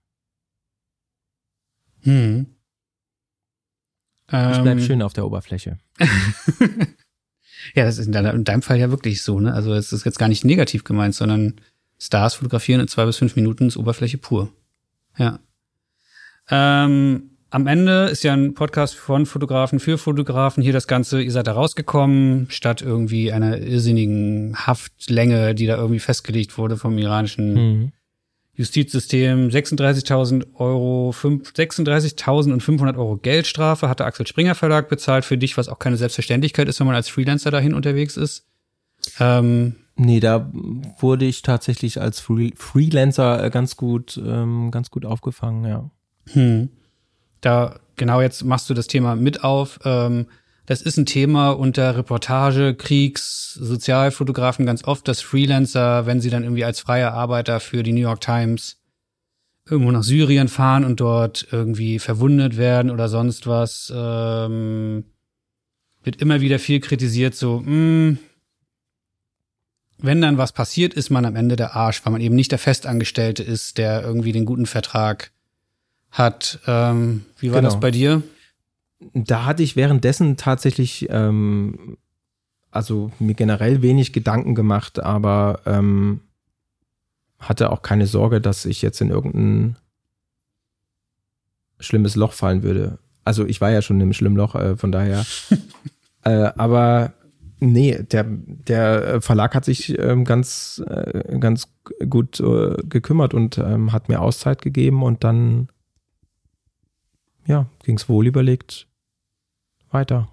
Hm. Ich bleib ähm. schön auf der Oberfläche. Ja, das ist in, deiner, in deinem Fall ja wirklich so, ne? Also es ist jetzt gar nicht negativ gemeint, sondern Stars fotografieren in zwei bis fünf Minuten ist Oberfläche pur. Ja. Ähm, am Ende ist ja ein Podcast von Fotografen für Fotografen. Hier das Ganze, ihr seid da rausgekommen, statt irgendwie einer irrsinnigen Haftlänge, die da irgendwie festgelegt wurde vom iranischen Mhm. Justizsystem. sechsunddreißigtausend Euro, sechsunddreißigtausendfünfhundert Euro Geldstrafe hat der Axel Springer Verlag bezahlt für dich, was auch keine Selbstverständlichkeit ist, wenn man als Freelancer dahin unterwegs ist. Ähm, Nee, da wurde ich tatsächlich als Free- Freelancer ganz gut, ähm, ganz gut aufgefangen, ja. Hm. Da, genau, jetzt machst du das Thema mit auf. Ähm, das ist ein Thema unter Reportage, Kriegs-, Sozialfotografen ganz oft, dass Freelancer, wenn sie dann irgendwie als freier Arbeiter für die New York Times irgendwo nach Syrien fahren und dort irgendwie verwundet werden oder sonst was, ähm, wird immer wieder viel kritisiert, so, mh, wenn dann was passiert, ist man am Ende der Arsch, weil man eben nicht der Festangestellte ist, der irgendwie den guten Vertrag hat. Ähm, wie war Genau. das bei dir? Da hatte ich währenddessen tatsächlich, ähm, also mir generell wenig Gedanken gemacht, aber ähm, hatte auch keine Sorge, dass ich jetzt in irgendein schlimmes Loch fallen würde. Also ich war ja schon im schlimmen Loch, äh, von daher. äh, aber nee, der, der Verlag hat sich ähm, ganz, äh, ganz gut äh, gekümmert und ähm, hat mir Auszeit gegeben und dann ja, ging es wohl überlegt weiter.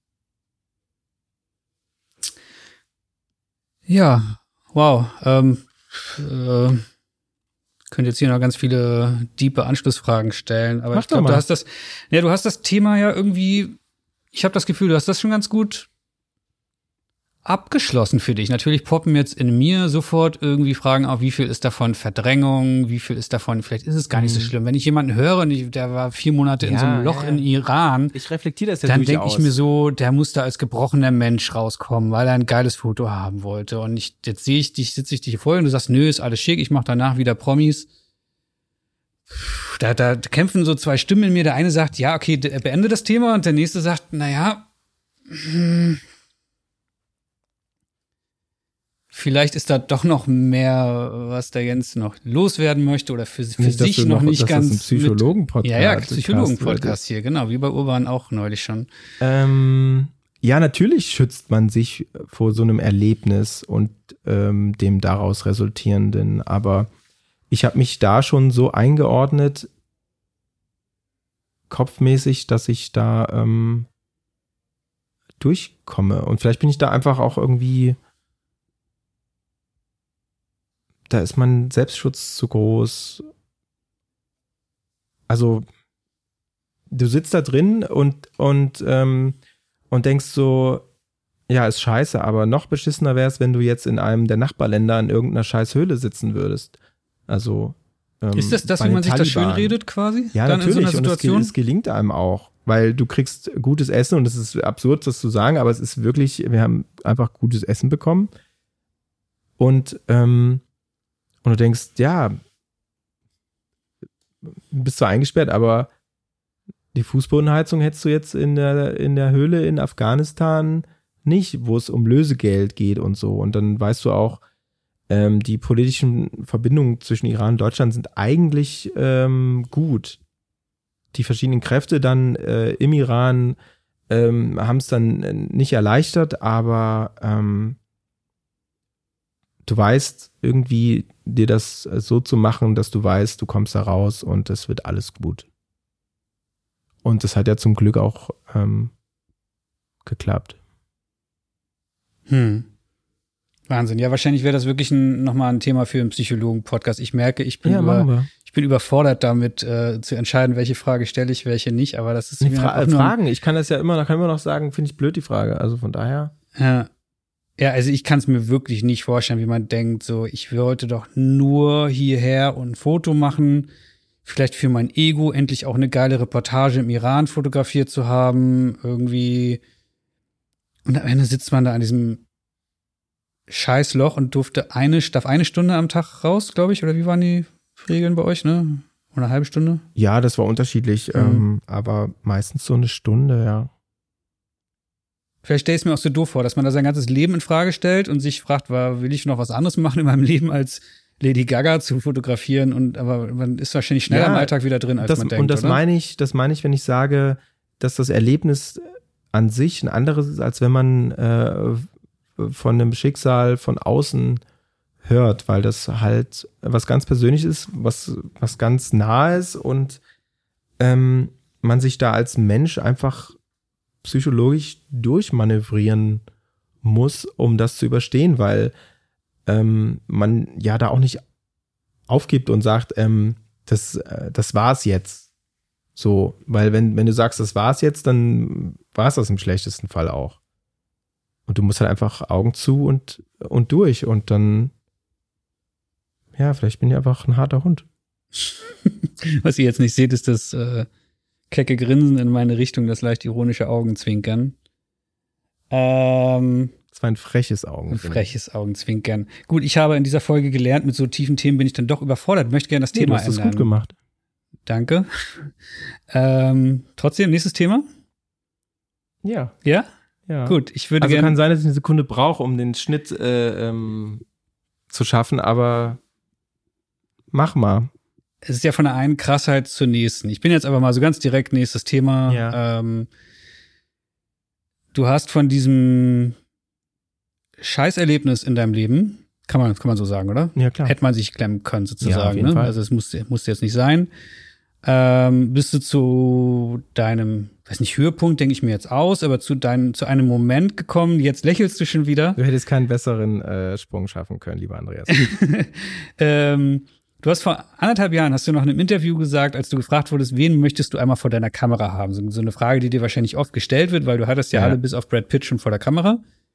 Ja, wow. Ähm, äh, könnte jetzt hier noch ganz viele diepe Anschlussfragen stellen, aber Mach ich glaube, doch du mal. hast das, ja, du hast das Thema ja irgendwie, ich habe das Gefühl, du hast das schon ganz gut abgeschlossen für dich. Natürlich poppen jetzt in mir sofort irgendwie Fragen auf, wie viel ist davon Verdrängung, wie viel ist davon, vielleicht ist es gar nicht so schlimm. Wenn ich jemanden höre, und ich, der war vier Monate in Ja, so einem Loch ja. in Iran, Ich reflektiere das ja dann durchaus. denke ich mir so, der muss da als gebrochener Mensch rauskommen, weil er ein geiles Foto haben wollte. Und ich, jetzt sehe ich dich, sitze ich dich vor und du sagst, nö, ist alles schick, ich mache danach wieder Promis. Da, da kämpfen so zwei Stimmen in mir. Der eine sagt, ja, okay, beende das Thema. Und der nächste sagt, naja, hm, vielleicht ist da doch noch mehr, was der Jens noch loswerden möchte oder für, für Nicht, dass sich du noch, noch- nicht dass das ganz ein Psychologen-Podcast mit, ja, ja, ist, Psychologen-Podcast hier, genau, wie bei Urban auch neulich schon. Ähm, ja, natürlich schützt man sich vor so einem Erlebnis und ähm, dem daraus resultierenden, aber ich habe mich da schon so eingeordnet, kopfmäßig, dass ich da ähm, durchkomme. Und vielleicht bin ich da einfach auch irgendwie, da ist mein Selbstschutz zu groß. Also, du sitzt da drin und, und, ähm, und denkst so, ja, ist scheiße, aber noch beschissener wäre es, wenn du jetzt in einem der Nachbarländer in irgendeiner scheiß Höhle sitzen würdest. Also, ähm, Ist das das, bei wie den man sich das schön Taliban. redet quasi? Ja, dann natürlich. in so einer Und es, Situation? ge- es gelingt einem auch, weil du kriegst gutes Essen und es ist absurd, das zu sagen, aber es ist wirklich, wir haben einfach gutes Essen bekommen. Und, ähm, und du denkst, ja, bist zwar eingesperrt, aber die Fußbodenheizung hättest du jetzt in der, in der Höhle in Afghanistan nicht, wo es um Lösegeld geht und so. Und dann weißt du auch, ähm, die politischen Verbindungen zwischen Iran und Deutschland sind eigentlich ähm, gut. Die verschiedenen Kräfte dann äh, im Iran ähm, haben es dann äh, nicht erleichtert, aber ähm, du weißt irgendwie, dir das so zu machen, dass du weißt, du kommst da raus und es wird alles gut. Und das hat ja zum Glück auch ähm, geklappt. Hm. Wahnsinn. Ja, wahrscheinlich wäre das wirklich ein, nochmal ein Thema für einen Psychologen-Podcast. Ich merke, ich bin, Ja, machen über, wir. ich bin überfordert damit, äh, zu entscheiden, welche Frage stelle ich, welche nicht. Aber das ist Nee, mir Fra auch nur, Fragen, ich kann das ja immer, da kann immer noch sagen, finde ich blöd, die Frage. Also von daher. Ja. Ja, also ich kann es mir wirklich nicht vorstellen, wie man denkt, so, ich wollte doch nur hierher und ein Foto machen, vielleicht für mein Ego endlich auch eine geile Reportage im Iran fotografiert zu haben, irgendwie. Und am Ende sitzt man da an diesem Scheißloch und durfte eine, darf eine Stunde am Tag raus, glaube ich, oder wie waren die Regeln bei euch, ne? Oder eine halbe Stunde? Ja, das war unterschiedlich, Mhm. ähm, aber meistens so eine Stunde, ja. Vielleicht stelle ich es mir auch so doof vor, dass man da sein ganzes Leben in Frage stellt und sich fragt, war, will ich noch was anderes machen in meinem Leben als Lady Gaga zu fotografieren? Und aber man ist wahrscheinlich schneller Ja, im Alltag wieder drin, als das, man denkt, und das oder? meine ich, das meine ich, wenn ich sage, dass das Erlebnis an sich ein anderes ist, als wenn man äh, von einem Schicksal von außen hört, weil das halt was ganz Persönliches ist, was, was ganz nah ist und ähm, man sich da als Mensch einfach psychologisch durchmanövrieren muss, um das zu überstehen, weil ähm, man ja da auch nicht aufgibt und sagt, ähm, das, äh, das war's jetzt. So, weil wenn, wenn du sagst, das war's jetzt, dann war es das im schlechtesten Fall auch. Und du musst halt einfach Augen zu und, und durch und dann, ja, vielleicht bin ich einfach ein harter Hund. Was ihr jetzt nicht seht, ist das äh, kecke Grinsen in meine Richtung, das leicht ironische Augenzwinkern. Ähm, Das war ein freches Augen. ein freches Augenzwinkern. Gut, ich habe in dieser Folge gelernt, mit so tiefen Themen bin ich dann doch überfordert, möchte gerne das Nee, Thema du hast das ändern. gut gemacht. Danke. ähm, trotzdem, nächstes Thema? Ja. Ja? Ja. Gut, ich würde Also gerne. kann sein, dass ich eine Sekunde brauche, um den Schnitt äh, ähm, zu schaffen, aber mach mal. Es ist ja von der einen Krassheit zur nächsten. Ich bin jetzt aber mal so ganz direkt nächstes Thema. Ja. Ähm, du hast von diesem Scheißerlebnis in deinem Leben, kann man, kann man so sagen, oder? Ja, klar. Hätte man sich klemmen können, Ja, auf sozusagen. jeden Ne? Fall. Also es musste, musste jetzt nicht sein. Ähm, bist du zu deinem, weiß nicht, Höhepunkt, denke ich mir jetzt aus, aber zu deinem, zu einem Moment gekommen, jetzt lächelst du schon wieder. Du hättest keinen besseren äh, Sprung schaffen können, lieber Andreas. ähm, du hast vor anderthalb Jahren, hast du noch in einem Interview gesagt, als du gefragt wurdest, wen möchtest du einmal vor deiner Kamera haben? So, so eine Frage, die dir wahrscheinlich oft gestellt wird, weil du hattest ja, Ja. alle bis auf Brad Pitt schon vor der Kamera.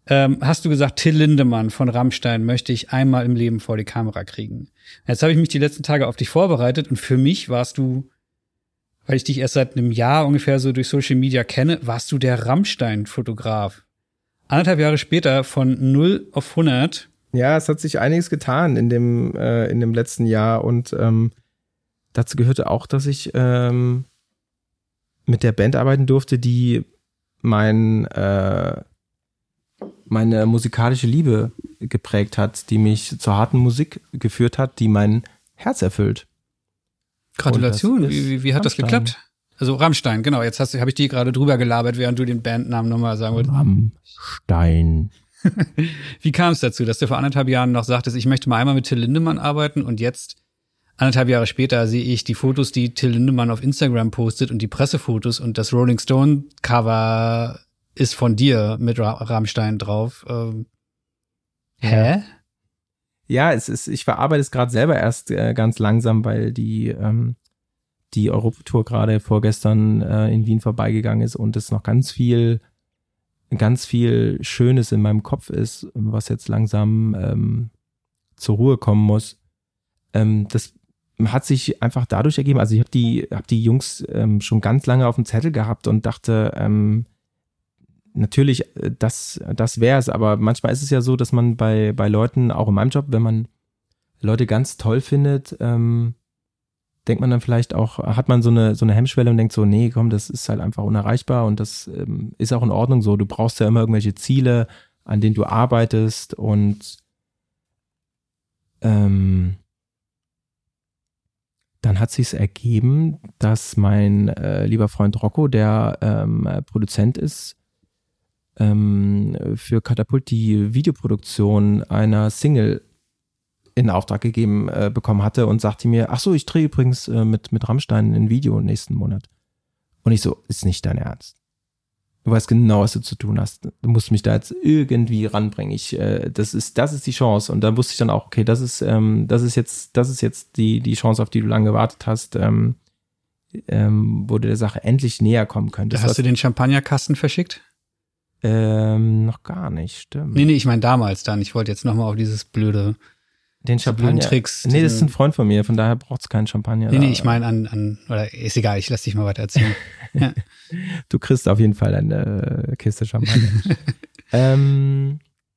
ähm, hast du gesagt, Till Lindemann von Rammstein möchte ich einmal im Leben vor die Kamera kriegen. Jetzt habe ich mich die letzten Tage auf dich vorbereitet und für mich warst du, weil ich dich erst seit einem Jahr ungefähr so durch Social Media kenne, warst du der Rammstein-Fotograf. Anderthalb Jahre später von null auf hundert. Ja, es hat sich einiges getan in dem, äh, in dem letzten Jahr und ähm, dazu gehörte auch, dass ich ähm, mit der Band arbeiten durfte, die mein, äh, meine musikalische Liebe geprägt hat, die mich zur harten Musik geführt hat, die mein Herz erfüllt. Gratulation, wie, wie, wie hat das geklappt? Also Rammstein, genau, jetzt habe ich die gerade drüber gelabert, während du den Bandnamen nochmal sagen wolltest. Rammstein. Wie kam es dazu, dass du vor anderthalb Jahren noch sagtest, ich möchte mal einmal mit Till Lindemann arbeiten und jetzt, anderthalb Jahre später, sehe ich die Fotos, die Till Lindemann auf Instagram postet und die Pressefotos und das Rolling Stone Cover ist von dir mit Ra- Rammstein drauf. Ähm, hä? Ja. Ja, es ist, ich verarbeite es gerade selber erst äh, ganz langsam, weil die, ähm, die Europatour gerade vorgestern äh, in Wien vorbeigegangen ist und es noch ganz viel, ganz viel Schönes in meinem Kopf ist, was jetzt langsam ähm, zur Ruhe kommen muss. Ähm, das hat sich einfach dadurch ergeben, also ich habe die, hab die Jungs ähm, schon ganz lange auf dem Zettel gehabt und dachte, ähm, natürlich, das, das wäre es, aber manchmal ist es ja so, dass man bei, bei Leuten, auch in meinem Job, wenn man Leute ganz toll findet, ähm, denkt man dann vielleicht auch, hat man so eine, so eine Hemmschwelle und denkt so, nee, komm, das ist halt einfach unerreichbar und das ähm, ist auch in Ordnung so. Du brauchst ja immer irgendwelche Ziele, an denen du arbeitest und ähm, dann hat sich's ergeben, dass mein äh, lieber Freund Rocco, der ähm, Produzent ist, für Katapult die Videoproduktion einer Single in Auftrag gegeben äh, bekommen hatte und sagte mir, ach so, ich drehe übrigens äh, mit, mit Rammstein ein Video nächsten Monat. Und ich so, ist nicht dein Ernst. Du weißt genau, was du zu tun hast. Du musst mich da jetzt irgendwie ranbringen. Ich, äh, das ist, das ist die Chance. Und da wusste ich dann auch, okay, das ist, ähm, das ist jetzt, das ist jetzt die, die Chance, auf die du lange gewartet hast, ähm, ähm, wo du der Sache endlich näher kommen könntest. Da hast du den Champagnerkasten verschickt? Ähm, noch gar nicht, stimmt. Nee, nee, ich meine damals dann. Ich wollte jetzt nochmal auf dieses blöde Den Champagner. Tricks. Nee, das ist ein Freund von mir, von daher braucht es keinen Champagner. Nee, nee, ich meine an, an, oder ist egal, ich lass dich mal weiter erzählen. Ja. Du kriegst auf jeden Fall eine Kiste Champagner. ähm,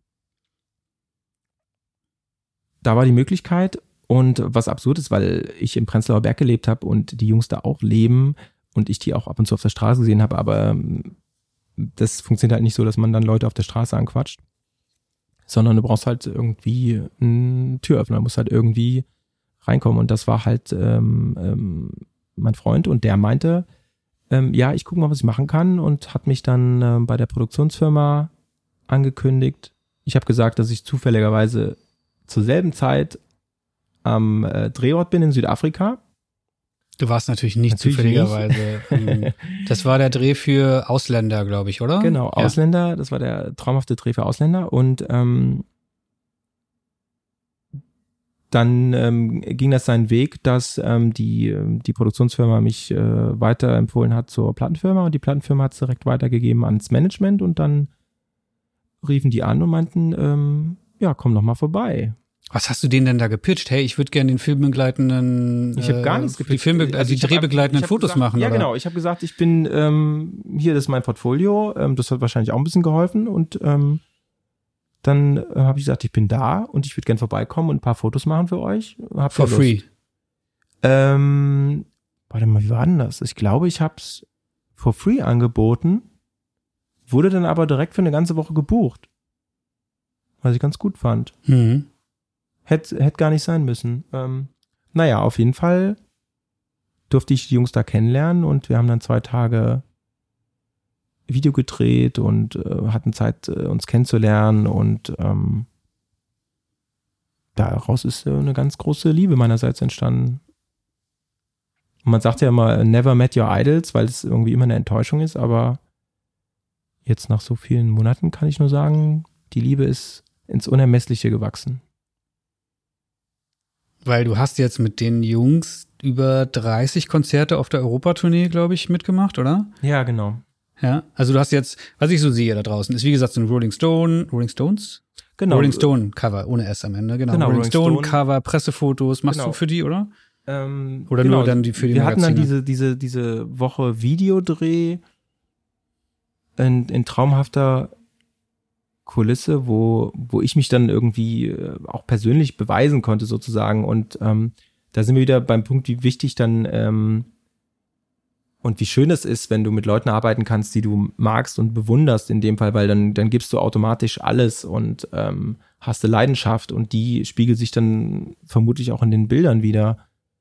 da war die Möglichkeit und was absurd ist, weil ich im Prenzlauer Berg gelebt habe und die Jungs da auch leben und ich die auch ab und zu auf der Straße gesehen habe, aber das funktioniert halt nicht so, dass man dann Leute auf der Straße anquatscht, sondern du brauchst halt irgendwie einen Türöffner, musst halt irgendwie reinkommen und das war halt ähm, ähm, mein Freund und der meinte, ähm, ja, ich gucke mal, was ich machen kann und hat mich dann ähm, bei der Produktionsfirma angekündigt. Ich habe gesagt, dass ich zufälligerweise zur selben Zeit am äh, Drehort bin in Südafrika. Du warst natürlich nicht natürlich zufälligerweise. Nicht. Das war der Dreh für Ausländer, glaube ich, oder? Genau, ja. Ausländer, das war der traumhafte Dreh für Ausländer und ähm, dann ähm, ging das seinen Weg, dass ähm, die, die Produktionsfirma mich äh, weiterempfohlen hat zur Plattenfirma und die Plattenfirma hat es direkt weitergegeben ans Management und dann riefen die an und meinten, ähm, ja, komm doch mal vorbei. Was hast du denen denn da gepitcht? Hey, ich würde gerne den filmbegleitenden, ich habe gar nichts gepitcht. Die, Filmbe- also die drehbegleitenden Fotos gesagt, machen, Ja, oder? genau. Ich habe gesagt, ich bin, ähm, hier, das ist mein Portfolio. Ähm, das hat wahrscheinlich auch ein bisschen geholfen. Und ähm, dann äh, habe ich gesagt, ich bin da und ich würde gerne vorbeikommen und ein paar Fotos machen für euch. Habt For free. Ähm, warte mal, wie war denn das? Ich glaube, ich habe es for free angeboten, wurde dann aber direkt für eine ganze Woche gebucht. Was ich ganz gut fand. Mhm. Hätte hätt gar nicht sein müssen. Ähm, naja, auf jeden Fall durfte ich die Jungs da kennenlernen und wir haben dann zwei Tage Video gedreht und äh, hatten Zeit, äh, uns kennenzulernen und ähm, daraus ist äh, eine ganz große Liebe meinerseits entstanden. Und man sagt ja immer, never met your idols, weil es irgendwie immer eine Enttäuschung ist, aber jetzt nach so vielen Monaten kann ich nur sagen, die Liebe ist ins Unermessliche gewachsen. Weil du hast jetzt mit den Jungs über dreißig Konzerte auf der Europatournee, glaube ich, mitgemacht, oder? Ja, genau. Ja, also du hast jetzt, was ich so sehe da draußen, ist wie gesagt so ein Rolling Stone, Rolling Stones? Genau. Rolling Stone Cover, ohne S am Ende, genau. Genau, Rolling Rolling Stone Stone. Cover, Pressefotos, machst Genau. du für die, oder? Ähm, Oder genau. nur dann die für die Wir hatten dann Magazine? diese, diese, diese Woche Videodreh in, in traumhafter Kulisse, wo, wo ich mich dann irgendwie äh, auch persönlich beweisen konnte sozusagen. Und ähm, da sind wir wieder beim Punkt, wie wichtig dann ähm, und wie schön es ist, wenn du mit Leuten arbeiten kannst, die du magst und bewunderst in dem Fall, weil dann, dann gibst du automatisch alles und ähm, hast eine Leidenschaft und die spiegelt sich dann vermutlich auch in den Bildern wieder.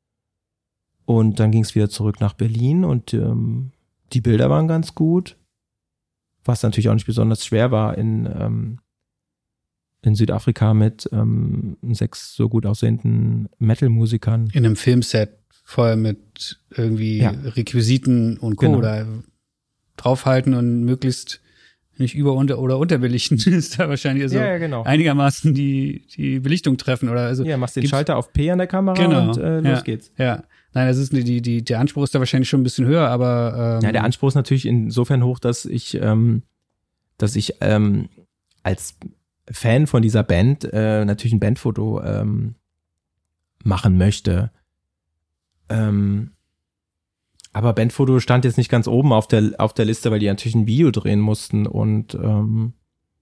Und dann ging es wieder zurück nach Berlin und ähm, die Bilder waren ganz gut, was natürlich auch nicht besonders schwer war in, ähm, in Südafrika mit ähm, sechs so gut aussehenden Metal-Musikern. In einem Filmset voll mit irgendwie Ja. Requisiten und Co. Genau. oder draufhalten und möglichst nicht über- unter oder unterbelichten ist da wahrscheinlich so ja, ja, genau. einigermaßen die, die Belichtung treffen oder also. Ja, machst den gibt's- Schalter auf P an der Kamera Genau. und äh, los Ja. geht's. Ja, nein, das ist die, die, der Anspruch ist da wahrscheinlich schon ein bisschen höher, aber ähm, Ja, der Anspruch ist natürlich insofern hoch, dass ich, ähm, dass ich ähm, als Fan von dieser Band äh, natürlich ein Bandfoto ähm, machen möchte. Ähm, aber Bandfoto stand jetzt nicht ganz oben auf der auf der Liste, weil die natürlich ein Video drehen mussten und ähm,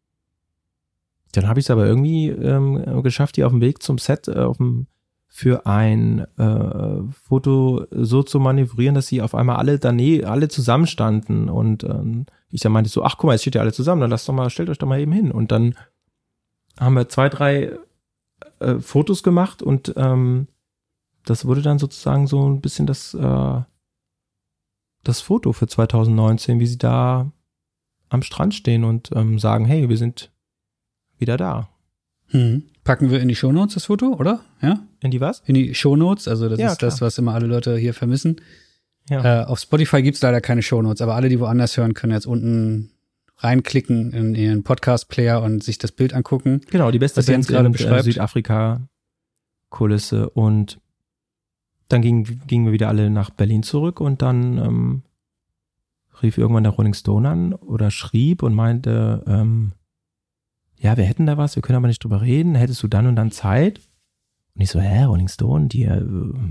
dann habe ich es aber irgendwie ähm, geschafft, die auf dem Weg zum Set äh, auf dem für ein äh, Foto so zu manövrieren, dass sie auf einmal alle daneben, alle zusammenstanden und ähm, ich dann meinte so, ach guck mal, jetzt steht ja alle zusammen, dann lasst doch mal, stellt euch doch mal eben hin. Und dann haben wir zwei, drei äh, Fotos gemacht und ähm, das wurde dann sozusagen so ein bisschen das äh, das Foto für zwanzig neunzehn, wie sie da am Strand stehen und ähm, sagen, hey, wir sind wieder da. hm. Packen wir in die Shownotes das Foto, oder? Ja? In die was? In die Shownotes, also das Ja, ist das, klar. was immer alle Leute hier vermissen. Ja. Äh, auf Spotify gibt's leider keine Shownotes, aber alle, die woanders hören, können jetzt unten reinklicken in ihren Podcast-Player und sich das Bild angucken. Genau, die beste was Jens Band gerade in äh, beschreibt. Südafrika-Kulisse und dann ging, gingen wir wieder alle nach Berlin zurück und dann ähm, rief irgendwann der Rolling Stone an oder schrieb und meinte, ähm, ja, wir hätten da was, wir können aber nicht drüber reden, hättest du dann und dann Zeit? Und ich so, hä, Rolling Stone, die, äh,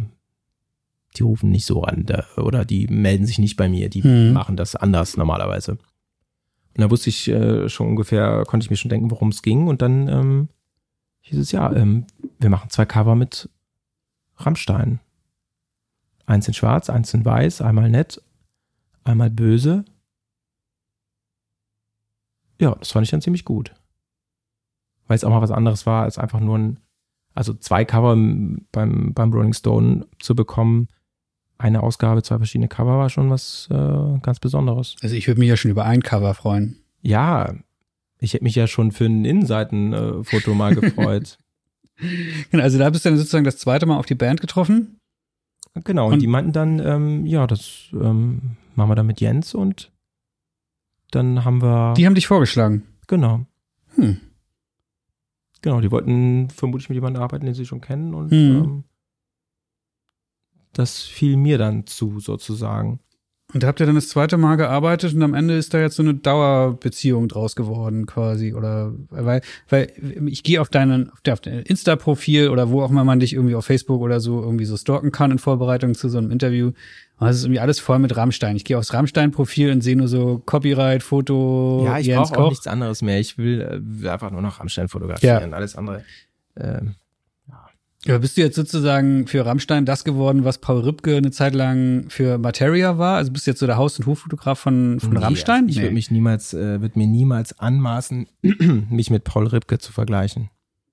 die rufen nicht so an da, oder die melden sich nicht bei mir, die Mhm. machen das anders normalerweise. Und da wusste ich äh, schon ungefähr, konnte ich mir schon denken, worum es ging und dann ähm, hieß es, ja, ähm, wir machen zwei Cover mit Rammstein. Eins in schwarz, eins in weiß, einmal nett, einmal böse. Ja, das fand ich dann ziemlich gut. Weil es auch mal was anderes war, als einfach nur ein, also zwei Cover beim, beim Rolling Stone zu bekommen. Eine Ausgabe, zwei verschiedene Cover war schon was äh, ganz Besonderes. Also ich würde mich ja schon über ein Cover freuen. Ja, ich hätte mich ja schon für ein Innenseitenfoto mal gefreut. Genau, also da bist du dann sozusagen das zweite Mal auf die Band getroffen. Genau, und, Und- die meinten dann, ähm, ja, das ähm, machen wir dann mit Jens und dann haben wir, Die haben dich vorgeschlagen. genau, Hm. genau, die wollten vermutlich mit jemandem arbeiten, den sie schon kennen und Mhm. ähm, das fiel mir dann zu, sozusagen. Und da habt ihr dann das zweite Mal gearbeitet und am Ende ist da jetzt so eine Dauerbeziehung draus geworden quasi oder weil weil ich gehe auf deinen auf, der, auf dein Insta-Profil oder wo auch immer man dich irgendwie auf Facebook oder so irgendwie so stalken kann in Vorbereitung zu so einem Interview. Und es ist irgendwie alles voll mit Rammstein. Ich gehe aufs Rammstein-Profil und sehe nur so Copyright, Foto, Ja, ich Jens brauche auch Koch. nichts anderes mehr. Ich will, äh, will einfach nur noch Rammstein fotografieren. Alles andere. Ähm, Ja, bist du jetzt sozusagen für Rammstein das geworden, was Paul Ripke eine Zeit lang für Materia war? Also bist du jetzt so der Haus- und Hoffotograf von, von nee, Rammstein? Ich würde mich niemals, äh, würde mir niemals anmaßen, mich mit Paul Ripke zu vergleichen.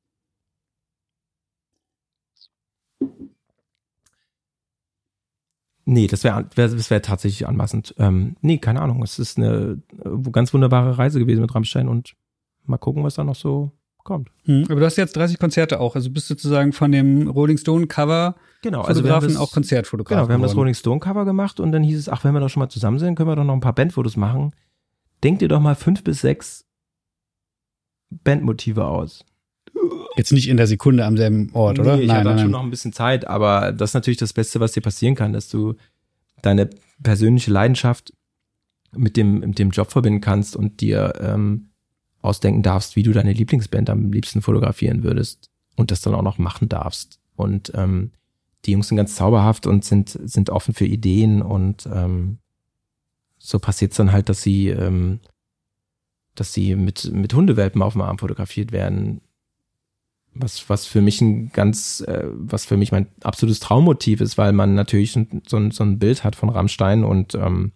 Nee, das wäre wär, das wär tatsächlich anmaßend. Ähm, nee, keine Ahnung. Es ist eine äh, ganz wunderbare Reise gewesen mit Rammstein und mal gucken, was da noch so kommt. Hm, aber du hast jetzt dreißig Konzerte auch. Also bist du sozusagen von dem Rolling Stone Cover Genau, Fotografen das, auch Konzertfotograf Genau, wir haben das geworden. Rolling Stone Cover gemacht und dann hieß es, ach, wenn wir doch schon mal zusammen sind, können wir doch noch ein paar Bandfotos machen. Denkt ihr doch mal fünf bis sechs Bandmotive aus. Jetzt nicht in der Sekunde am selben Ort, oder? Nee, ich nein, hatte nein, schon nein. noch ein bisschen Zeit, aber das ist natürlich das Beste, was dir passieren kann, dass du deine persönliche Leidenschaft mit dem, mit dem Job verbinden kannst und dir ähm, ausdenken darfst, wie du deine Lieblingsband am liebsten fotografieren würdest und das dann auch noch machen darfst. Und ähm, die Jungs sind ganz zauberhaft und sind, sind offen für Ideen und ähm, so passiert es dann halt, dass sie, ähm, dass sie mit, mit Hundewelpen auf dem Arm fotografiert werden. Was, was für mich ein ganz, äh, was für mich mein absolutes Traummotiv ist, weil man natürlich so ein, so ein Bild hat von Rammstein und ähm,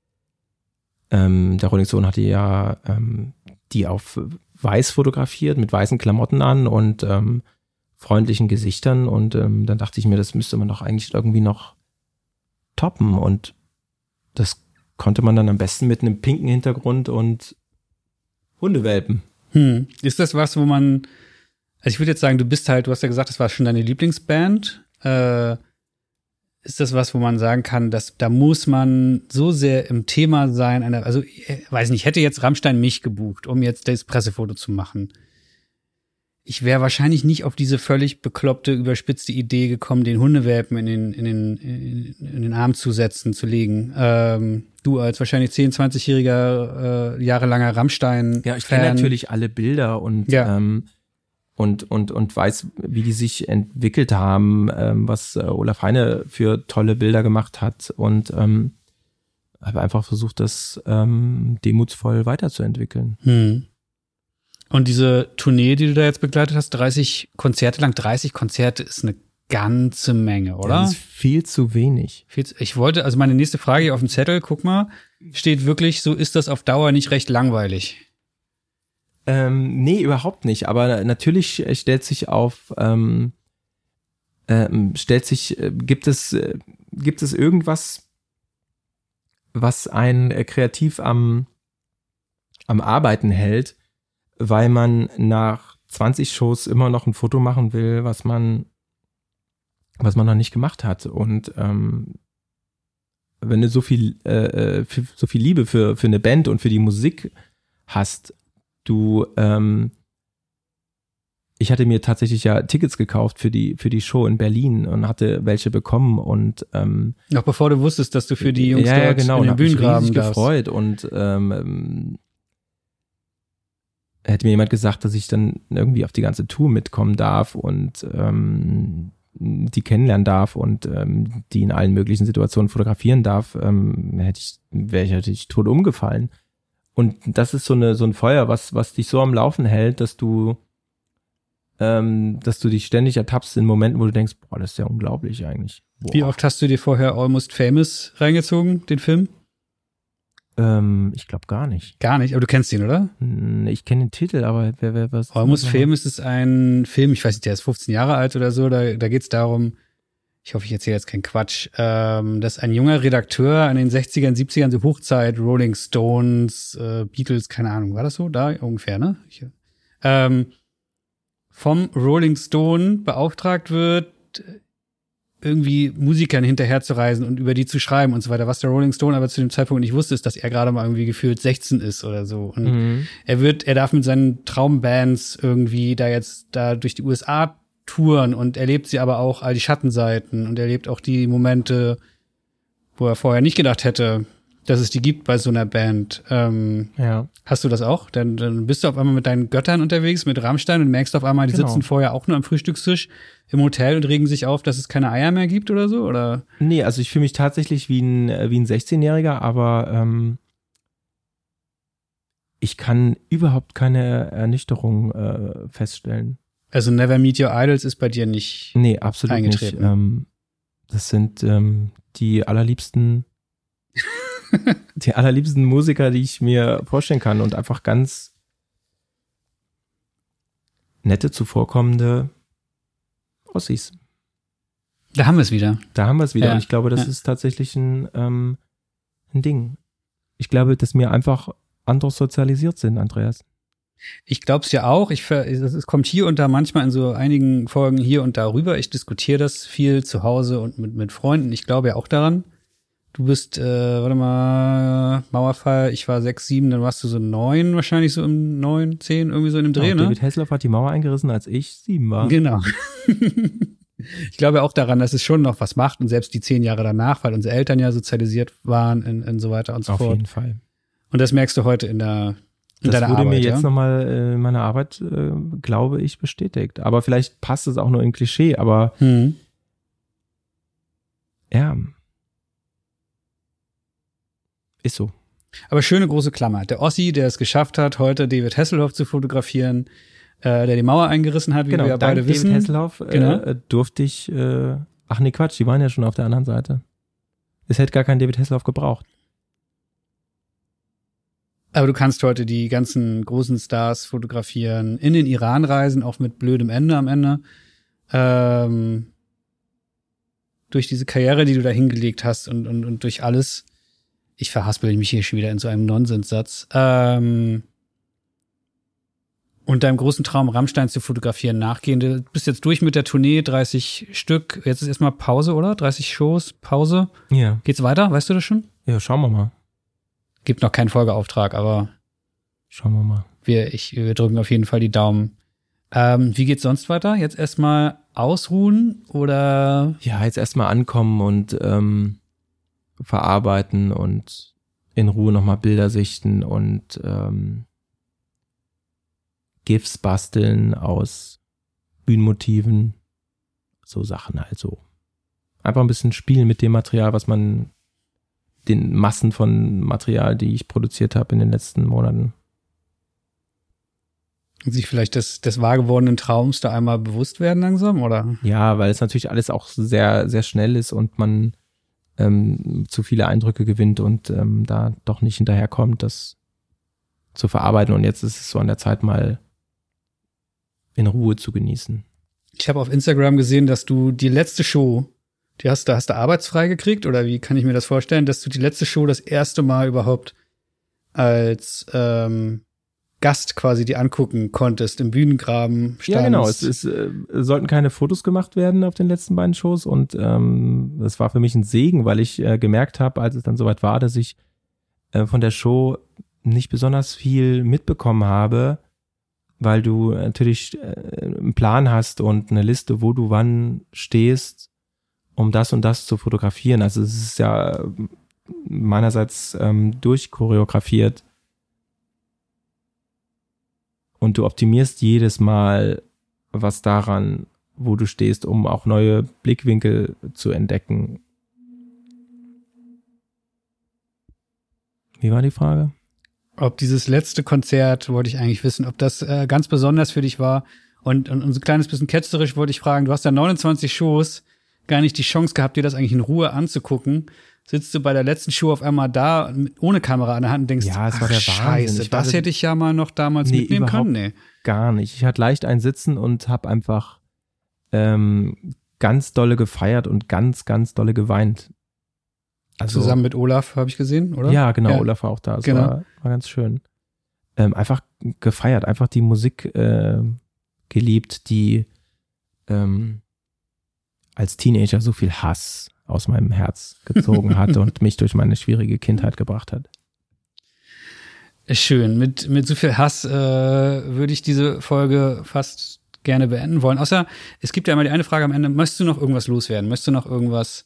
ähm, der Rolling Stone hatte ja ähm, die auf weiß fotografiert, mit weißen Klamotten an und ähm, freundlichen Gesichtern und ähm, dann dachte ich mir, das müsste man doch eigentlich irgendwie noch toppen und das konnte man dann am besten mit einem pinken Hintergrund und Hundewelpen. Hm. Ist das was, wo man, also ich würde jetzt sagen, du bist halt, du hast ja gesagt, das war schon deine Lieblingsband. Äh, ist das was, wo man sagen kann, dass da muss man so sehr im Thema sein, einer, also ich weiß nicht, hätte jetzt Rammstein mich gebucht, um jetzt das Pressefoto zu machen. Ich wäre wahrscheinlich nicht auf diese völlig bekloppte, überspitzte Idee gekommen, den Hundewelpen in den, in den, in, in den Arm zu setzen, zu legen. Ähm, du als wahrscheinlich zehn-, zwanzigjähriger, äh, jahrelanger Rammstein-Fan. Ja, ich kenne natürlich alle Bilder und, ja. ähm, und, und, und weiß, wie die sich entwickelt haben, ähm, was äh, Olaf Heine für tolle Bilder gemacht hat und ähm, habe einfach versucht, das ähm, demutsvoll weiterzuentwickeln. Hm. Und diese Tournee, die du da jetzt begleitet hast, dreißig Konzerte lang, dreißig Konzerte ist eine ganze Menge, oder? Das ist viel zu wenig. Viel zu, ich wollte, also meine nächste Frage hier auf dem Zettel, guck mal, steht wirklich, so ist das auf Dauer nicht recht langweilig? Ähm, nee, überhaupt nicht. Aber natürlich stellt sich auf, ähm, ähm, stellt sich, äh, gibt es, äh, gibt es irgendwas, was einen äh, kreativ am, am Arbeiten hält, weil man nach zwanzig Shows immer noch ein Foto machen will, was man, was man noch nicht gemacht hat. Und ähm, wenn du so viel, äh, für, so viel Liebe für, für eine Band und für die Musik hast, du, ähm, ich hatte mir tatsächlich ja Tickets gekauft für die, für die Show in Berlin und hatte welche bekommen und ähm, noch bevor du wusstest, dass du für die Jungs ja, ja, dort genau, in den Bühnengraben mich darfst. gefreut und ähm, hätte mir jemand gesagt, dass ich dann irgendwie auf die ganze Tour mitkommen darf und ähm, die kennenlernen darf und ähm, die in allen möglichen Situationen fotografieren darf, ähm, hätte ich, wäre ich natürlich tot umgefallen. Und das ist so eine so ein Feuer, was was dich so am Laufen hält, dass du ähm, dass du dich ständig ertappst in Momenten, wo du denkst, boah, das ist ja unglaublich eigentlich. Boah. Wie oft hast du dir vorher Almost Famous reingezogen, den Film? Ähm, ich glaube gar nicht. Gar nicht, aber du kennst ihn, oder? Ich kenne den Titel, aber wer, wer was? Almost Famous ist ein Film, ich weiß nicht, der ist fünfzehn Jahre alt oder so, da, da geht es darum, ich hoffe, ich erzähle jetzt keinen Quatsch, ähm, dass ein junger Redakteur in den sechzigern, siebzigern, so Hochzeit, Rolling Stones, äh, Beatles, keine Ahnung, war das so? Da ungefähr, ne? Ich, ähm, vom Rolling Stone beauftragt wird, irgendwie Musikern hinterherzureisen und über die zu schreiben und so weiter. Was der Rolling Stone aber zu dem Zeitpunkt nicht wusste, ist, dass er gerade mal irgendwie gefühlt sechzehn ist oder so. Und Mhm. er wird, er darf mit seinen Traumbands irgendwie da jetzt da durch die U S A touren und erlebt sie aber auch all die Schattenseiten und erlebt auch die Momente, wo er vorher nicht gedacht hätte, dass es die gibt bei so einer Band. Ähm, Ja. Hast du das auch? Dann, dann bist du auf einmal mit deinen Göttern unterwegs, mit Rammstein und merkst auf einmal, die Genau. sitzen vorher auch nur am Frühstückstisch im Hotel und regen sich auf, dass es keine Eier mehr gibt oder so? Oder? Nee, also ich fühle mich tatsächlich wie ein, wie ein sechzehnjähriger, aber ähm, ich kann überhaupt keine Ernüchterung äh, feststellen. Also Never Meet Your Idols ist bei dir nicht Nee, absolut eingetreten. nicht. Ähm, das sind ähm, die allerliebsten die allerliebsten Musiker, die ich mir vorstellen kann und einfach ganz nette, zuvorkommende Ossis. Da haben wir es wieder. Da haben wir es wieder. Ja, Und ich glaube, das ja. ist tatsächlich ein, ähm, ein Ding. Ich glaube, dass wir einfach anders sozialisiert sind, Andreas. Ich glaube es ja auch. Ich ver- es es kommt hier und da manchmal in so einigen Folgen hier und da rüber. Ich diskutiere das viel zu Hause und mit, mit Freunden. Ich glaube ja auch daran. Du bist, äh, warte mal, Mauerfall, ich war sechs, sieben, dann warst du so neun, wahrscheinlich so im neun, zehn, irgendwie so in dem Dreh, Ja, ne? David Hasselhoff hat die Mauer eingerissen, als ich sieben war. Genau. Ich glaube auch daran, dass es schon noch was macht und selbst die zehn Jahre danach, weil unsere Eltern ja sozialisiert waren und, und so weiter und so Auf fort. jeden Fall. Und das merkst du heute in der in Das deiner wurde Arbeit, mir jetzt ja? nochmal äh, in meiner Arbeit, äh, glaube ich, bestätigt. Aber vielleicht passt es auch nur in Klischee, aber Hm. ja, ist so. Aber schöne große Klammer. Der Ossi, der es geschafft hat, heute David Hasselhoff zu fotografieren, äh, der die Mauer eingerissen hat, wie wir ja dank beide David wissen. Hasselhoff äh, Genau. durfte ich, äh, ach nee, Quatsch, die waren ja schon auf der anderen Seite. Es hätte gar keinen David Hasselhoff gebraucht. Aber du kannst heute die ganzen großen Stars fotografieren, in den Iran reisen, auch mit blödem Ende am Ende. Ähm, durch diese Karriere, die du da hingelegt hast und, und, und durch alles. Ich verhaspel mich hier schon wieder in so einem Nonsenssatz. Ähm, und deinem großen Traum, Rammstein zu fotografieren, nachgehen. Du bist jetzt durch mit der Tournee, dreißig Stück. Jetzt ist erstmal Pause, oder? dreißig Shows, Pause. Ja. Geht's weiter? Weißt du das schon? Ja, schauen wir mal. Gibt noch keinen Folgeauftrag, aber Schauen wir mal. wir, ich, wir drücken auf jeden Fall die Daumen. Ähm, wie geht's sonst weiter? Jetzt erstmal ausruhen oder? Ja, jetzt erstmal ankommen und ähm, verarbeiten und in Ruhe nochmal Bilder sichten und ähm, GIFs basteln aus Bühnenmotiven. So Sachen halt so. Einfach ein bisschen spielen mit dem Material, was man, den Massen von Material, die ich produziert habe in den letzten Monaten. sich vielleicht des, des wahr gewordenen Traums da einmal bewusst werden langsam, oder? Ja, weil es natürlich alles auch sehr, sehr schnell ist und man ähm, zu viele Eindrücke gewinnt und ähm, da doch nicht hinterherkommt, das zu verarbeiten. Und jetzt ist es so an der Zeit, mal in Ruhe zu genießen. Ich habe auf Instagram gesehen, dass du die letzte Show, die hast du, hast du arbeitsfrei gekriegt, oder wie kann ich mir das vorstellen, dass du die letzte Show das erste Mal überhaupt als ähm, Gast quasi die angucken konntest, im Bühnengraben standst. Ja, genau. Es, ist, äh, sollten keine Fotos gemacht werden auf den letzten beiden Shows und ähm, das war für mich ein Segen, weil ich äh, gemerkt habe, als es dann soweit war, dass ich äh, von der Show nicht besonders viel mitbekommen habe, weil du natürlich äh, einen Plan hast und eine Liste, wo du wann stehst, um das und das zu fotografieren. Also es ist ja meinerseits ähm, durchchoreografiert. Und du optimierst jedes Mal was daran, wo du stehst, um auch neue Blickwinkel zu entdecken. Wie war die Frage? Ob dieses letzte Konzert, wollte ich eigentlich wissen, ob das äh, ganz besonders für dich war. Und, und, und so ein kleines bisschen ketzerisch wollte ich fragen, du hast ja neunundzwanzig Shows, gar nicht die Chance gehabt, dir das eigentlich in Ruhe anzugucken. Sitzt du bei der letzten Show auf einmal da, ohne Kamera an der Hand und denkst, ja, es ach war der Wahnsinn. Scheiße, Ich war das so- hätte ich ja mal noch damals Nee, mitnehmen überhaupt können. Nee. Gar nicht. Ich hatte leicht ein Sitzen und habe einfach ähm, ganz dolle gefeiert und ganz, ganz dolle geweint. Also, Zusammen mit Olaf, habe ich gesehen, oder? Ja, genau, Olaf war auch da. Es Genau. war, war ganz schön. Ähm, einfach gefeiert, einfach die Musik äh, geliebt, die ähm, als Teenager so viel Hass aus meinem Herz gezogen hat und mich durch meine schwierige Kindheit gebracht hat. Schön. Mit, mit so viel Hass äh, würde ich diese Folge fast gerne beenden wollen. Außer, es gibt ja immer die eine Frage am Ende, möchtest du noch irgendwas loswerden? Möchtest du noch irgendwas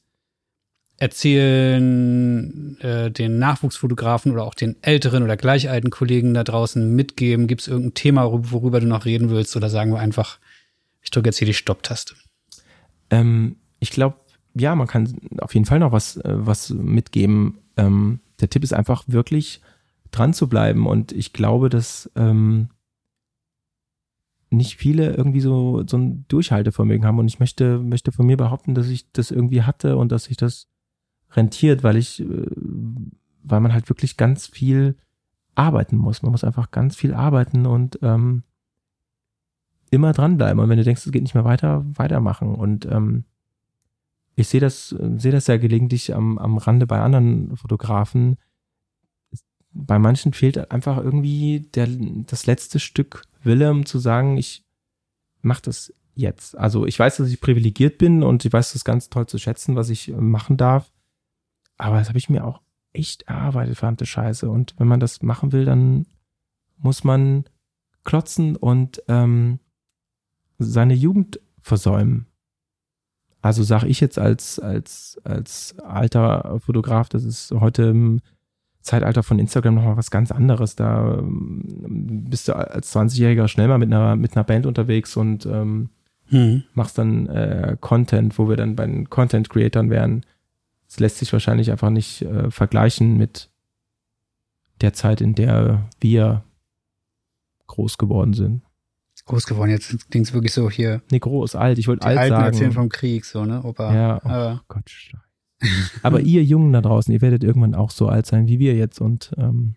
erzählen, äh, den Nachwuchsfotografen oder auch den älteren oder gleich alten Kollegen da draußen mitgeben? Gibt es irgendein Thema, worüber du noch reden willst? Oder sagen wir einfach, ich drücke jetzt hier die Stopptaste? Ähm, ich glaube, ja, man kann auf jeden Fall noch was, äh, was mitgeben. Ähm, der Tipp ist einfach wirklich dran zu bleiben und ich glaube, dass ähm, nicht viele irgendwie so, so ein Durchhaltevermögen haben und ich möchte, möchte von mir behaupten, dass ich das irgendwie hatte und dass sich das rentiert, weil ich, äh, weil man halt wirklich ganz viel arbeiten muss. Man muss einfach ganz viel arbeiten und ähm, immer dranbleiben und wenn du denkst, es geht nicht mehr weiter, weitermachen und ähm, ich sehe das, sehe das ja gelegentlich am, am Rande bei anderen Fotografen. Bei manchen fehlt einfach irgendwie der, das letzte Stück Wille, um zu sagen, ich mache das jetzt. Also ich weiß, dass ich privilegiert bin und ich weiß das ganz toll zu schätzen, was ich machen darf. Aber das habe ich mir auch echt erarbeitet, verdammte Scheiße. Und wenn man das machen will, dann muss man klotzen und ähm, seine Jugend versäumen. Also sage ich jetzt als, als, als alter Fotograf, das ist heute im Zeitalter von Instagram nochmal was ganz anderes. Da ähm, bist du als zwanzigjähriger schnell mal mit einer, mit einer Band unterwegs und ähm, hm. machst dann äh, Content, wo wir dann bei den Content-Creatern wären. Das lässt sich wahrscheinlich einfach nicht äh, vergleichen mit der Zeit, in der wir groß geworden sind. Groß geworden, jetzt klingt es wirklich so hier. Nee, groß, alt, ich wollte alt Alten sagen. erzählen vom Krieg, so, ne, Opa. Ja, oh Aber. Gott. Aber ihr Jungen da draußen, ihr werdet irgendwann auch so alt sein wie wir jetzt und ähm,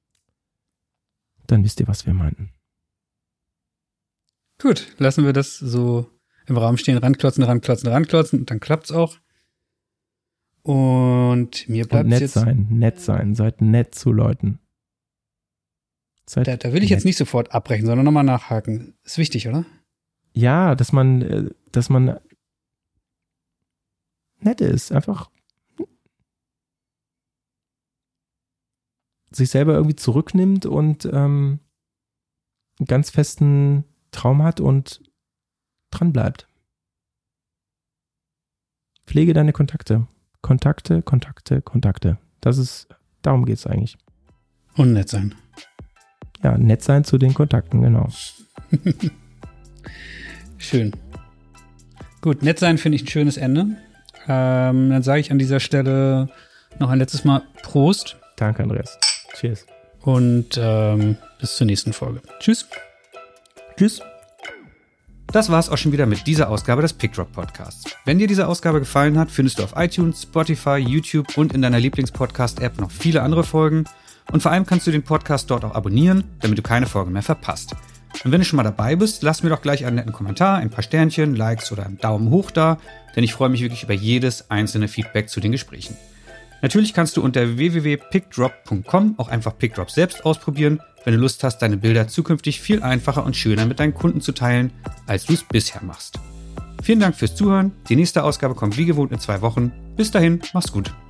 dann wisst ihr, was wir meinten. Gut, lassen wir das so im Raum stehen, ranklotzen, ranklotzen, ranklotzen und dann klappt's auch. Und mir bleibt und nett jetzt sein, nett sein, seid nett zu Leuten. Da, da will ich jetzt nicht sofort abbrechen, sondern nochmal nachhaken. Ist wichtig, oder? Ja, dass man, dass man nett ist. Einfach sich selber irgendwie zurücknimmt und ähm, einen ganz festen Traum hat und dran bleibt. Pflege deine Kontakte. Kontakte, Kontakte, Kontakte. Das ist, darum geht es eigentlich. Und nett sein. Ja, nett sein zu den Kontakten, genau. Schön. Gut, nett sein finde ich ein schönes Ende. Ähm, dann sage ich an dieser Stelle noch ein letztes Mal Prost. Danke, Andreas. Cheers. Und ähm, bis zur nächsten Folge. Tschüss. Tschüss. Das war's auch schon wieder mit dieser Ausgabe des PickDrop Podcasts. Wenn dir diese Ausgabe gefallen hat, findest du auf iTunes, Spotify, YouTube und in deiner Lieblingspodcast-App noch viele andere Folgen. Und vor allem kannst du den Podcast dort auch abonnieren, damit du keine Folge mehr verpasst. Und wenn du schon mal dabei bist, lass mir doch gleich einen netten Kommentar, ein paar Sternchen, Likes oder einen Daumen hoch da, denn ich freue mich wirklich über jedes einzelne Feedback zu den Gesprächen. Natürlich kannst du unter w w w punkt pickdrop punkt com auch einfach PickDrop selbst ausprobieren, wenn du Lust hast, deine Bilder zukünftig viel einfacher und schöner mit deinen Kunden zu teilen, als du es bisher machst. Vielen Dank fürs Zuhören. Die nächste Ausgabe kommt wie gewohnt in zwei Wochen. Bis dahin, mach's gut.